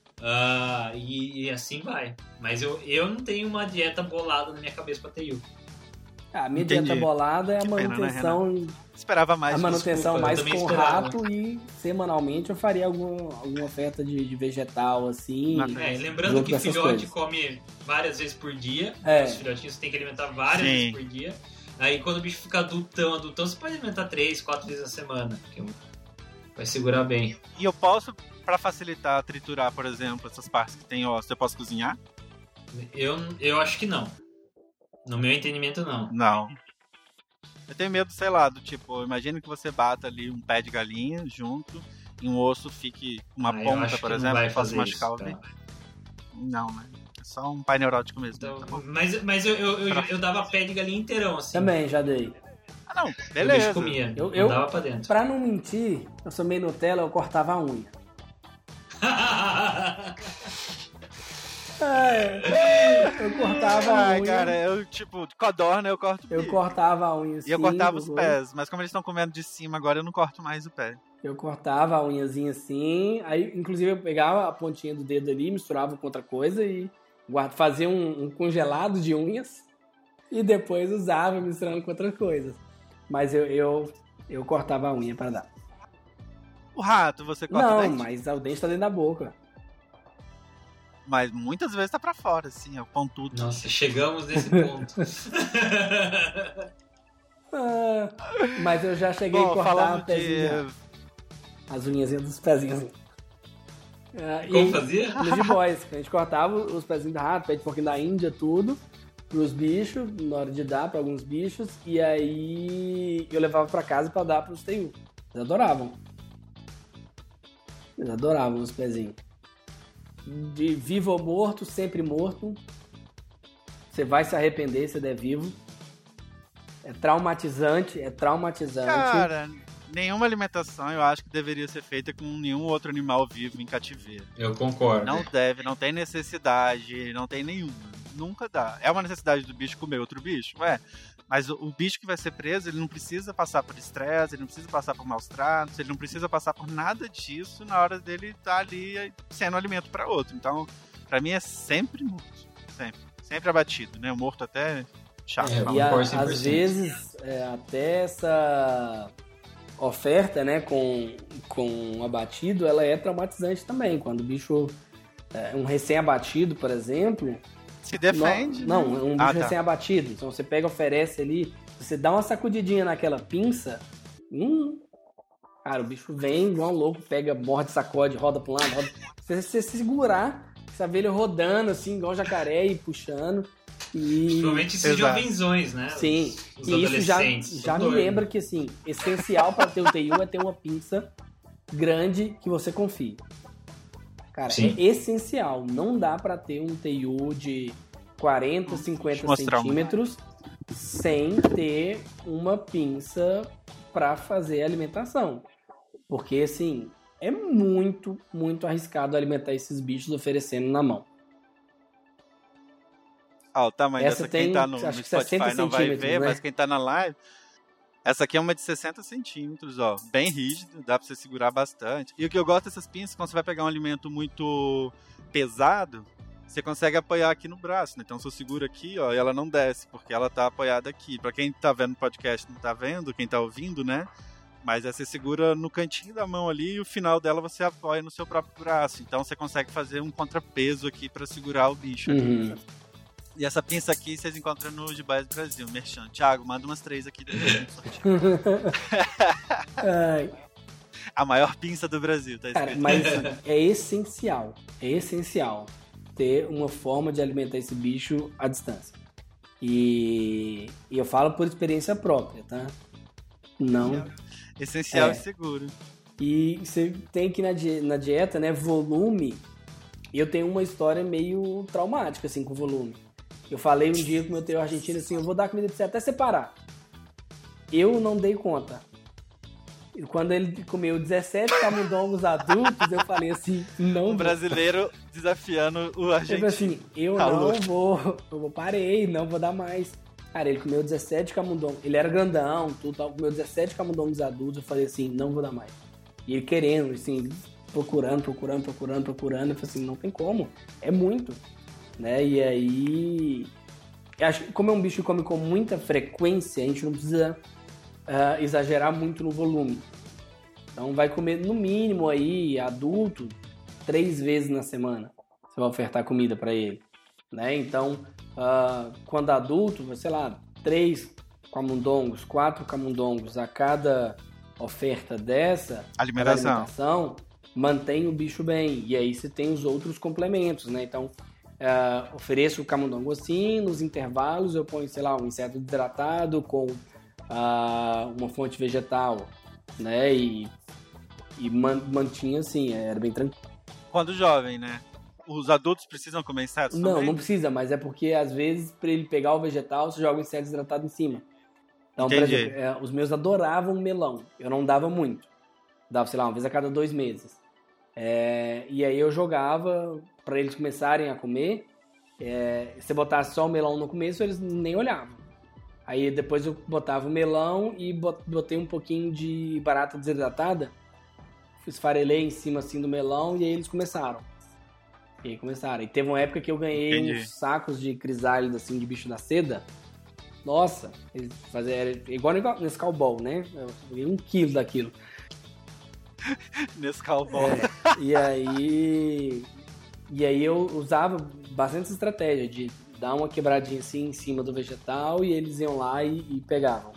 E assim vai. Mas eu não tenho uma dieta bolada na minha cabeça pra TU. A minha dieta bolada é a manutenção. Pena, né, esperava mais. A manutenção mais com rato e semanalmente eu faria alguma oferta de vegetal assim. Lembrando que filhote come várias vezes por dia. Os filhotinhos você tem que alimentar várias vezes por dia. Aí quando o bicho fica adultão, você pode alimentar 3, 4 vezes a semana. Que vai segurar bem. E eu posso, pra facilitar, triturar, por exemplo, essas partes que tem osso, eu posso cozinhar? Eu acho que não. No meu entendimento, não. Não. Eu tenho medo, sei lá, do tipo, imagina que você bata ali um pé de galinha junto e um osso fique uma ponta, por exemplo, que possa machucar o bicho. Não, né? É só um pai neurótico mesmo. Então, tá mas eu dava pé de galinha inteirão, assim. Também, já dei. Não, beleza. O bicho comia, eu dava pra dentro. Pra não mentir, eu sou meio Nutella, eu cortava a unha. Eu cortava a unha. Cara, eu tipo, codorna eu corto. Eu cortava a unha assim. E eu cortava os pés, mas como eles estão comendo de cima agora, eu não corto mais o pé. Eu cortava a unhazinha assim, aí inclusive eu pegava a pontinha do dedo ali, misturava com outra coisa e fazia um congelado de unhas e depois usava misturando com outras coisas. Mas eu cortava a unha pra dar. O rato, você corta o dente? Não, mas o dente tá dentro da boca. Mas muitas vezes tá pra fora, assim, é o pontudo. Nossa, chegamos nesse ponto. Mas eu já cheguei a cortar o pezinho. As unhas dos pezinhos. Como fazia? Nos G-Boys. A gente cortava os pezinhos do rato, pé de porquinho da Índia, tudo, pros bichos, na hora de dar pra alguns bichos. E aí eu levava pra casa pra dar pros TU. Eles adoravam. Eles adoravam os pezinhos. De vivo ou morto, sempre morto. Você vai se arrepender se der vivo. É traumatizante. Cara, nenhuma alimentação eu acho que deveria ser feita com nenhum outro animal vivo em cativeiro. Eu concordo. Não tem necessidade, não tem nenhuma. nunca dá. É uma necessidade do bicho comer outro bicho? Mas o bicho que vai ser preso, ele não precisa passar por estresse, ele não precisa passar por maus tratos, ele não precisa passar por nada disso na hora dele estar ali sendo alimento para outro. Então, para mim é sempre morto. Sempre abatido, né? O morto até chato. E às vezes, até essa oferta, né, com abatido, ela é traumatizante também. Quando o bicho, um recém-abatido, por exemplo... Se defende. Não, um bicho recém-abatido. Então você pega, oferece ali, você dá uma sacudidinha naquela pinça, cara, o bicho vem igual um louco, pega, morde, sacode, roda pra um lado, roda... Se você segurar, você vê ele rodando assim, igual jacaré e puxando. Principalmente esses jovenzões, né? Sim, os e isso já me lembra que, assim, essencial para ter o TU é ter uma pinça grande que você confie. Cara, sim, é essencial. Não dá para ter um TU de 40, 50 centímetros sem ter uma pinça para fazer a alimentação. Porque, assim, é muito, muito arriscado alimentar esses bichos oferecendo na mão. O tamanho dessa, quem tá no Spotify não vai ver, né? Mas quem tá na live, essa aqui é uma de 60 centímetros, bem rígida, dá pra você segurar bastante. E o que eu gosto dessas pinças, quando você vai pegar um alimento muito pesado, você consegue apoiar aqui no braço, né? Então se eu seguro aqui, e ela não desce, porque ela tá apoiada aqui. Pra quem tá vendo o podcast não tá vendo, quem tá ouvindo, né? Mas você segura no cantinho da mão ali e o final dela você apoia no seu próprio braço. Então você consegue fazer um contrapeso aqui pra segurar o bicho aqui. E essa pinça aqui vocês encontram no Gibais Brasil, Merchan. Thiago, manda umas 3 aqui depois. A maior pinça do Brasil, tá escrito. Cara, mas é essencial ter uma forma de alimentar esse bicho à distância. E eu falo por experiência própria, tá? Não. Essencial e seguro. E você tem que na dieta, né, volume. E eu tenho uma história meio traumática, assim, com volume. Eu falei um dia com o meu teu argentino assim, eu vou dar comida pra você até separar. Eu não dei conta. E quando ele comeu 17 camundongos adultos, eu falei assim, não. Um brasileiro desafiando o argentino. Eu falei assim, eu parei, não vou dar mais. Cara, ele comeu 17 camundongos, ele era grandão, tudo tal, comeu 17 camundongos adultos, eu falei assim, não vou dar mais. E ele querendo, assim, procurando, eu falei assim, não tem como, é muito. Né? E aí, acho que como é um bicho que come com muita frequência, a gente não precisa exagerar muito no volume. Então vai comer no mínimo aí, adulto, 3 vezes na semana. Você vai ofertar comida para ele. Né? Então, quando adulto, sei lá, 3 camundongos, 4 camundongos a cada oferta dessa alimentação, mantém o bicho bem. E aí você tem os outros complementos, né? Então, ofereço o camundongo assim, nos intervalos eu ponho, sei lá, um inseto hidratado com uma fonte vegetal, né? E mantinha assim, era bem tranquilo. Quando jovem, né? Os adultos precisam comer insetos também? Não precisa, mas é porque às vezes para ele pegar o vegetal, você joga o inseto hidratado em cima. Então, por exemplo, os meus adoravam melão, eu não dava muito. Dava, sei lá, uma vez a cada 2 meses. E aí eu jogava para eles começarem a comer. Se botasse só o melão no começo, eles nem olhavam. Aí depois eu botava o melão e botei um pouquinho de barata desidratada, esfarelei em cima assim do melão e aí eles começaram. E teve uma época que eu ganhei uns sacos de crisálida assim, de bicho da seda. Nossa, eles faziam igual nesse cowball, né? Eu ganhei 1 quilo daquilo. Nesse cowball. E aí eu usava bastante essa estratégia de dar uma quebradinha assim em cima do vegetal e eles iam lá e pegavam.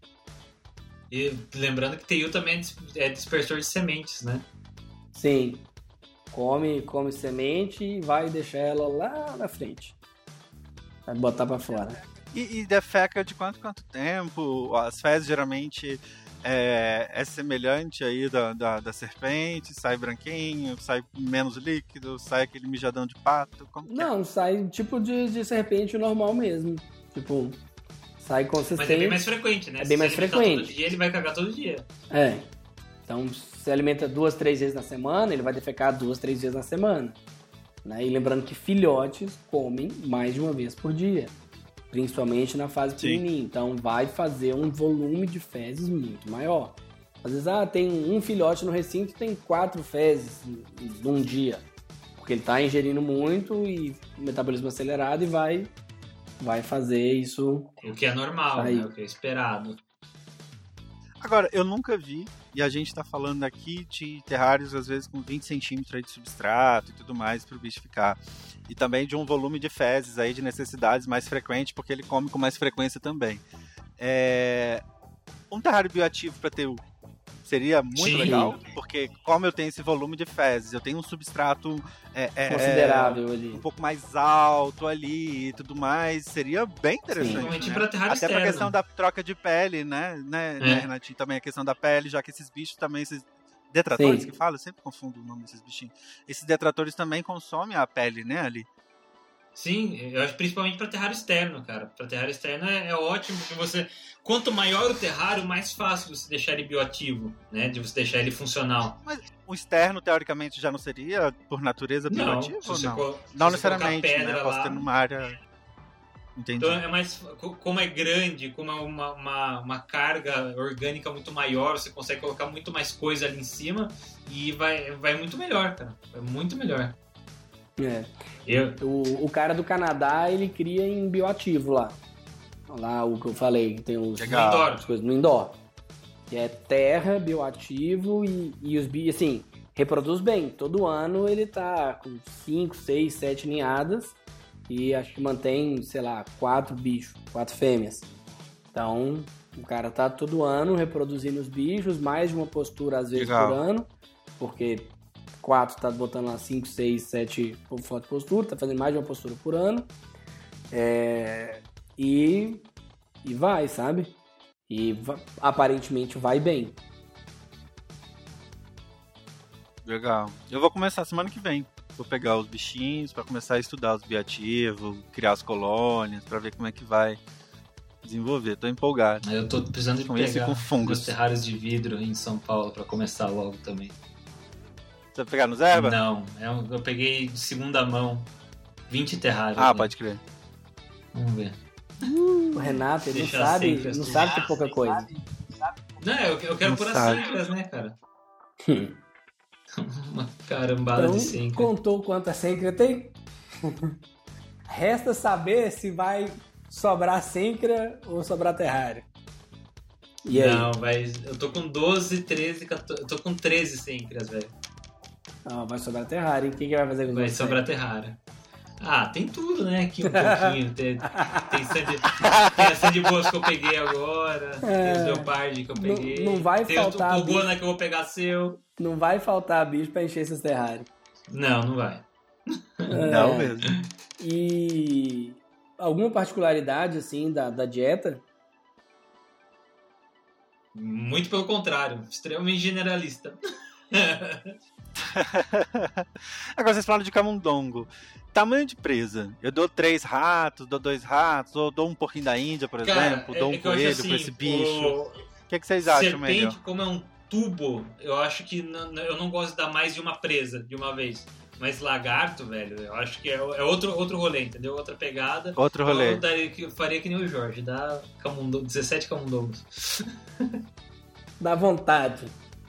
E lembrando que TU também é dispersor de sementes, né? Sim. Come semente e vai deixar ela lá na frente. Vai botar pra fora. E defeca de quanto tempo? As fezes geralmente é semelhante aí da serpente, sai branquinho, sai menos líquido, sai aquele mijadão de pato? Não, sai tipo de serpente normal mesmo. Tipo, sai consistente. Mas é bem mais frequente, né? É bem mais frequente. Todo dia, ele vai cagar todo dia. Então, se alimenta 2, 3 vezes na semana, ele vai defecar 2, 3 vezes na semana. né? E lembrando que filhotes comem mais de uma vez por dia, principalmente na fase pequenininha. Então vai fazer um volume de fezes muito maior. Às vezes, tem um filhote no recinto, tem 4 fezes num dia, porque ele está ingerindo muito e metabolismo acelerado e vai fazer isso. O que é normal, né? O que é esperado. Agora, eu nunca vi, e a gente tá falando aqui de terrários, às vezes, com 20 centímetros de substrato e tudo mais pro bicho ficar. E também de um volume de fezes aí, de necessidades mais frequente, porque ele come com mais frequência também. Um terrário bioativo para TU seria muito legal, porque como eu tenho esse volume de fezes, eu tenho um substrato considerável ali, um pouco mais alto ali e tudo mais, seria bem interessante. Né? Pra terrário até externo. Pra questão da troca de pele, né, Renatinho? Também a questão da pele, já que esses bichos também, esses detratores que falam, eu sempre confundo o nome desses bichinhos. Esses detratores também consomem a pele, né, ali. Sim, eu acho principalmente para terrário externo, cara. Para terrário externo é ótimo, porque você... Quanto maior o terrário, mais fácil você deixar ele bioativo, né? De você deixar ele funcional. Mas o externo, teoricamente, já não seria, por natureza, bioativo? Não necessariamente, né? Posso ter numa área... Entendi. Então é mais... Como é grande, como é uma carga orgânica muito maior, você consegue colocar muito mais coisa ali em cima e vai muito melhor, cara. Vai muito melhor. O cara do Canadá, ele cria em bioativo lá. Lá o que eu falei, que tem as coisas no indoor. Que é terra, bioativo e os bichos, assim, reproduz bem. Todo ano ele tá com 5, 6, 7 ninhadas e acho que mantém, sei lá, 4 bichos, 4 fêmeas. Então, o cara tá todo ano reproduzindo os bichos, mais de uma postura às vezes por ano, porque 4 tá botando lá 5, 6, 7 fotos de postura, tá fazendo mais de uma postura por ano. E vai, sabe? E aparentemente vai bem. Legal. Eu vou começar semana que vem. Vou pegar os bichinhos pra começar a estudar os bioativos, criar as colônias, pra ver como é que vai desenvolver. Tô empolgado. Eu tô precisando de pegar os terrários de vidro em São Paulo pra começar logo também. Você vai pegar nos erva? Não, eu peguei de segunda mão 20 terrários. Pode crer. Vamos ver. O Renato, ele não sabe que é pouca coisa. Não, eu quero pôr as síncras, né, cara? Uma carambada de síncra. Contou quantas síncra tem? Resta saber se vai sobrar síncra ou sobrar terrário. E aí? Não, eu tô com 12, 13, 14... Eu tô com 13 síncras, velho. Vai sobrar terrário, hein? O que vai fazer com você? Vai sobrar terrário. Tem tudo, né? Aqui um pouquinho. Tem a Sandy Boas que eu peguei agora. Tem os Leopard que eu peguei. Não vai faltar. Tem o Pogona que eu vou pegar seu. Não vai faltar bicho pra encher esses terrários. Não vai. Não mesmo. E alguma particularidade, assim, da dieta? Muito pelo contrário. Extremamente generalista. Agora vocês falam de camundongo. Tamanho de presa. Eu dou 3 ratos, dou 2 ratos, ou dou um porquinho da Índia, por exemplo, dou um coelho assim, pra esse bicho. O que vocês acham melhor? Serpente, como é um tubo, eu acho que eu não gosto de dar mais de uma presa de uma vez. Mas lagarto, velho, eu acho que é outro rolê, entendeu? Outra pegada. Outro rolê. Eu faria que nem o Jorge, dá 17 camundongos. Dá vontade.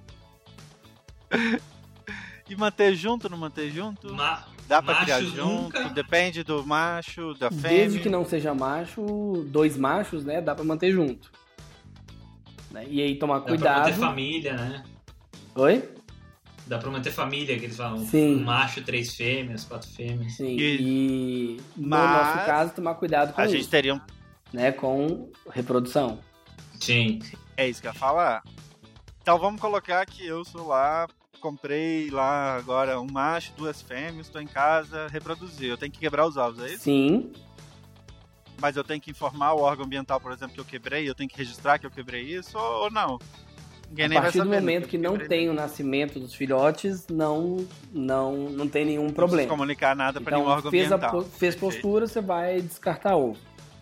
E manter junto, não manter junto? Dá pra criar junto? Nunca. Depende do macho, da fêmea? Desde que não seja macho, 2 machos, né? Dá pra manter junto. E aí tomar cuidado. Dá pra manter família, né? Oi? Dá pra manter família, que eles falam. Sim. Um macho, 3 fêmeas, 4 fêmeas. Sim. E no nosso caso, tomar cuidado com a isso. Gente teria né? Com reprodução. Sim. É isso que eu ia falar. Então vamos colocar que eu sou lá, comprei lá agora um macho, 2 fêmeas, estou em casa, reproduzi. Eu tenho que quebrar os ovos, é isso? Sim. Mas eu tenho que informar o órgão ambiental, por exemplo, que eu quebrei, eu tenho que registrar que eu quebrei isso ou não? Ninguém nem vai saber. A partir do momento que não tem o nascimento dos filhotes, não tem nenhum problema. Não comunicar nada para nenhum órgão ambiental. Fez postura, você vai descartar ovo.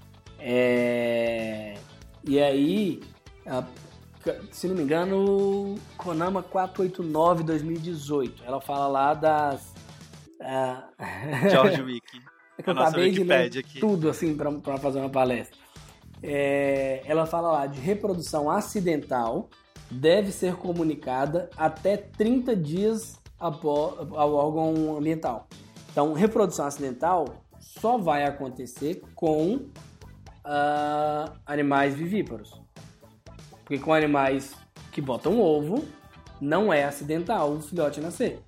E aí, se não me engano, CONAMA 489 2018, ela fala lá George Wiki. Eu acabei de ler tudo assim para fazer uma palestra. Ela fala lá de reprodução acidental deve ser comunicada até 30 dias ao órgão ambiental. Então, reprodução acidental só vai acontecer com animais vivíparos. Porque com animais que botam ovo, não é acidental o filhote nascer.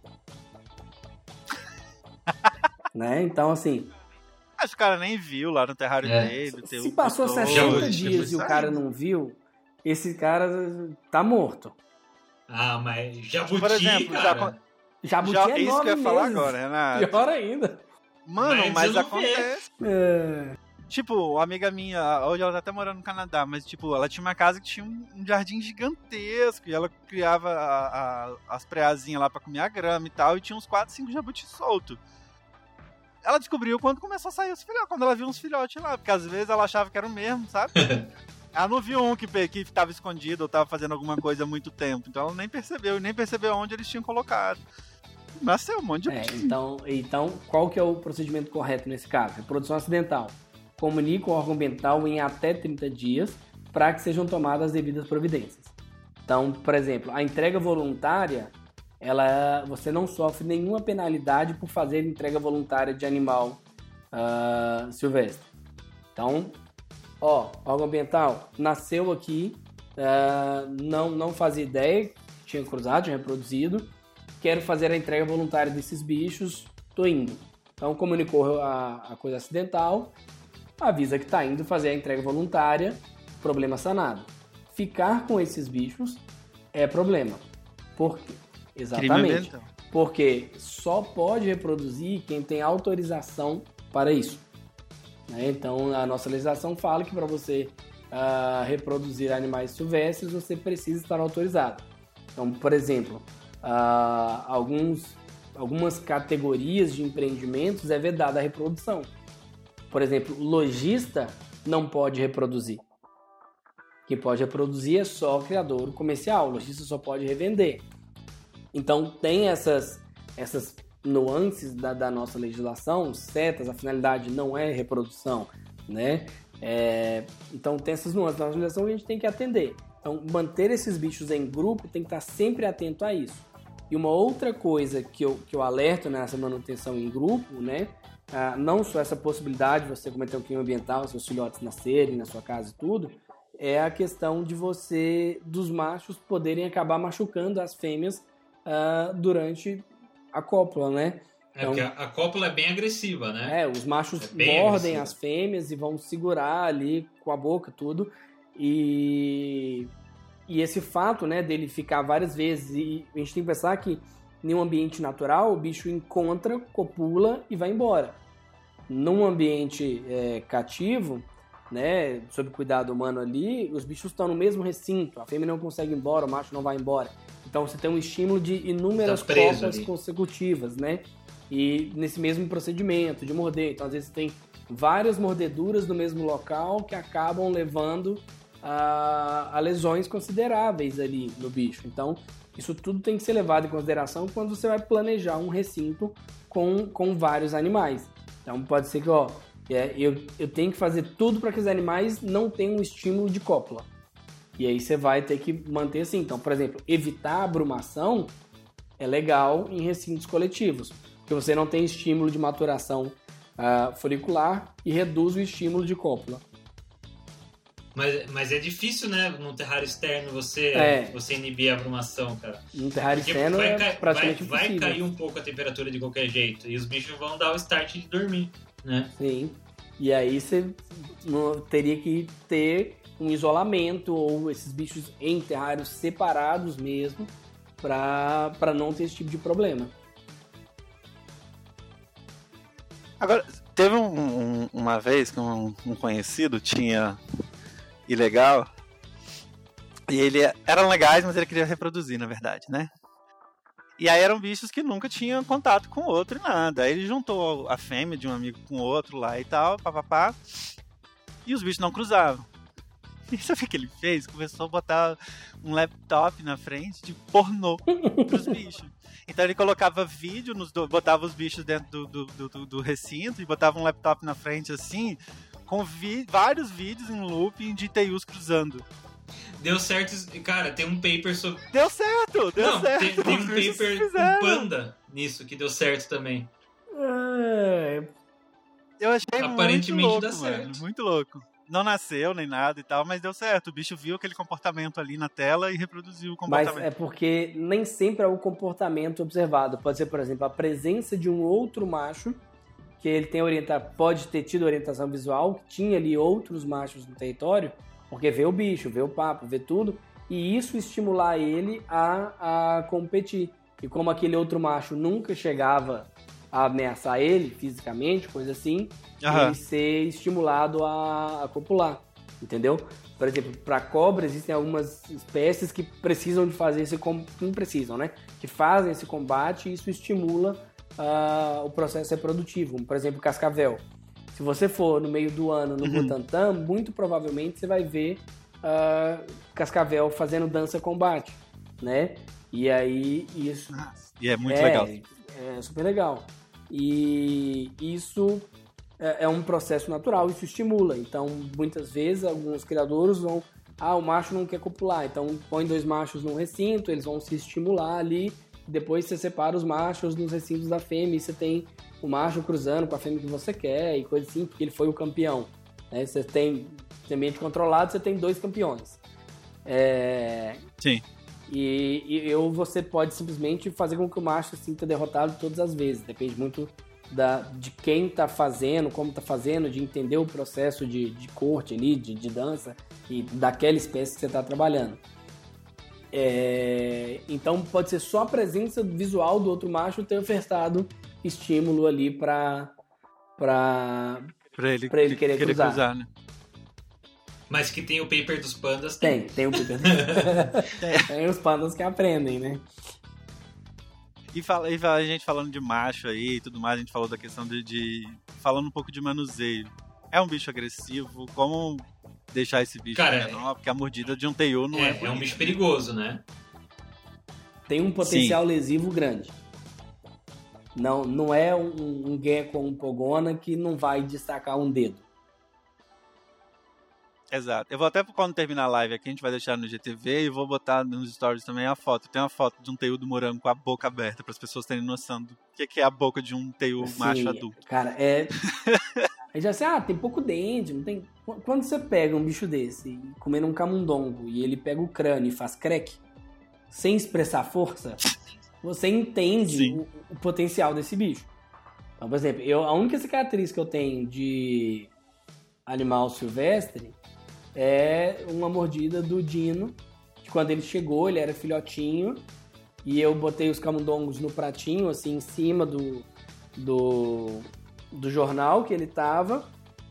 Né? Então, assim... Acho que o cara nem viu lá no terrário dele. Se passou 60 dias e o cara não viu, esse cara tá morto. Ah, mas jabuti, por exemplo, cara... Jabuti é 9 meses. Isso que eu ia falar agora, Renato. Pior ainda. Mano, mas acontece. Tipo, uma amiga minha, hoje ela tá até morando no Canadá, mas tipo, ela tinha uma casa que tinha um jardim gigantesco e ela criava as preazinhas lá pra comer a grama e tal, e tinha uns 4, 5 jabutis soltos. Ela descobriu quando começou a sair os filhotes, quando ela viu uns filhotes lá, porque às vezes ela achava que era o mesmo, sabe? Ela não viu um que tava escondido ou tava fazendo alguma coisa há muito tempo, então ela nem percebeu onde eles tinham colocado. Nasceu um monte de jabuti. Então, qual que é o procedimento correto nesse caso? Reprodução acidental. Comunique o órgão ambiental em até 30 dias para que sejam tomadas as devidas providências. Então, por exemplo, a entrega voluntária, você não sofre nenhuma penalidade por fazer entrega voluntária de animal silvestre. Então, órgão ambiental, nasceu aqui, não fazia ideia, tinha cruzado, tinha reproduzido, quero fazer a entrega voluntária desses bichos, tô indo. Então, comunicou a coisa acidental, avisa que tá indo fazer a entrega voluntária, problema sanado. Ficar com esses bichos é problema. Por quê? Exatamente. Porque só pode reproduzir quem tem autorização para isso. Então, a nossa legislação fala que para você reproduzir animais silvestres, você precisa estar autorizado. Então, por exemplo, algumas categorias de empreendimentos é vedada a reprodução. Por exemplo, lojista não pode reproduzir. Quem pode reproduzir é só o criador comercial. O lojista só pode revender. Então, tem essas nuances da nossa legislação, setas, a finalidade não é reprodução, né? Então, tem essas nuances da nossa legislação que a gente tem que atender. Então, manter esses bichos em grupo tem que estar sempre atento a isso. E uma outra coisa que eu alerto nessa manutenção em grupo, né? Não só essa possibilidade de você cometer um crime ambiental, seus filhotes nascerem na sua casa e tudo, é a questão de dos machos poderem acabar machucando as fêmeas durante a cópula, né? Então, porque a cópula é bem agressiva, né? Os machos mordem as fêmeas e vão segurar ali com a boca, tudo. E esse fato, né, dele ficar várias vezes, e a gente tem que pensar que em um ambiente natural, o bicho encontra, copula e vai embora. Num ambiente cativo, né, sob cuidado humano ali, os bichos estão no mesmo recinto, a fêmea não consegue ir embora, o macho não vai embora. Então você tem um estímulo de inúmeras cópias consecutivas, né? E nesse mesmo procedimento de morder. Então às vezes tem várias mordeduras no mesmo local que acabam levando a lesões consideráveis ali no bicho. Então isso tudo tem que ser levado em consideração quando você vai planejar um recinto com vários animais. Então pode ser que eu tenho que fazer tudo para que os animais não tenham um estímulo de cópula. E aí você vai ter que manter assim. Então, por exemplo, evitar a abrumação é legal em recintos coletivos, porque você não tem estímulo de maturação folicular e reduz o estímulo de cópula. Mas é difícil, né, num terrário externo você inibir a abrumação, cara. Num terrário externo praticamente vai cair um pouco a temperatura de qualquer jeito e os bichos vão dar o start de dormir, né? Sim. E aí você teria que ter um isolamento ou esses bichos em terrários separados mesmo para não ter esse tipo de problema. Agora, teve uma vez que um conhecido tinha ilegal e eram legais, mas ele queria reproduzir, na verdade, né? E aí eram bichos que nunca tinham contato com o outro e nada. Aí ele juntou a fêmea de um amigo com o outro lá e tal, papapá, e os bichos não cruzavam. E sabe o que ele fez? Começou a botar um laptop na frente de pornô pros bichos. Então ele colocava vídeo, botava os bichos dentro do recinto e botava um laptop na frente assim, com vários vídeos em looping de TUs cruzando. Deu certo, cara, tem um paper sobre... Deu certo! Tem um paper com Panda nisso, que deu certo também. Eu achei aparentemente muito louco, dá certo. Mano, muito louco. Não nasceu nem nada e tal, mas deu certo. O bicho viu aquele comportamento ali na tela e reproduziu o comportamento. Mas é porque nem sempre é o comportamento observado. Pode ser, por exemplo, a presença de um outro macho, que ele tem pode ter tido orientação visual, que tinha ali outros machos no território, porque vê o bicho, vê o papo, vê tudo, e isso estimular ele a competir. E como aquele outro macho nunca chegava a ameaçar ele fisicamente, coisa assim, ele ser estimulado a copular, entendeu? Por exemplo, para cobra existem algumas espécies que precisam de fazer esse não precisam, né? Que fazem esse combate e isso estimula o processo reprodutivo. Por exemplo, cascavel. Se você for no meio do ano no Butantã, muito provavelmente você vai ver cascavel fazendo dança-combate, né? E aí isso... E é muito legal. É super legal. E isso é um processo natural, isso estimula. Então, muitas vezes, alguns criadores vão... o macho não quer copular, então põe 2 machos num recinto, eles vão se estimular ali, depois você separa os machos nos recintos da fêmea e você tem o macho cruzando com a fêmea que você quer e coisa assim, porque ele foi o campeão. Né? Você tem ambiente controlado, você tem 2 campeões. Sim. E você pode simplesmente fazer com que o macho se sinta derrotado todas as vezes. Depende muito de quem está fazendo, como está fazendo, de entender o processo de corte ali, de dança e daquela espécie que você está trabalhando. Então pode ser só a presença visual do outro macho ter ofertado estímulo ali para ele querer cruzar, né? Mas que tem o paper dos pandas. Tem o paper dos tem os pandas que aprendem, né? E a gente falando de macho aí e tudo mais, a gente falou da questão falando um pouco de manuseio. É um bicho agressivo, como deixar esse bicho menor, porque a mordida de um TU não é bonita. É um bicho perigoso, né? Tem um potencial lesivo grande. Não é um gecko ou um pogona que não vai destacar um dedo. Exato. Eu vou até, quando terminar a live aqui, a gente vai deixar no GTV e vou botar nos stories também a foto. Tem uma foto de um TU do morango com a boca aberta, para as pessoas terem noção do que é a boca de um TU macho adulto. Cara, aí já sei, tem pouco dente, não tem... Quando você pega um bicho desse, comendo um camundongo, e ele pega o crânio e faz crack, sem expressar força, você entende o potencial desse bicho. Então, por exemplo, a única cicatriz que eu tenho de animal silvestre é uma mordida do Dino, que quando ele chegou, ele era filhotinho, e eu botei os camundongos no pratinho, assim, em cima do jornal que ele tava,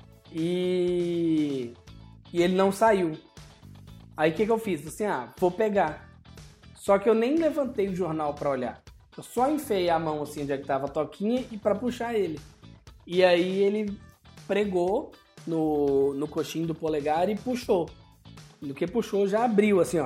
e ele não saiu. Aí o que eu fiz? Assim, vou pegar. Só que eu nem levantei o jornal pra olhar. Eu só enfiei a mão assim onde é que tava a toquinha e pra puxar ele. E aí ele pregou no coxinho do polegar e puxou. No que puxou, já abriu, assim, ó.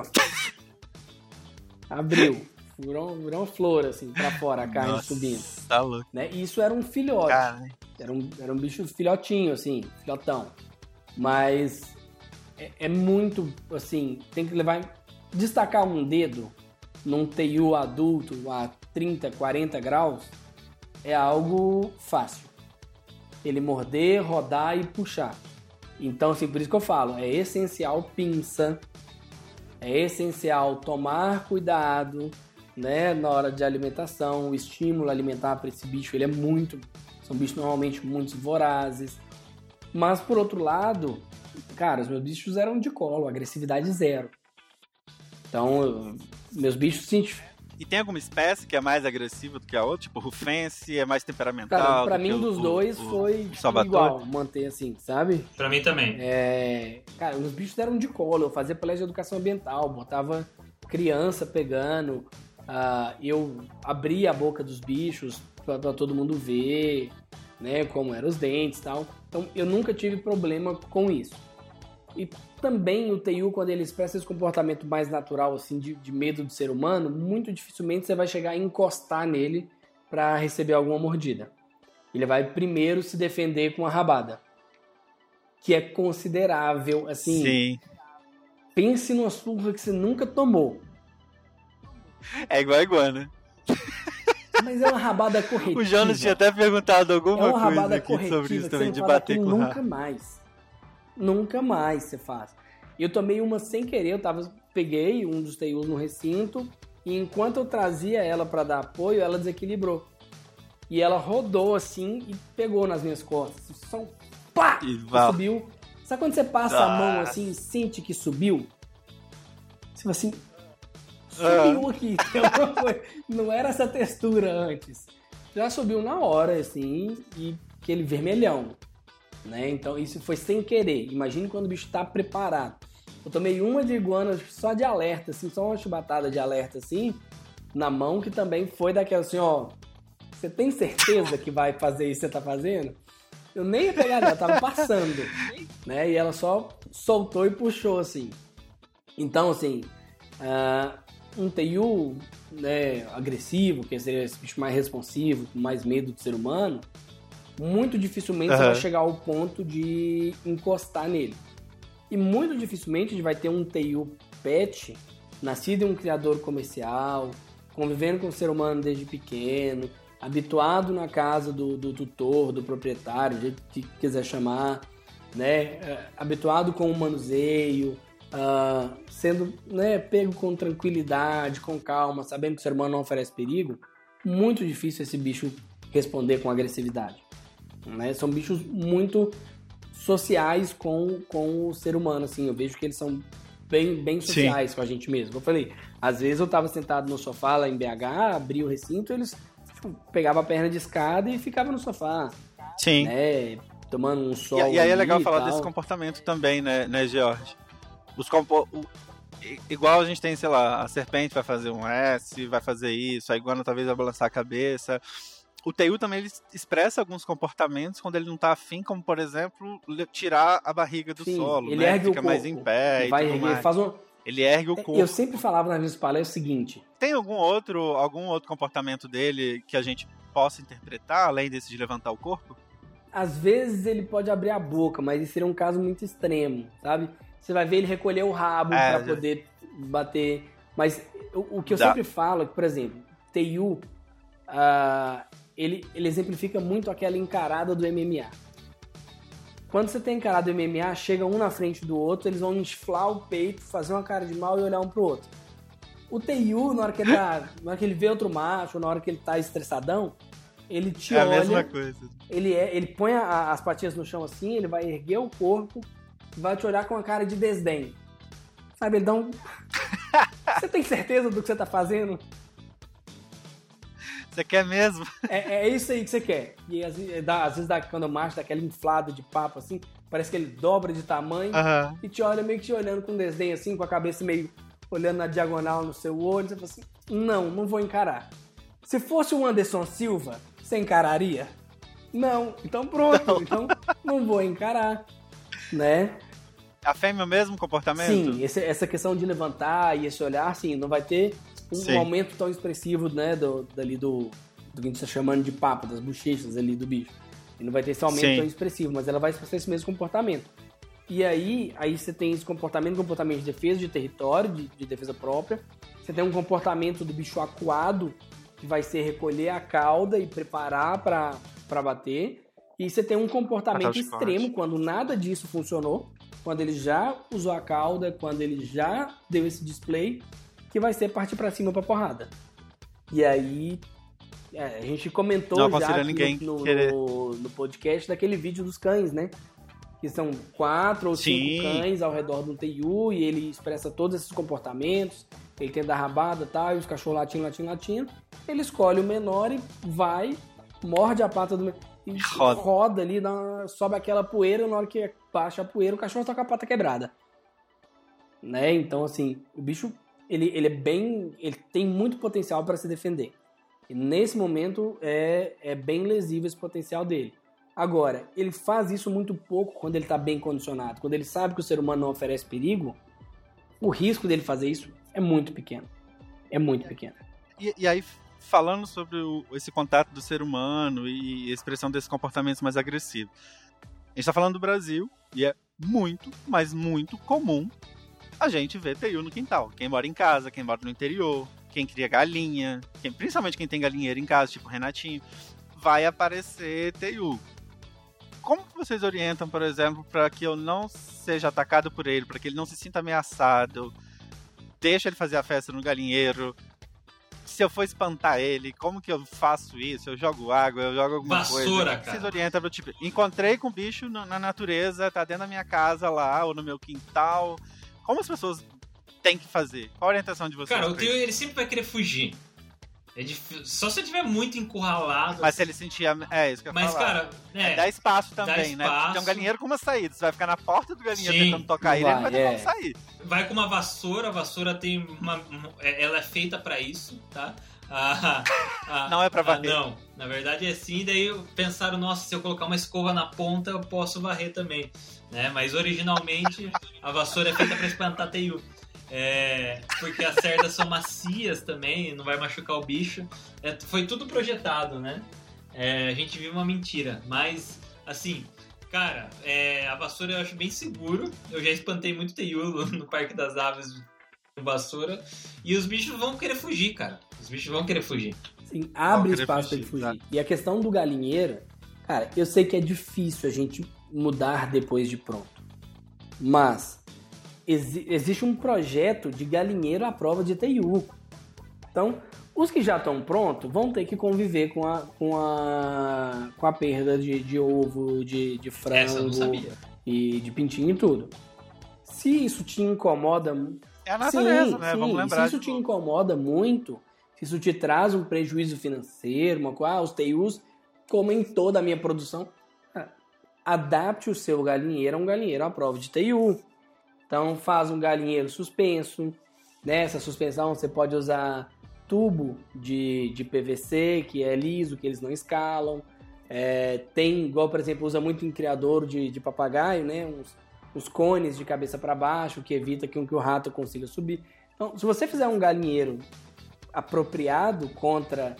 Abriu. Virou uma flor, assim, pra fora, a carne subindo. Tá louco. Né? E isso era um filhote. Caramba. Era um bicho filhotinho, assim, filhotão. Mas é muito, assim, tem que destacar um dedo num TU adulto a 30, 40 graus é algo fácil. Ele morder, rodar e puxar. Então, assim, por isso que eu falo, é essencial pinça, é essencial tomar cuidado, né, na hora de alimentação, o estímulo alimentar para esse bicho, ele são bichos normalmente muito vorazes. Mas, por outro lado, cara, os meus bichos eram de colo, agressividade 0. Então, meus bichos, sim. E tem alguma espécie que é mais agressiva do que a outra? Tipo, rufense é mais temperamental? Cara, pra mim, dos dois foi igual, manter assim, sabe? Pra mim também. Cara, os bichos eram de colo, eu fazia palestra de educação ambiental, botava criança pegando, eu abria a boca dos bichos pra todo mundo ver, né, como eram os dentes e tal. Então, eu nunca tive problema com isso. E também o TU, quando ele expressa esse comportamento mais natural, assim, de medo do ser humano, muito dificilmente você vai chegar a encostar nele para receber alguma mordida. Ele vai primeiro se defender com a rabada, que é considerável, assim. Sim. Pense numa surra que você nunca tomou. É igual a iguana. Mas é uma rabada corretiva. O Jonas tinha até perguntado alguma coisa aqui corretiva, sobre isso que também, você de não fala bater aquilo com o nunca rabo. mais. Nunca mais você faz. Eu tomei uma sem querer, peguei um dos TUs no recinto, e enquanto eu trazia ela para dar apoio, ela desequilibrou. E ela rodou assim e pegou nas minhas costas. Só pá! E subiu. Sabe quando você passa a mão assim e sente que subiu? Você fala assim, subiu aqui. Não era essa textura antes. Já subiu na hora, assim, e aquele vermelhão. Né? Então isso foi sem querer. Imagine quando o bicho tá preparado. Eu tomei uma de iguana só de alerta, assim, só uma chibatada de alerta, assim, na mão, que também foi daquela assim, ó, você tem certeza que vai fazer isso que você tá fazendo? Eu nem ia pegar nela, tava passando, né? E ela só soltou e puxou, assim. Então, assim, um TU, né, agressivo, que seria esse bicho mais responsivo, com mais medo do ser humano, muito dificilmente você vai chegar ao ponto de encostar nele. E muito dificilmente a gente vai ter um TU pet, nascido em um criador comercial, convivendo com o ser humano desde pequeno, habituado na casa do tutor, do proprietário, do jeito que quiser chamar, né? Habituado com o manuseio, sendo, né, pego com tranquilidade, com calma, sabendo que o ser humano não oferece perigo. Muito difícil esse bicho responder com agressividade. Né? São bichos muito sociais com o ser humano, assim. Eu vejo que eles são bem sociais. Sim. Com a gente mesmo. Eu falei, às vezes eu tava sentado no sofá lá em BH, abri o recinto, eles pegavam a perna de escada e ficavam no sofá. Sim. Né? Tomando um sol. E aí é legal falar desse comportamento também, né George? Igual a gente tem, sei lá, a serpente vai fazer um S, vai fazer isso, a iguana talvez vai balançar a cabeça. O TU também ele expressa alguns comportamentos quando ele não tá afim, como, por exemplo, tirar a barriga do solo, ele né? Ergue Fica o mais corpo, em pé e tudo mais. Ele ergue o corpo. Eu sempre falava nas minhas palestras o seguinte... Tem algum outro comportamento dele que a gente possa interpretar, além desse de levantar o corpo? Às vezes ele pode abrir a boca, mas isso seria um caso muito extremo, sabe? Você vai ver ele recolher o rabo para poder bater. Mas o que eu sempre falo é que, por exemplo, TU... Ele exemplifica muito aquela encarada do MMA. Quando você tem encarada do MMA, chega um na frente do outro, eles vão inflar o peito, fazer uma cara de mal e olhar um pro outro. O TU, na hora que ele vê outro macho, na hora que ele tá estressadão, ele te olha... É a mesma coisa. Ele põe as patinhas no chão assim, ele vai erguer o corpo e vai te olhar com uma cara de desdém. Sabe, ele dá um... Você tem certeza do que você tá fazendo? Você quer mesmo? É isso aí que você quer. E às vezes quando o macho dá aquela inflada de papo assim, parece que ele dobra de tamanho e te olha meio que te olhando com desdém assim, com a cabeça meio olhando na diagonal no seu olho. Você fala assim, não vou encarar. Se fosse o Anderson Silva, você encararia? Não. Então pronto. Não. Então não vou encarar. Né? A fêmea é o mesmo comportamento? Sim, essa questão de levantar e esse olhar, assim, não vai ter um aumento tão expressivo, né, do que a gente está chamando de papo, das bochechas ali do bicho. E não vai ter esse aumento tão expressivo, mas ela vai expressar esse mesmo comportamento. E aí você tem esse comportamento de defesa de território, de defesa própria. Você tem um comportamento do bicho acuado, que vai ser recolher a cauda e preparar para bater. E você tem um comportamento extremo, quando nada disso funcionou, quando ele já usou a cauda, quando ele já deu esse display, que vai ser partir pra cima pra porrada. E aí, a gente comentou já no podcast daquele vídeo dos cães, né? Que são 4 ou 5 cães ao redor do TU e ele expressa todos esses comportamentos. Ele tem da rabada e tal, e os cachorros latindo. Ele escolhe o menor e vai, morde a pata do menor e roda ali, sobe aquela poeira. Na hora que baixa a poeira, o cachorro tá com a pata quebrada. Né? Então, assim, o bicho... Ele tem muito potencial para se defender. E nesse momento é bem lesivo esse potencial dele. Agora, ele faz isso muito pouco quando ele está bem condicionado. Quando ele sabe que o ser humano não oferece perigo, o risco dele fazer isso é muito pequeno. É muito pequeno. E aí, falando sobre esse contato do ser humano e a expressão desses comportamentos mais agressivos. A gente tá falando do Brasil e é muito, mas muito comum a gente ver TU no quintal. Quem mora em casa, quem mora no interior, quem cria galinha, principalmente quem tem galinheiro em casa, tipo o Renatinho, vai aparecer TU. Como que vocês orientam, por exemplo, para que eu não seja atacado por ele, para que ele não se sinta ameaçado? Deixa ele fazer a festa no galinheiro. Se eu for espantar ele, como que eu faço isso? Eu jogo água, eu jogo alguma Vassoura, coisa? cara. Vocês orientam pro tipo, encontrei com o bicho na natureza, tá dentro da minha casa lá, ou no meu quintal. Como as pessoas têm que fazer? Qual a orientação de vocês? Cara, o teu ele sempre vai querer fugir. Só se ele estiver muito encurralado. Mas se ele sentir... É isso que eu ia falar. Mas, cara... Dá espaço também, dá espaço. né? Tem um galinheiro com uma saída. Você vai ficar na porta do galinheiro Sim. tentando tocar ele, ele não vai ter como sair. Vai com uma vassoura. A vassoura tem ela é feita pra isso, tá? Não é pra varrer. Não, na verdade é assim. Daí pensaram, nossa, se eu colocar uma escova na ponta, eu posso varrer também, né? Mas originalmente a vassoura é feita pra espantar TU. Porque as cerdas são macias também, não vai machucar o bicho. Foi tudo projetado, né? A gente viu uma mentira, mas assim, cara, a vassoura eu acho bem seguro. Eu já espantei muito TU no Parque das Aves com vassoura. E os bichos vão querer fugir, cara. Os bichos vão querer fugir. Sim, abre espaço pra ele fugir. Tá? E a questão do galinheiro, cara, eu sei que é difícil a gente mudar depois de pronto. Mas existe um projeto de galinheiro à prova de TU. Então, os que já estão prontos vão ter que conviver com a perda de ovo, de frango e de pintinho e tudo. Se isso te incomoda... É a natureza, né? Sim. Vamos lembrar. Se isso te incomoda muito, se isso te traz um prejuízo financeiro, os TUs comem toda a minha produção, adapte o seu galinheiro a um galinheiro à prova de TU. Então faz um galinheiro suspenso. Nessa suspensão você pode usar tubo de PVC, que é liso, que eles não escalam. Tem, igual por exemplo, usa muito em criador de papagaio, né? Uns cones de cabeça para baixo, que evita que o rato consiga subir. Então, se você fizer um galinheiro apropriado contra...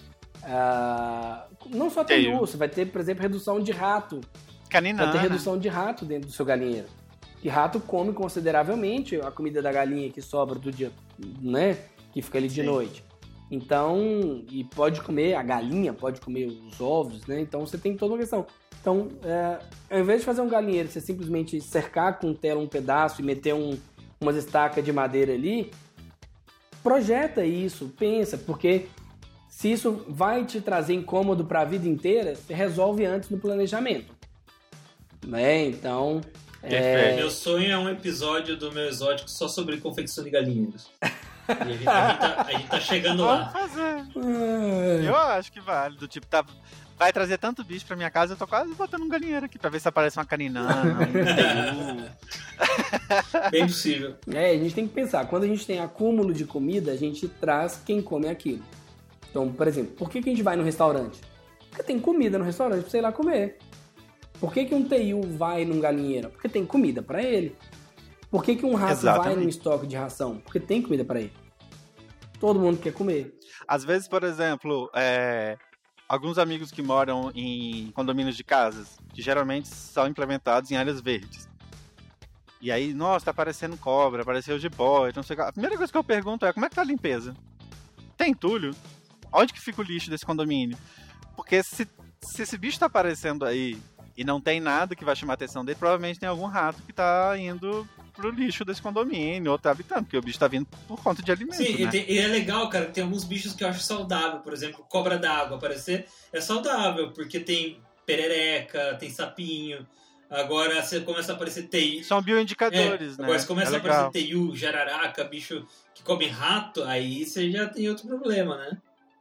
não só TU, você vai ter, por exemplo, redução de rato. Caninana. Vai ter redução de rato dentro do seu galinheiro. E rato come consideravelmente a comida da galinha que sobra do dia, né? Que fica ali de noite. Então, e pode comer, a galinha pode comer os ovos, né? Então você tem toda uma questão. Então, ao invés de fazer um galinheiro, você simplesmente cercar com tela um pedaço e meter umas estacas de madeira ali, projeta isso, pensa, porque se isso vai te trazer incômodo para a vida inteira, você resolve antes no planejamento. Né? Então... Meu sonho é um episódio do Meu Exótico só sobre confecção de galinheiros. E a gente tá chegando lá. Vamos fazer. Eu acho que vale. Do tipo, vai trazer tanto bicho pra minha casa, eu tô quase botando um galinheiro aqui pra ver se aparece uma caninana, Bem possível. A gente tem que pensar, quando a gente tem acúmulo de comida, a gente traz quem come aquilo. Então, por exemplo, por que a gente vai no restaurante? Porque tem comida no restaurante pra você ir lá comer. Por que um TU vai num galinheiro? Porque tem comida pra ele. Por que um rato vai num estoque de ração? Porque tem comida pra ele. Todo mundo quer comer. Às vezes, por exemplo, alguns amigos que moram em condomínios de casas, que geralmente são implementados em áreas verdes. E aí, nossa, tá aparecendo cobra, apareceu jiboia, não sei o que. A primeira coisa que eu pergunto é, como é que tá a limpeza? Tem entulho? Onde que fica o lixo desse condomínio? Porque se esse bicho tá aparecendo aí e não tem nada que vai chamar a atenção dele, provavelmente tem algum rato que tá indo pro lixo desse condomínio, ou tá habitando, porque o bicho tá vindo por conta de alimento. Sim, né? E é legal, cara, que tem alguns bichos que eu acho saudável, por exemplo, cobra d'água, aparecer é saudável, porque tem perereca, tem sapinho, agora você começa a aparecer TU. São bioindicadores, né? Agora você começa a aparecer TU, jararaca, bicho que come rato, aí você já tem outro problema, né?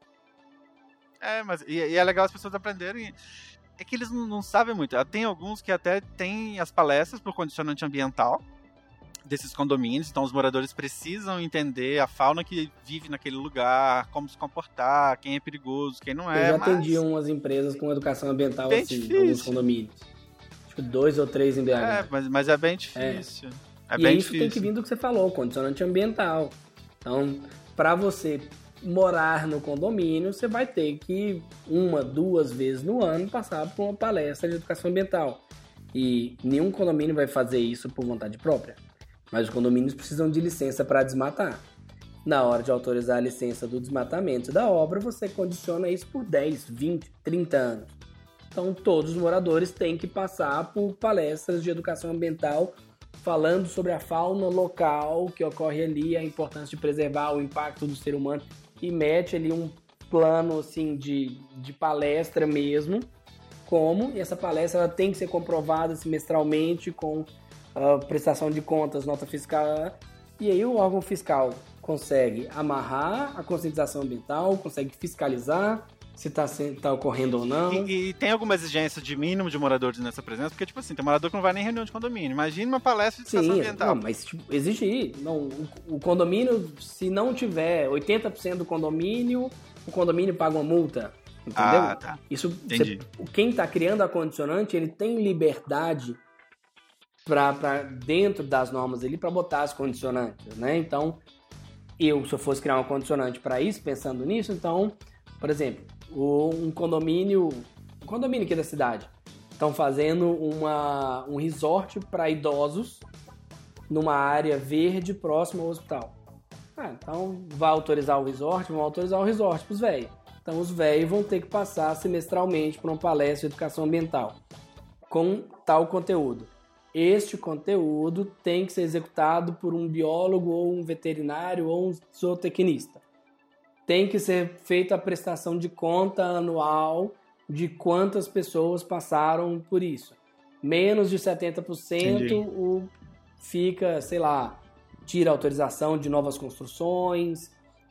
Mas e é legal as pessoas aprenderem. É que eles não sabem muito. Tem alguns que até têm as palestras por condicionante ambiental. desses condomínios, então os moradores precisam entender a fauna que vive naquele lugar, como se comportar, quem é perigoso, quem não é. Eu já atendi umas empresas com educação ambiental bem assim, difícil. em alguns condomínios. Acho que 2 ou 3 em BH. Mas é bem difícil. É e bem isso difícil. tem que vir do que você falou, condicionante ambiental. Então, para você morar no condomínio, você vai ter que 1, 2 vezes no ano passar por uma palestra de educação ambiental. E nenhum condomínio vai fazer isso por vontade própria. Mas os condomínios precisam de licença para desmatar. Na hora de autorizar a licença do desmatamento da obra, você condiciona isso por 10, 20, 30 anos. Então, todos os moradores têm que passar por palestras de educação ambiental falando sobre a fauna local que ocorre ali, a importância de preservar o impacto do ser humano, e mete ali um plano assim, de palestra mesmo, e essa palestra ela tem que ser comprovada semestralmente com prestação de contas, nota fiscal, e aí o órgão fiscal consegue amarrar a conscientização ambiental, consegue fiscalizar se está ocorrendo ou não. E tem alguma exigência de mínimo de moradores nessa presença? Porque, tipo assim, tem morador que não vai nem em reunião de condomínio. Imagina uma palestra de educação ambiental. Não, mas exige. Não, o condomínio, se não tiver 80% do condomínio, o condomínio paga uma multa. Entendeu? Ah, tá. Isso, entendi. Quem está criando a condicionante, ele tem liberdade para dentro das normas ali para botar as condicionantes, né? Então, se eu fosse criar uma condicionante para isso, pensando nisso, então, por exemplo, um condomínio aqui da cidade estão fazendo um resort para idosos numa área verde próxima ao hospital. Então, vão autorizar o resort para os velhos. Então, os velhos vão ter que passar semestralmente por uma palestra de educação ambiental com tal conteúdo. Este conteúdo tem que ser executado por um biólogo ou um veterinário ou um zootecnista. Tem que ser feita a prestação de conta anual de quantas pessoas passaram por isso. Menos de 70% fica, sei lá, tira a autorização de novas construções,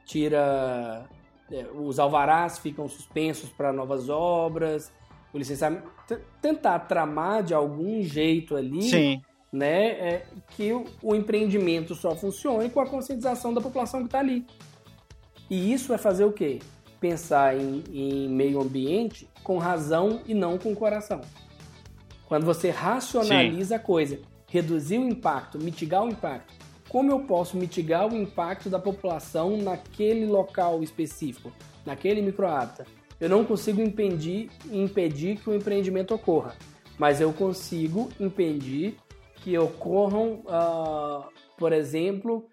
os alvarás ficam suspensos para novas obras, o licenciamento, tentar tramar de algum jeito ali, Sim. Né, que o empreendimento só funcione com a conscientização da população que está ali. E isso vai fazer o quê? Pensar em meio ambiente com razão e não com coração. Quando você racionaliza a coisa, reduzir o impacto, mitigar o impacto, como eu posso mitigar o impacto da população naquele local específico, naquele microhábitat? Eu não consigo impedir que o empreendimento ocorra, mas eu consigo impedir que ocorram, por exemplo,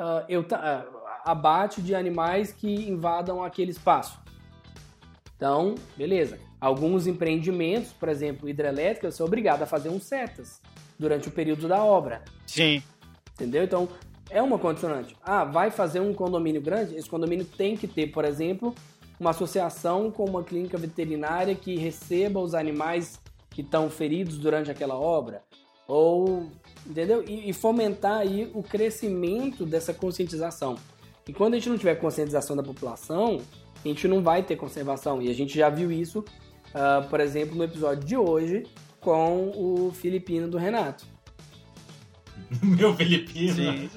abate de animais que invadam aquele espaço. Então, beleza. Alguns empreendimentos, por exemplo, hidrelétricas, eu sou obrigado a fazer setas durante o período da obra. Sim. Entendeu? Então, é uma condicionante. Vai fazer um condomínio grande? Esse condomínio tem que ter, por exemplo, uma associação com uma clínica veterinária que receba os animais que estão feridos durante aquela obra. Ou, entendeu? E fomentar aí o crescimento dessa conscientização. E quando a gente não tiver conscientização da população, a gente não vai ter conservação. E a gente já viu isso, por exemplo, no episódio de hoje, com o Filipino do Renato. Meu Filipino. Sim.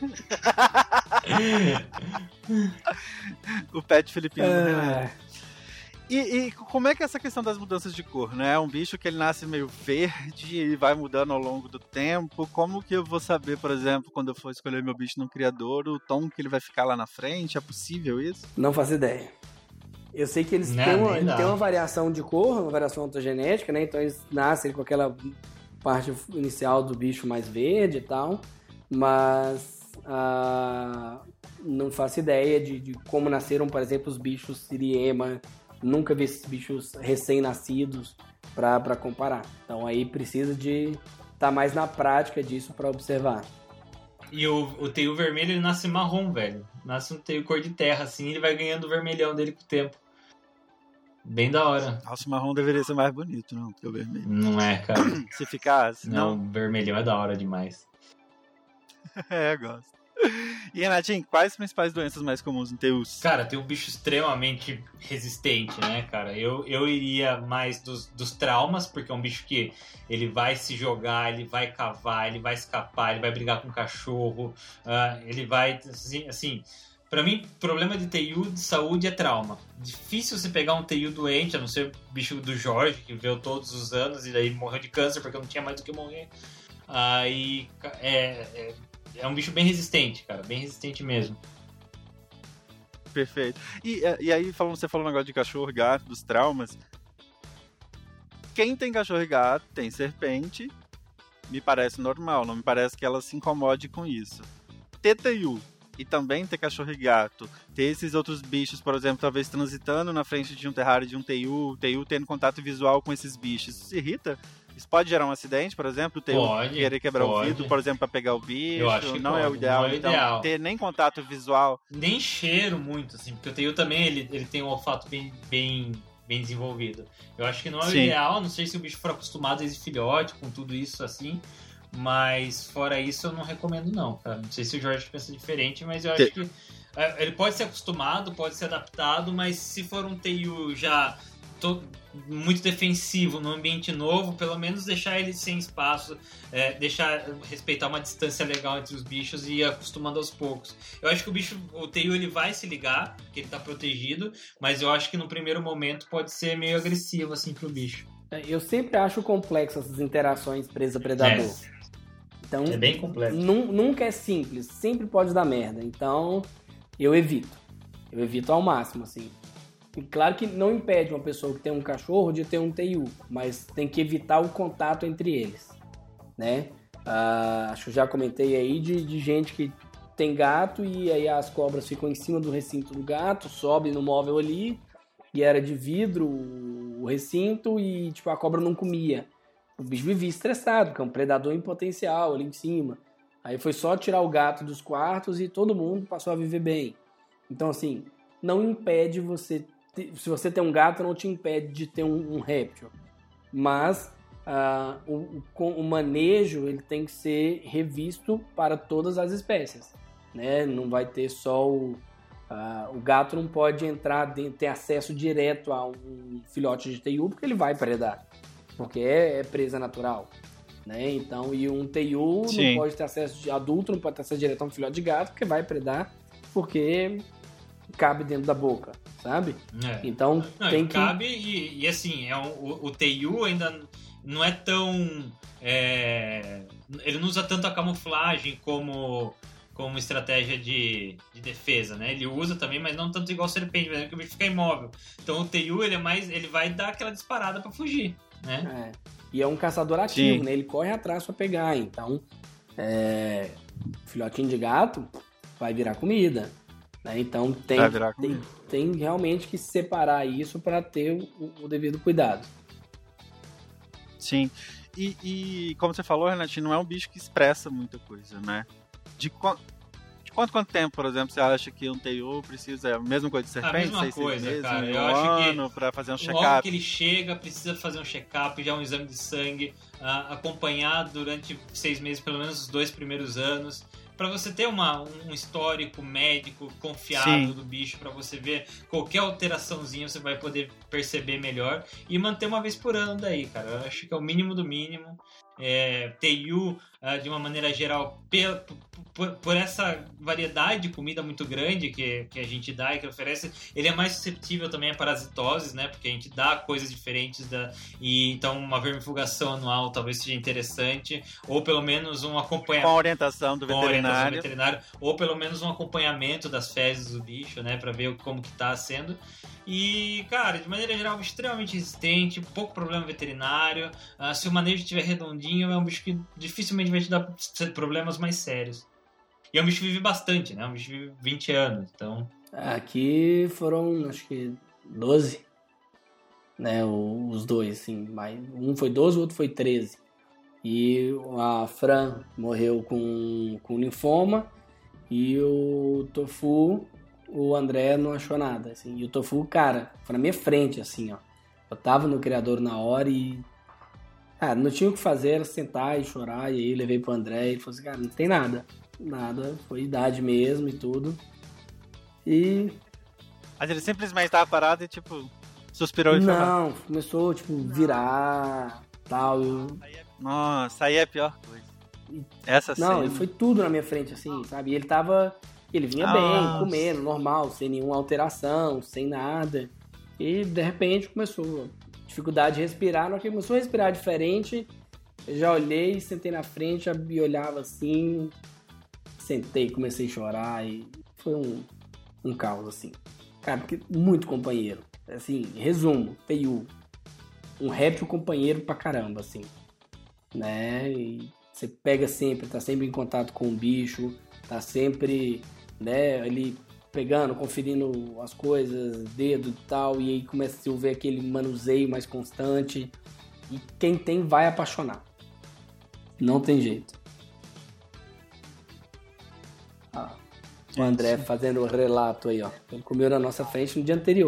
O pet filipino do Renato. E como é que é essa questão das mudanças de cor, né? É um bicho que ele nasce meio verde e vai mudando ao longo do tempo. Como que eu vou saber, por exemplo, quando eu for escolher meu bicho no criador, o tom que ele vai ficar lá na frente? É possível isso? Não faço ideia. Eu sei que eles têm uma variação de cor, uma variação ontogenética, né? Então eles nascem com aquela parte inicial do bicho mais verde e tal, mas não faço ideia de como nasceram, por exemplo, os bichos siriema. Nunca vi esses bichos recém-nascidos para comparar. Então aí precisa de estar mais na prática disso para observar. E o teio vermelho, ele nasce marrom, velho. Nasce um teio cor de terra, assim, ele vai ganhando o vermelhão dele com o tempo. Bem da hora. Nossa, o marrom deveria ser mais bonito, não? Que o vermelho. Não é, cara. Se ficasse, não. Não, vermelhão é da hora demais. Eu gosto. E, Renatinho, quais as principais doenças mais comuns em TUs? Cara, tem um bicho extremamente resistente, né, cara? Eu iria mais dos traumas, porque é um bicho que ele vai se jogar, ele vai cavar, ele vai escapar, ele vai brigar com o cachorro, ele vai, assim... Pra mim, problema de TU de saúde é trauma. Difícil você pegar um TU doente, a não ser o bicho do Jorge, que veio todos os anos e daí morreu de câncer porque não tinha mais do que morrer. Aí é um bicho bem resistente, cara, bem resistente mesmo. Perfeito. E aí, você falou um negócio de cachorro e gato, dos traumas. Quem tem cachorro e gato tem serpente, me parece normal, não me parece que ela se incomode com isso. TTU e também ter cachorro e gato, ter esses outros bichos, por exemplo, talvez transitando na frente de um terrário de um TU tendo contato visual com esses bichos, isso se irrita? Isso pode gerar um acidente, por exemplo, querer quebrar o vidro, por exemplo, para pegar o bicho. Eu acho que não é o ideal. Não é então, ideal. Ter nem contato visual. Nem cheiro muito, assim, porque o TU também ele tem um olfato bem desenvolvido. Eu acho que não é o ideal, não sei se o bicho for acostumado desde filhote com tudo isso assim, mas fora isso eu não recomendo não, cara. Não sei se o Jorge pensa diferente, mas eu acho que ele pode ser acostumado, pode ser adaptado, mas se for um TU já muito defensivo no ambiente novo, pelo menos deixar ele sem espaço, respeitar uma distância legal entre os bichos e ir acostumando aos poucos. Eu acho que o TU ele vai se ligar, porque ele tá protegido, mas eu acho que no primeiro momento pode ser meio agressivo assim pro bicho. Eu sempre acho complexo essas interações presa-predador. Então, é bem complexo. Nunca é simples, sempre pode dar merda. Então, eu evito ao máximo, assim. E claro que não impede uma pessoa que tem um cachorro de ter um TU, mas tem que evitar o contato entre eles, né? Acho que eu já comentei aí de gente que tem gato e aí as cobras ficam em cima do recinto do gato, sobe no móvel ali, e era de vidro o recinto e tipo, a cobra não comia. O bicho vivia estressado, porque é um predador em potencial ali em cima. Aí foi só tirar o gato dos quartos e todo mundo passou a viver bem. Então assim, não impede você... Se você tem um gato, não te impede de ter um réptil. Mas o manejo ele tem que ser revisto para todas as espécies, né? Não vai ter só o gato não pode entrar, ter acesso direto a um filhote de TU, porque ele vai predar, porque é presa natural, né? Então, e um TU não pode ter acesso de adulto, não pode ter acesso direto a um filhote de gato, porque vai predar, porque cabe dentro da boca, sabe? Então tem que... Cabe e assim, o TU ainda não é tão... ele não usa tanto a camuflagem como estratégia de defesa, né? Ele usa também, mas não tanto igual o serpente, porque o bicho fica imóvel. Então o TU ele vai dar aquela disparada pra fugir, né? E é um caçador ativo, né? Ele corre atrás pra pegar. Então, filhotinho de gato vai virar comida. Né? Então tem realmente que separar isso para ter o devido cuidado. Sim. E como você falou, Renatinho, não é um bicho que expressa muita coisa, né? De quanto tempo, por exemplo, você acha que um TU precisa? É a mesma coisa de serpente? A mesma coisa, meses, cara. Eu acho ano para fazer um check-up. Logo que ele chega, precisa fazer um check-up, já um exame de sangue, acompanhar durante 6 meses, pelo menos os 2 primeiros anos, para você ter um histórico médico confiável do bicho, para você ver qualquer alteraçãozinha você vai poder perceber melhor e manter uma vez por ano daí, cara. Eu acho que é o mínimo do mínimo. TU, de uma maneira geral, por essa variedade de comida muito grande que a gente dá e que oferece, ele é mais susceptível também a parasitoses, né? Porque a gente dá coisas diferentes e então uma vermifugação anual talvez seja interessante, ou pelo menos um acompanhamento com a orientação do veterinário, ou pelo menos um acompanhamento das fezes do bicho, né? Para ver como que tá sendo. E, cara, de maneira geral, extremamente resistente, pouco problema veterinário. Se o manejo estiver redondinho, é um bicho que dificilmente vai te dar problemas mais sérios. E é um bicho que vive bastante, né? É um bicho que vive 20 anos, então... Aqui foram, acho que 12, né? Os dois, assim. Um foi 12, o outro foi 13. E a Fran morreu com linfoma e o Tofu... O André não achou nada, assim. E o Tofu, cara, foi na minha frente, assim, ó. Eu tava no criador na hora e... Cara, não tinha o que fazer, era sentar e chorar. E aí eu levei pro André e ele falou assim, cara, não tem nada. nada, foi idade mesmo e tudo. E... Mas ele simplesmente tava parado e, tipo, suspirou e foi lá. Não, começou, tipo, virar, tal, Nossa, aí é a pior coisa. Essa Não, cena. ele foi tudo na minha frente, assim, sabe? E ele vinha bem, comendo, normal, sem nenhuma alteração, sem nada. E, de repente, começou dificuldade de respirar. Na hora que ele começou a respirar diferente, eu já olhei, sentei na frente, já me olhava assim, sentei, comecei a chorar e foi um caos, assim. Cara, porque muito companheiro. Assim, resumo, Teiu, um réptil companheiro pra caramba, assim, né? E você pega sempre, tá sempre em contato com o bicho, tá sempre, né, ali pegando, conferindo as coisas, dedo e tal, e aí começa a se ver aquele manuseio mais constante. E quem tem vai apaixonar. Não tem jeito. O André fazendo o relato aí, ó. Ele comeu na nossa frente no dia anterior.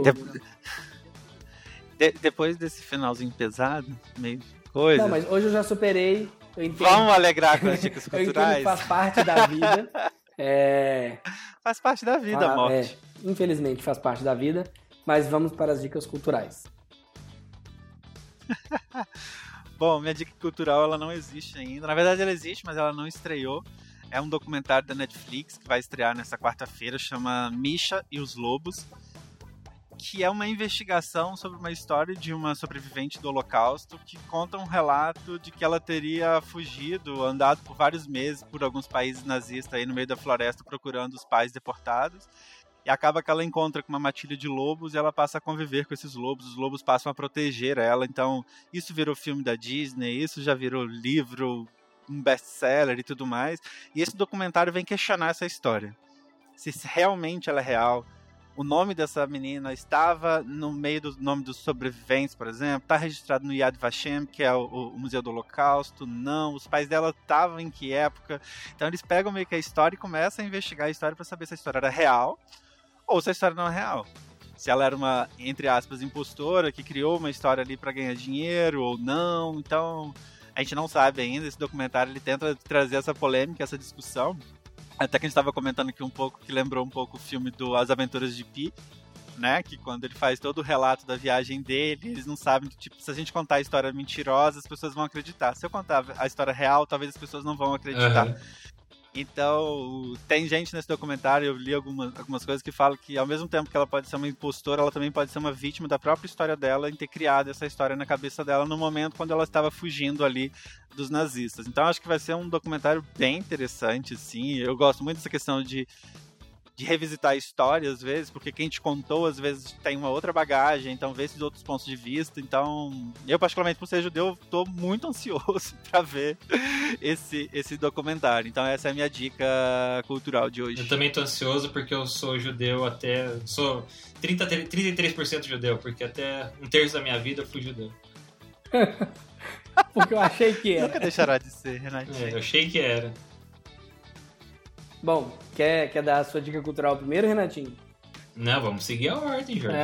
Depois desse finalzinho pesado, meio coisa. Não, mas hoje eu já superei. Eu entendo. Vamos alegrar com as dicas culturais. Eu entendo que faz parte da vida. Faz parte da vida, a morte. Infelizmente faz parte da vida. Mas vamos para as dicas culturais. Bom, minha dica cultural, ela não existe ainda. Na verdade, ela existe, mas ela não estreou. É um documentário da Netflix que vai estrear nessa quarta-feira, chama Misha e os Lobos, que é uma investigação sobre uma história de uma sobrevivente do Holocausto que conta um relato de que ela teria fugido, andado por vários meses por alguns países nazistas aí no meio da floresta procurando os pais deportados. E acaba que ela encontra com uma matilha de lobos e ela passa a conviver com esses lobos. Os lobos passam a proteger ela. Então, isso virou filme da Disney, isso já virou livro, um best-seller e tudo mais. E esse documentário vem questionar essa história. Se realmente ela é real. O nome dessa menina estava no meio do nome dos sobreviventes, por exemplo. Está registrado no Yad Vashem, que é o Museu do Holocausto. Não. Os pais dela estavam em que época? Então, eles pegam meio que a história e começam a investigar a história para saber se a história era real ou se a história não é real. Se ela era uma, entre aspas, impostora que criou uma história ali para ganhar dinheiro ou não. Então, a gente não sabe ainda. Esse documentário ele tenta trazer essa polêmica, essa discussão. Até que a gente estava comentando aqui um pouco, que lembrou um pouco o filme do As Aventuras de Pi, né? Que quando ele faz todo o relato da viagem dele, eles não sabem que, tipo, se a gente contar a história mentirosa, as pessoas vão acreditar. Se eu contar a história real, talvez as pessoas não vão acreditar. Uhum. Então, tem gente nesse documentário, eu li algumas coisas que falam que ao mesmo tempo que ela pode ser uma impostora, ela também pode ser uma vítima da própria história dela em ter criado essa história na cabeça dela no momento quando ela estava fugindo ali dos nazistas. Então, acho que vai ser um documentário bem interessante, assim. Eu gosto muito dessa questão de revisitar a história, às vezes, porque quem te contou, às vezes, tem uma outra bagagem, então vê esses outros pontos de vista. Então, eu, particularmente, por ser judeu, tô muito ansioso pra ver esse documentário. Então, essa é a minha dica cultural de hoje. Eu também tô ansioso porque eu sou judeu sou 33% judeu, porque até um terço da minha vida eu fui judeu. Porque eu achei que era. Nunca deixará de ser, Renatinho. Eu achei que era. Bom, quer dar a sua dica cultural primeiro, Renatinho? Não, vamos seguir a ordem, Jorge.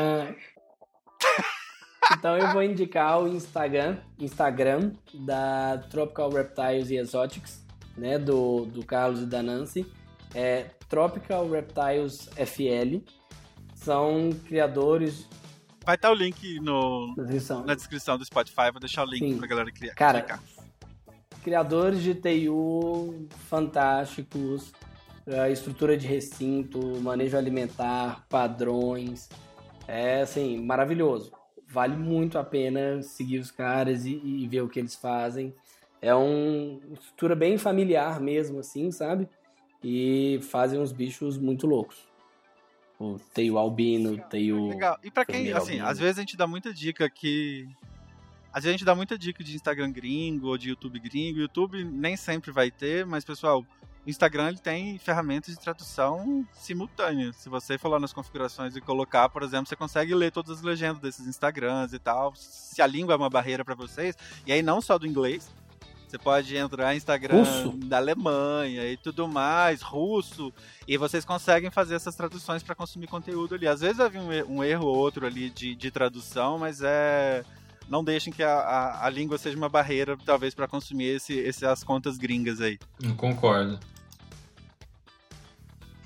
Então eu vou indicar o Instagram da Tropical Reptiles e Exotics, né, do Carlos e da Nancy. É Tropical Reptiles FL. São criadores... Vai estar o link na descrição do Spotify, vou deixar o link pra galera criar. Cara, criadores de Teiu fantásticos, estrutura de recinto, manejo alimentar, padrões, é assim, maravilhoso. Vale muito a pena seguir os caras e ver o que eles fazem. É uma estrutura bem familiar mesmo, assim, sabe? E fazem uns bichos muito loucos. O Teiu albino, Teiu... Legal. E pra quem, assim, às vezes a gente dá muita dica que... Às vezes a gente dá muita dica de Instagram gringo ou de YouTube gringo. YouTube nem sempre vai ter, mas, pessoal, o Instagram ele tem ferramentas de tradução simultânea. Se você for lá nas configurações e colocar, por exemplo, você consegue ler todas as legendas desses Instagrams e tal. Se a língua é uma barreira para vocês, e aí não só do inglês, você pode entrar em Instagram russo, da Alemanha e tudo mais, russo, e vocês conseguem fazer essas traduções para consumir conteúdo ali. Às vezes vai vir um erro ou outro ali de tradução, mas não deixem que a língua seja uma barreira, talvez, para consumir as contas gringas aí. Concordo.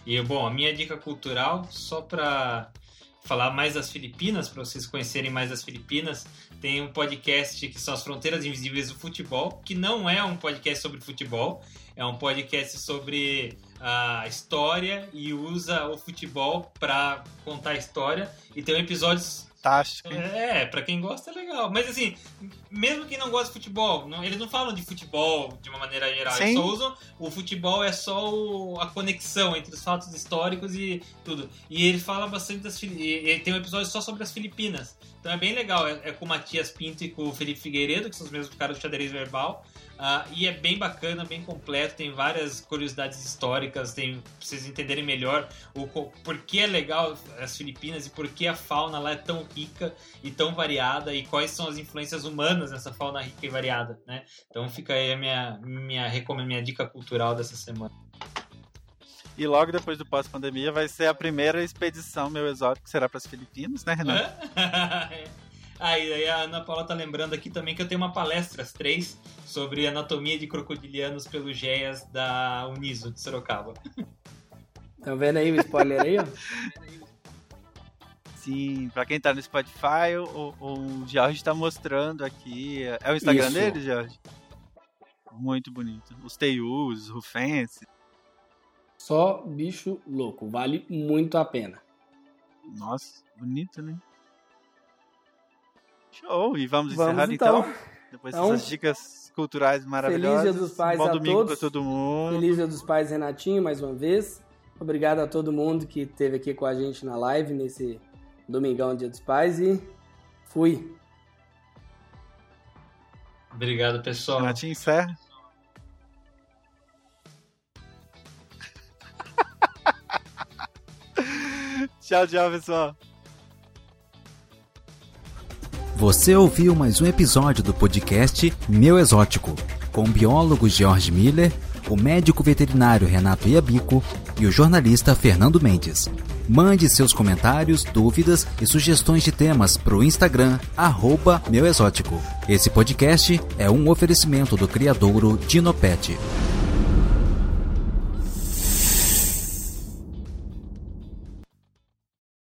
E, bom, a minha dica cultural, só para falar mais das Filipinas, para vocês conhecerem mais das Filipinas, tem um podcast que são As Fronteiras Invisíveis do Futebol, que não é um podcast sobre futebol, é um podcast sobre a história e usa o futebol para contar a história. E tem episódios... Fantástico. Pra quem gosta é legal. Mas assim, mesmo quem não gosta de futebol, eles não falam de futebol de uma maneira geral. Sim. Eles só usam o futebol, é só a conexão entre os fatos históricos e tudo. E ele fala bastante e tem um episódio só sobre as Filipinas. Então é bem legal. É com o Matias Pinto e com o Felipe Figueiredo, que são os mesmos caras do xadrez verbal. E é bem bacana, bem completo, tem várias curiosidades históricas, pra vocês entenderem melhor por que é legal as Filipinas e por que a fauna lá é tão rica e tão variada e quais são as influências humanas nessa fauna rica e variada, né? Então fica aí a minha dica cultural dessa semana. E logo depois do pós-pandemia vai ser a primeira expedição Meu Exótico, que será para as Filipinas, né, Renan? E a Ana Paula tá lembrando aqui também que eu tenho uma palestra às 3 sobre anatomia de crocodilianos pelos GEAS da Uniso de Sorocaba. Tá vendo aí o spoiler aí, ó? Sim, pra quem tá no Spotify, o Jorge tá mostrando aqui. É o Instagram dele, Jorge? Muito bonito. Os Teius, os Rufenses. Só bicho louco, vale muito a pena. Nossa, bonito, né? Show! E vamos encerrar então. Depois dessas dicas culturais maravilhosas. Feliz Dia dos Pais Bom a domingo todos. Pra todo mundo. Feliz Dia dos Pais, Renatinho, mais uma vez. Obrigado a todo mundo que esteve aqui com a gente na live nesse domingão, Dia dos Pais. E fui. Obrigado, pessoal. Renatinho, encerra. Tchau, pessoal. Você ouviu mais um episódio do podcast Meu Exótico, com o biólogo Jorge Miller, o médico veterinário Renato Iabico e o jornalista Fernando Mendes. Mande seus comentários, dúvidas e sugestões de temas para o Instagram @meuexótico. Esse podcast é um oferecimento do criadouro Dinopet.